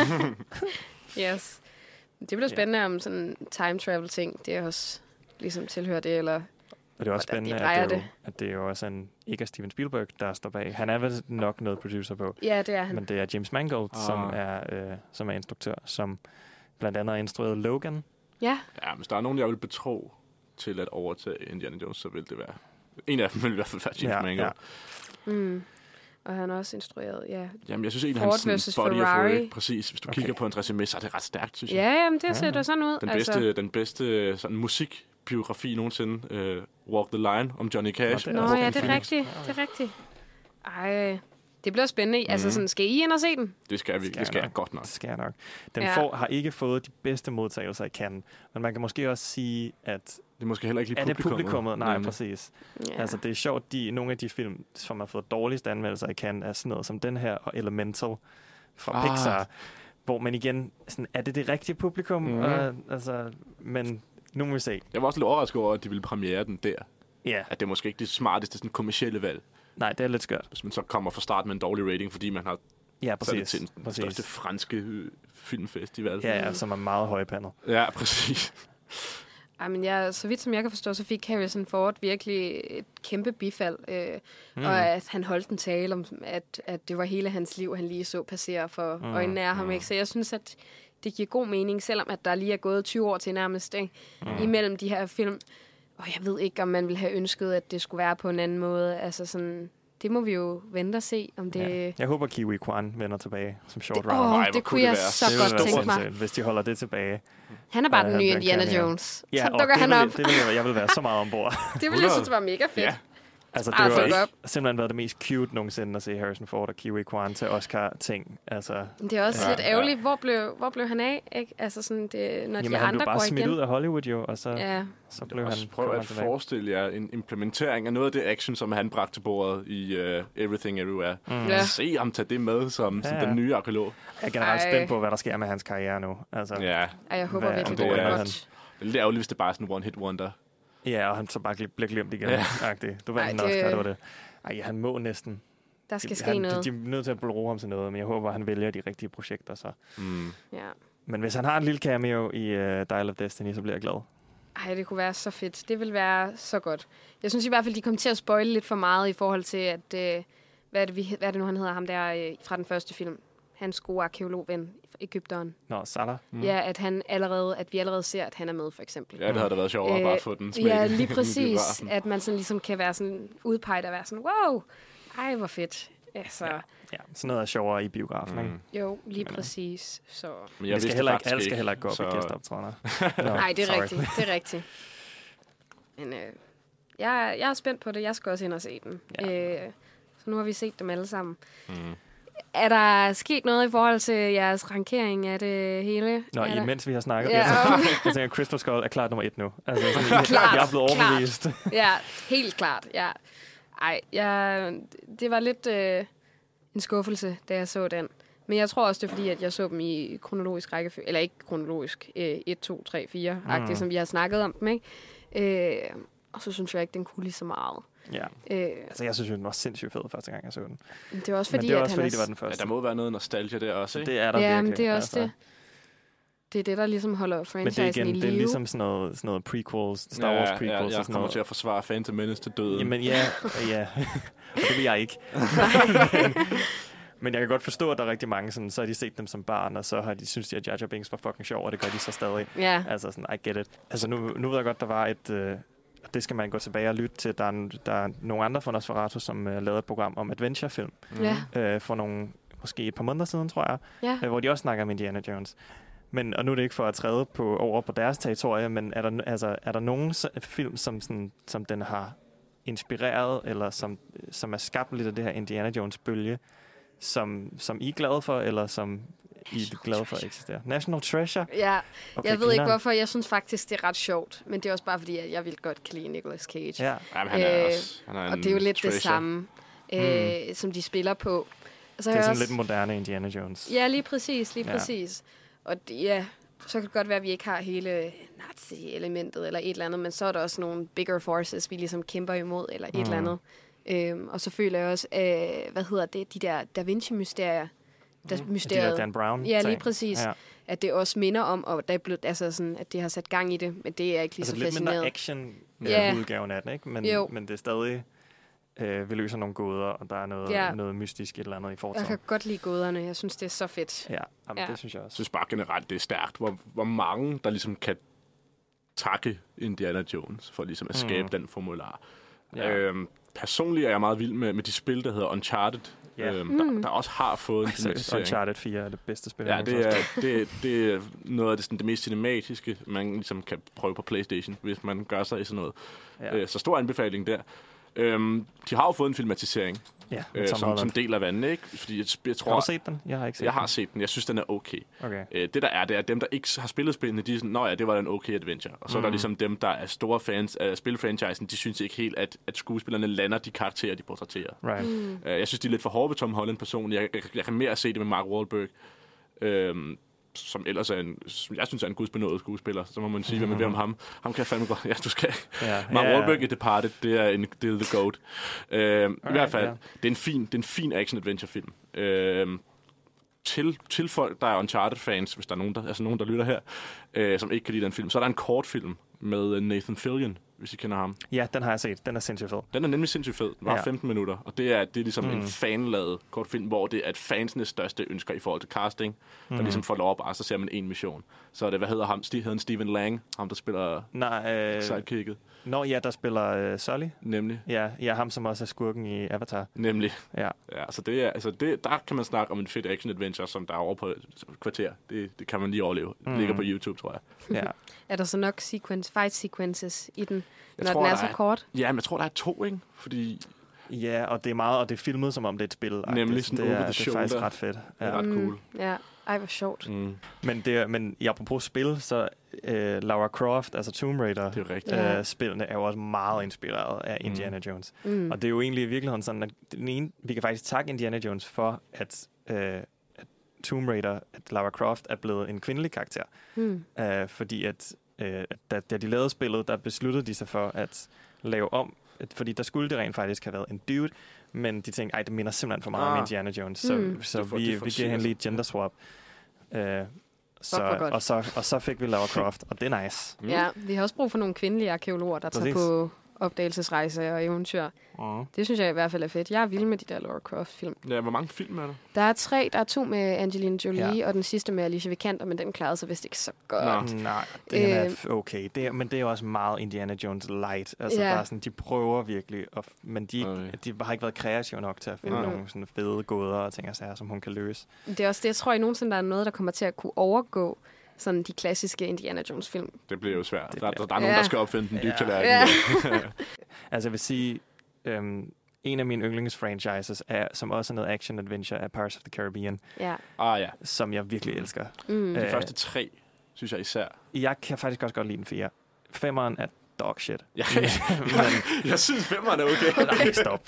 Yes. Det bliver spændende yeah. om sådan time travel ting. Det er også ligesom tilhører det, eller... Og det er også spændende, de at det, det. Jo, at det er jo også en, ikke er Steven Spielberg, der står bag. Han er vel nok noget producer på. Ja, det er han. Men det er James Mangold, ah. som, er, øh, som er instruktør, som blandt andet har instrueret Logan. Ja. Ja, hvis der er nogen, jeg vil betro til at overtage Indiana Jones, så vil det være... En af dem vil i hvert fald være James ja, Mangold. Ja. Mm. Og han har også instrueret, ja. Jamen, jeg synes egentlig, hans body Ferrari. of work, præcis. Hvis du okay. kigger på hans resume, så er det ret stærkt, synes jeg. Ja, jamen, det ser ja. da sådan ud. Den bedste, altså. den bedste sådan, musikbiografi nogensinde, uh, Walk the Line, om Johnny Cash. Nå, Nå ja, det er rigtigt. Det er rigtigt. Ej, det bliver spændende. Mm. Altså, sådan, skal I ind og se den? Det skal vi. Skal det skal jeg jeg godt nok. Det skal jeg nok. Den ja. får, har ikke fået de bedste modtagelser i Cannes, men man kan måske også sige, at... Det er måske heller ikke lige publikummet. Er det publikummet? Nej, Nemlig. præcis. Yeah. Altså, det er sjovt, de, nogle af de film, som har fået dårligste anmeldelser i Cannes, er sådan noget som den her, og Elemental fra ah. Pixar, hvor man igen, sådan, er det det rigtige publikum? Mm. Og, altså, men nu må vi se. Jeg var også lidt overrasket over, at de ville premiere den der. Ja. Yeah. At det er måske ikke det smarteste sådan, kommercielle valg. Nej, det er lidt skørt. Hvis man så kommer fra start med en dårlig rating, fordi man har ja, præcis. sat det til den præcis. største franske filmfestival. Ja, ja, som er meget højpandet. Ja, præcis. Ej, men jeg, så vidt som jeg kan forstå, så fik Harrison Ford virkelig et kæmpe bifald. Øh, mm. Og at han holdt en tale om, at, at det var hele hans liv, han lige så passere for mm. øjnene af ham. Ikke? Så jeg synes, at det giver god mening, selvom at der lige er gået tyve år til nærmest, ikke? Mm. imellem de her film. Og jeg ved ikke, om man ville have ønsket, at det skulle være på en anden måde. Altså sådan... Det må vi jo vente og se, om det... Ja. Jeg håber, Kiwi Kwan vender tilbage som short det, round. Åh, det, det kunne jeg så det godt tænke mig. Hvis de holder det tilbage. Han er bare den nye Indiana Jones. Ja, så dukker det han vil, op. Det vil jeg, jeg vil være så meget ombord. Det ville jeg synes var mega fedt. Ja. Altså, det har ikke simpelthen været det mest cute nogensinde at se Harrison Ford og Kiwi Kwan til Oscar-ting. Altså, det er også ja, lidt ærgerligt. Ja. Hvor, blev, hvor blev han af? Ikke? Altså sådan, det, når Jamen, de han andre blev bare går smidt igen. ud af Hollywood jo, og så, ja. så blev han... Prøv at forestille jer en implementering af noget af det action, som han bragte til bordet i uh, Everything Everywhere. Mm. Ja. Se ham tage det med som, ja. som den nye arkeolog. Jeg er generelt spændt på, hvad der sker med hans karriere nu. Altså, ja. Ej, jeg håber virkelig, det er godt. Det er lidt ærgerligt, hvis det bare er sådan en one-hit wonder. Ja, og han så bare bliver glemt igen. Ja. Du vandt den også, det var det. Ej, han må næsten. Der skal de, ske han, noget. De, de er nødt til at bruge ham til noget, men jeg håber, han vælger de rigtige projekter. Så. Mm. Ja. Men hvis han har en lille cameo i uh, Dial of Destiny, så bliver jeg glad. Ej, det kunne være så fedt. Det vil være så godt. Jeg synes i hvert fald, de kom til at spoile lidt for meget i forhold til, at... Øh, hvad, er det, vi, hvad er det nu, han hedder? Ham der øh, fra den første film. Hans gode arkeologven, Egypteren. Nå, Salah. Mm. Ja, at, han allerede, at vi allerede ser, at han er med, for eksempel. Ja, det havde da været sjovere øh, bare at få den smæk. Ja, lige præcis. At man sådan ligesom kan være sådan udpeget og være sådan, wow, ej, hvor fedt. Altså, ja, ja, sådan noget er sjovere i biografen, mm. ikke? Jo, lige præcis. Så. Men jeg skal heller ikke, alle skal heller ikke gå op så... i gæsteoptræder. Nej, det er sorry. rigtigt. Det er rigtigt. Men øh, jeg, jeg er spændt på det. Jeg skal også ind og se den. Ja. Øh, så nu har vi set dem alle sammen. Mm. Er der sket noget i forhold til jeres rankering af det hele? Nå, er imens der? vi har snakket. Ja. Jeg, jeg tænker, Crystal Skull er klart nummer et nu. Altså, sådan, klart, jeg er blevet overbevist. Ja, helt klart. Ja. Ej, jeg, det var lidt øh, en skuffelse, da jeg så den. Men jeg tror også, det er fordi, at jeg så dem i kronologisk rækkefølge. Eller ikke kronologisk. Øh, et, to, tre, fire-agtigt, mm. som vi har snakket om dem, ikke? Øh, og så synes jeg ikke, den kunne lige så meget. Ja, øh, altså jeg synes jo, den var sindssygt fed første gang, jeg så den. Det var også fordi, men det var også, at fordi han det var den første. Ja, der må være noget nostalgia der også, ikke? Det er der ja, virkelig. Men det er også altså. det. Det er det, der ligesom holder franchisen i live. Men det er igen, det er ligesom sådan noget, sådan noget prequels, Star Wars ja, prequels. Ja, jeg og sådan kommer noget. til at forsvare Phantom Menace til døden. Jamen ja, ja. Og det vil jeg ikke. Men jeg kan godt forstå, at der er rigtig mange, sådan, så har de set dem som barn, og så har de synes, at Jar Jar Binks var fucking sjov, og det gør de så stadig. Ja. Altså sådan, I get it. Altså nu, nu ved jeg godt, der var et... Øh, det skal man gå tilbage og lytte til. Der er, der er nogle andre fra Nosferatu, som uh, lavede et program om adventurefilm. Mm. Øh, for nogle, måske et par måneder siden, tror jeg. Ja. Øh, hvor de også snakker om Indiana Jones. Men, og nu er det ikke for at træde på, over på deres territorie, men er der, altså, er der nogen film, som, sådan, som den har inspireret, eller som, som er skabt lidt af det her Indiana Jones-bølge, som, som I er glade for, eller som I er glade for at eksistere? National Treasure? Ja, okay, jeg ved ikke hvorfor. Jeg synes faktisk, det er ret sjovt. Men det er også bare fordi, at jeg vil godt kan lide Nicolas Cage. Ja. Jamen, han er også, han er og det er jo lidt treasure. det samme, øh, mm. som de spiller på. Altså, det er sådan også... lidt moderne Indiana Jones. Ja, lige præcis, lige ja. præcis. Og det, ja, så kan det godt være, at vi ikke har hele Nazi-elementet eller et eller andet, men så er der også nogle bigger forces, vi ligesom kæmper imod, eller et mm. eller andet. Øhm, og så føler jeg også, øh, hvad hedder det, de der Da Vinci-mysterier, der mm. mysteriet. De der Dan Brown. Ja, lige præcis. Ja. At det også minder om, og der er blevet, altså sådan, at det har sat gang i det, men det er ikke lige altså så lidt fascineret. mindre action ja. øh, udgaven af den, ikke? Men, men det er stadig, øh, vi løser nogle gåder, og der er noget, ja. noget mystisk et eller andet i fortiden. Jeg kan godt lide gåderne, jeg synes, det er så fedt. Ja, jamen, ja. det synes jeg også. Jeg synes bare generelt, det er stærkt, hvor, hvor mange, der ligesom kan takke Indiana Jones, for ligesom at skabe mm. den formular. Ja. Øhm, personligt er jeg meget vild med, med de spil, der hedder Uncharted, yeah. øhm, der, der også har fået en filmatisering. Uncharted fire er det bedste spil. Ja, det er, det, det er noget af det, sådan, det mest cinematiske, man ligesom kan prøve på PlayStation, hvis man gør sig i sådan noget. Ja. Øh, så stor anbefaling der. Øhm, de har jo fået en filmatisering, ja, øh, som, som del af vandet, ikke? Fordi jeg, jeg tror, har du set den? Jeg har ikke set jeg den. har set den. Jeg synes, den er okay. okay. Øh, det der er, det er dem, der ikke har spillet spillene, de er sådan, nå ja, det var en okay adventure. Og så mm. er der ligesom dem, der er store fans af spilfranchisen, de synes ikke helt, at, at skuespillerne lander de karakterer, de portrætterer. Right. Mm. Øh, jeg synes, de er lidt for hårde ved Tom Holland personligt. Jeg, jeg, jeg kan mere se det med Mark Wahlberg. Øhm, som ellers er en, som jeg synes er en gudsbenådet skuespiller, så må man sige, hvad man vil om ham. Ham kan jeg fandme godt, ja, du skal. Ja, Mark ja, ja. Wahlberg i Departed, det er, en, det er the goat. Øhm, I hvert fald, yeah. det er en fin, det er en fin action-adventure-film. Øhm, til, til folk, der er Uncharted-fans, hvis der er nogen, der, altså nogen, der lytter her, øh, som ikke kan lide den film, så er der en kortfilm med Nathan Fillion, hvis I kender ham. Ja, den har jeg set. Den er sindssygt fed. Den er nemlig sindssygt fed. Den var Ja. femten minutter, og det er, det er ligesom mm. en Mm. fanladet kortfilm, hvor det er at fansenes største ønsker i forhold til casting, der Mm. ligesom får lov at bare, så ser man en mission. Så er det, hvad hedder ham? Sti- hedder han Stephen Lang, ham der spiller Nej, øh, sidekicket. Nå, ja, der spiller øh, Sully. Nemlig. Ja, ja, ham som også er skurken i Avatar. Nemlig. Ja. Ja, så det er, altså det, der kan man snakke om en fedt action-adventure, som der er over på et kvarter. Det, det kan man lige overleve. Det Mm. ligger på YouTube, tror jeg. Ja. Er der så nok sequence, fight sequences i den, Jeg når tror, den er der så er- kort? Ja, men jeg tror, der er to, ikke? Fordi Ja, og det er meget, og det er filmet, som om det er et spil. Nemlig sådan det over er, the det er faktisk shoulder. ret fedt. det er ret cool. Ja, ej, hvor sjovt. Mm. Men, det er, men i apropos spil, så øh, Lara Croft, altså Tomb Raider, Det er rigtigt. Ja. øh, spillene er jo også meget inspireret af Indiana Jones. Mm. Og det er jo egentlig i virkeligheden sådan, at den ene, vi kan faktisk takke Indiana Jones for, at, øh, at Tomb Raider, at Lara Croft er blevet en kvindelig karakter. Mm. Øh, fordi at, øh, da, da de lavede spillet, der besluttede de sig for at lave om, at, fordi der skulle det rent faktisk have været en dude, men de tænkte, ej, det minder simpelthen for meget Ah. om Indiana Jones, så, Mm. så Det får- vi, det får vi giver hende se, lige et gender swap. Øh, så, hvor godt. og, så, og så fik vi Lara Croft, og det er nice. Mm. Ja, vi har også brug for nogle kvindelige arkeologer, der Præcis. tager på opdagelsesrejse og eventyr. Mm. Det synes jeg i hvert fald er fedt. Jeg er vild med de der Lara Croft-film. Ja, hvor mange film er der? Der er tre. Der er to med Angelina Jolie, Ja. og den sidste med Alicia Vikander, men den klarede sig vist ikke så godt. Nå. Nej, det er Øh, f- okay. Det er, men det er også meget Indiana Jones light. Altså Ja. bare sådan, de prøver virkelig, at, men de, Okay. de har ikke været kreative nok til at finde Nej. nogle sådan fede gåder og ting og sager, som hun kan løse. Det er også det, jeg tror, at nogensinde der er noget, der kommer til at kunne overgå sådan de klassiske Indiana Jones-film. Det bliver jo svært. Det Der, bliver- der, der er nogen, Ja. der skal opfinde den dybe Ja. tallerken. Ja. Altså jeg vil sige, øhm, en af mine yndlingsfranchises, er, som også er noget action-adventure, er Pirates of the Caribbean, Ja. Ah ja, som jeg virkelig elsker. Mm. de Øh, første tre, synes jeg især. Jeg kan faktisk også godt lide den fire. Femmeren er dog shit. Ja, Men, jeg synes femmeren er okay. nej, stop.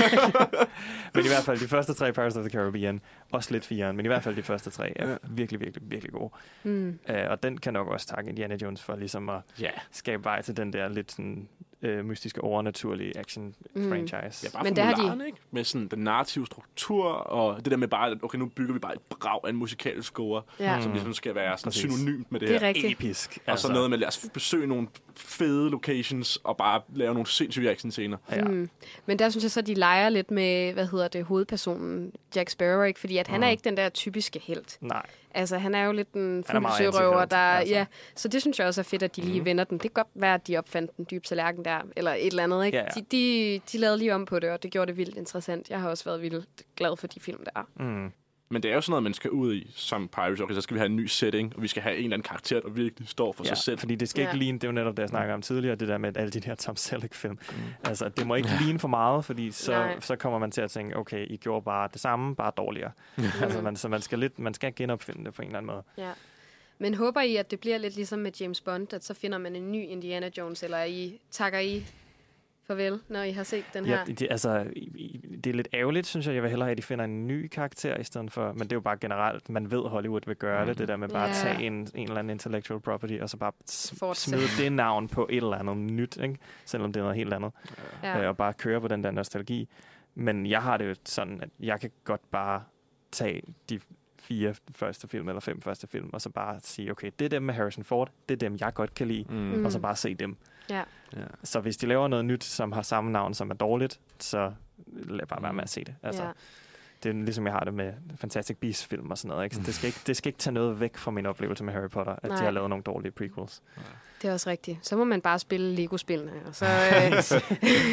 Men i hvert fald de første tre Pirates of the Caribbean, også lidt fireren, men i hvert fald de første tre er Ja. virkelig, virkelig, virkelig gode. Mm. Uh, og den kan nok også takke Indiana Jones for ligesom at Ja. skabe vej til den der lidt sådan uh, mystiske, overnaturlige action-franchise. Ja, bare Men men det har de- formularen, ikke? Med sådan den narrative struktur, og det der med bare, okay, nu bygger vi bare et brag af en musikalsk score, Ja. som ligesom skal være sådan Præcis. synonymt med det, Det er her. rigtigt. Episk. Og så noget med, lad os besøge nogle fede locations, og bare lave nogle sindssyge action-scener. Ja. Mm. Men der synes jeg så, de leger lidt med, hvad hedder det, hovedpersonen Jack Sparrow, ikke? Fordi at han Mhm. er ikke den der typiske helt. Nej. Altså, han er jo lidt en Han er meget fuld sørøver, antihelt, der... altså. Ja, så det synes jeg også er fedt, at de lige Mhm. vender den. Det kan godt være, at de opfandt den dybe tallerken der, eller et eller andet, ikke? Ja, ja. De, de, de lavede lige om på det, og det gjorde det vildt interessant. Jeg har også været vildt glad for de film der. Mm. Men det er jo sådan noget, man skal ud i som Pirates. Okay, så skal vi have en ny setting, og vi skal have en eller anden karakter, der virkelig står for Ja, sig selv. fordi det skal ikke Ja. ligne, det er jo netop det, jeg snakker om tidligere, det der med alle de der Tom Selleck-film. Mm. Altså, det må ikke ligne for meget, fordi så, Nej. så kommer man til at tænke, okay, I gjorde bare det samme, bare dårligere. altså, man, så man skal, lidt, man skal genopfinde det på en eller anden måde. Ja. Men håber I, at det bliver lidt ligesom med James Bond, at så finder man en ny Indiana Jones, eller I takker I farvel, når I har set den her? Ja, det, altså, i- i- det er lidt ærgerligt, synes jeg. Jeg vil hellere have, at de finder en ny karakter i stedet for, men det er jo bare generelt, man ved, Hollywood vil gøre mm. det, det der med bare Ja. at tage en, en eller anden intellectual property, og så bare s- Fortsætte. smide det navn på et eller andet nyt, ikke? Selvom det er noget helt andet. Ja. Øh, og bare køre på den der nostalgi. Men jeg har det jo sådan, at jeg kan godt bare tage de fire første film, eller fem første film, og så bare sige, okay, det er dem med Harrison Ford, det er dem, jeg godt kan lide, Mm. og så bare se dem. Ja. Ja. Så hvis de laver noget nyt, som har samme navn, som er dårligt, så lad bare være med at se det. Altså, Ja. det er ligesom jeg har det med Fantastic Beasts-film og sådan noget. Ikke? Så det, skal ikke, det skal ikke tage noget væk fra min oplevelse med Harry Potter, at Nej. de har lavet nogle dårlige prequels. Det er også rigtigt. Så må man bare spille Lego-spillene, og så øh,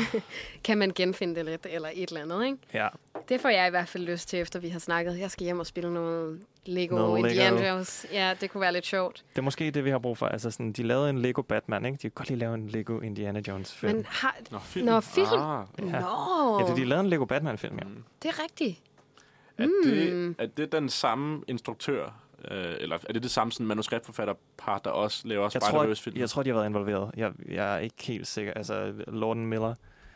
kan man genfinde det lidt, eller et eller andet, ikke? Ja. Det får jeg i hvert fald lyst til, efter vi har snakket. Jeg skal hjem og spille noget Lego Noget Lego. Indiana Jones. Ja, det kunne være lidt sjovt. Det er måske det, vi har brug for. Altså sådan, de lavede en Lego Batman, ikke? De kan godt lige lave en Lego Indiana Jones-film. Men har... Nå, film. Nå, film? Ah. Ja. Nå, Ja, fordi de lavede en Lego Batman-film, ja. Mm. det er rigtigt. Er, Mm. det, er det den samme instruktør, øh, eller er det det samme sådan, manuskriptforfatterpar, der også laver Jeg Spider-Verse-film? tror, jeg tror, de har været involveret. Jeg, jeg er ikke helt sikker. Altså, Lorden Miller.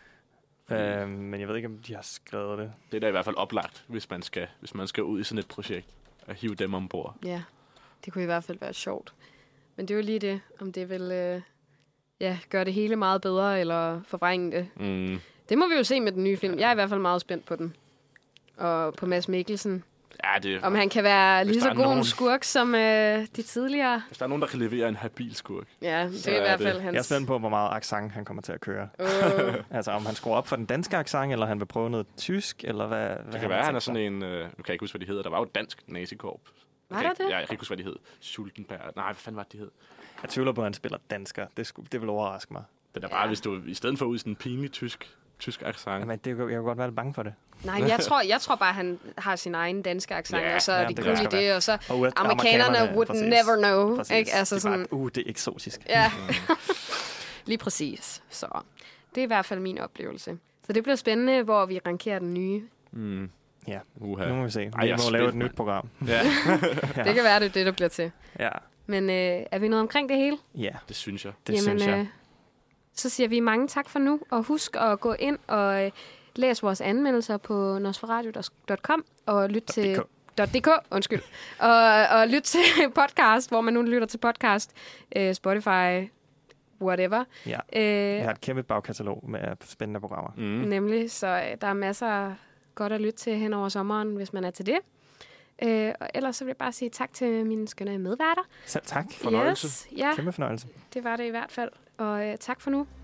Øhm, men jeg ved ikke, om de har skrevet det. Det er da i hvert fald oplagt, hvis man skal, hvis man skal ud i sådan et projekt, at hive dem ombord. Ja, det kunne i hvert fald være sjovt. Men det er jo lige det, om det vil øh, ja, gøre det hele meget bedre, eller forvrænge det. Mm. Det må vi jo se med den nye film. Jeg er i hvert fald meget spændt på den. Og på Mads Mikkelsen. Ja, det Om han kan være Hvis lige der så er god nogen- en skurk som øh, de tidligere. Hvis der er nogen, der kan levere en habil skurk. Ja, det Så er i er hvert det- fald hans... Jeg er spændt på, hvor meget accent han kommer til at køre. Åh. Altså, om han skruer op for den danske accent, eller han vil prøve noget tysk, eller hvad? hvad Det kan være, han er sådan en... Øh, nu kan jeg ikke huske, hvad de hedder. Der var jo et dansk nazikorp. Var Jeg der kan ikke- det? Ja, jeg kan ikke huske, hvad de hed. Schultenberg. Nej, hvad fanden var det, de hed? Jeg tvivler på, at han spiller dansker. Det, skulle, det vil overraske mig. Det er da bare, hvis du i stedet for ud i sådan en pinlig tysk, tysk accent. Jamen, det, jeg kan godt være lidt bange for det. Nej, jeg tror, jeg tror bare, at han har sin egen danske accent, Ja, og så er ja, de det cool kan i godt være. det, og så Og at amerikanerne would præcis, never know. Præcis. Ikke? Altså De er sådan, bare, uh, det er eksotisk. ja, lige præcis. Så det er i hvert fald min oplevelse. Så det bliver spændende, hvor vi rankerer den nye. Mm. Ja, Uha. nu må vi se. Vi Ej, jeg må er lave et spændt, nyt mand. program. Ja, Ja. Det kan være, det er det, der bliver til. Ja, Men øh, er vi nået omkring det hele? ja, det synes jeg. det synes jeg. øh, så siger vi mange tak for nu, og husk at gå ind og øh, læs vores anmeldelser på nosferadio punktum com og lyt til... .dk, undskyld. og, og lyt til podcast, hvor man nu lytter til podcast. Øh, Spotify, whatever. Ja. Øh, Jeg har et kæmpe bagkatalog med spændende programmer. Mm. Nemlig, så øh, der er masser godt at lytte til hen over sommeren, hvis man er til det. Øh, og ellers så vil jeg bare sige tak til mine skønne medværter. Selv tak. Fornøjelse. Yes, ja, Kæmpe fornøjelse. det var det i hvert fald. Og øh, tak for nu.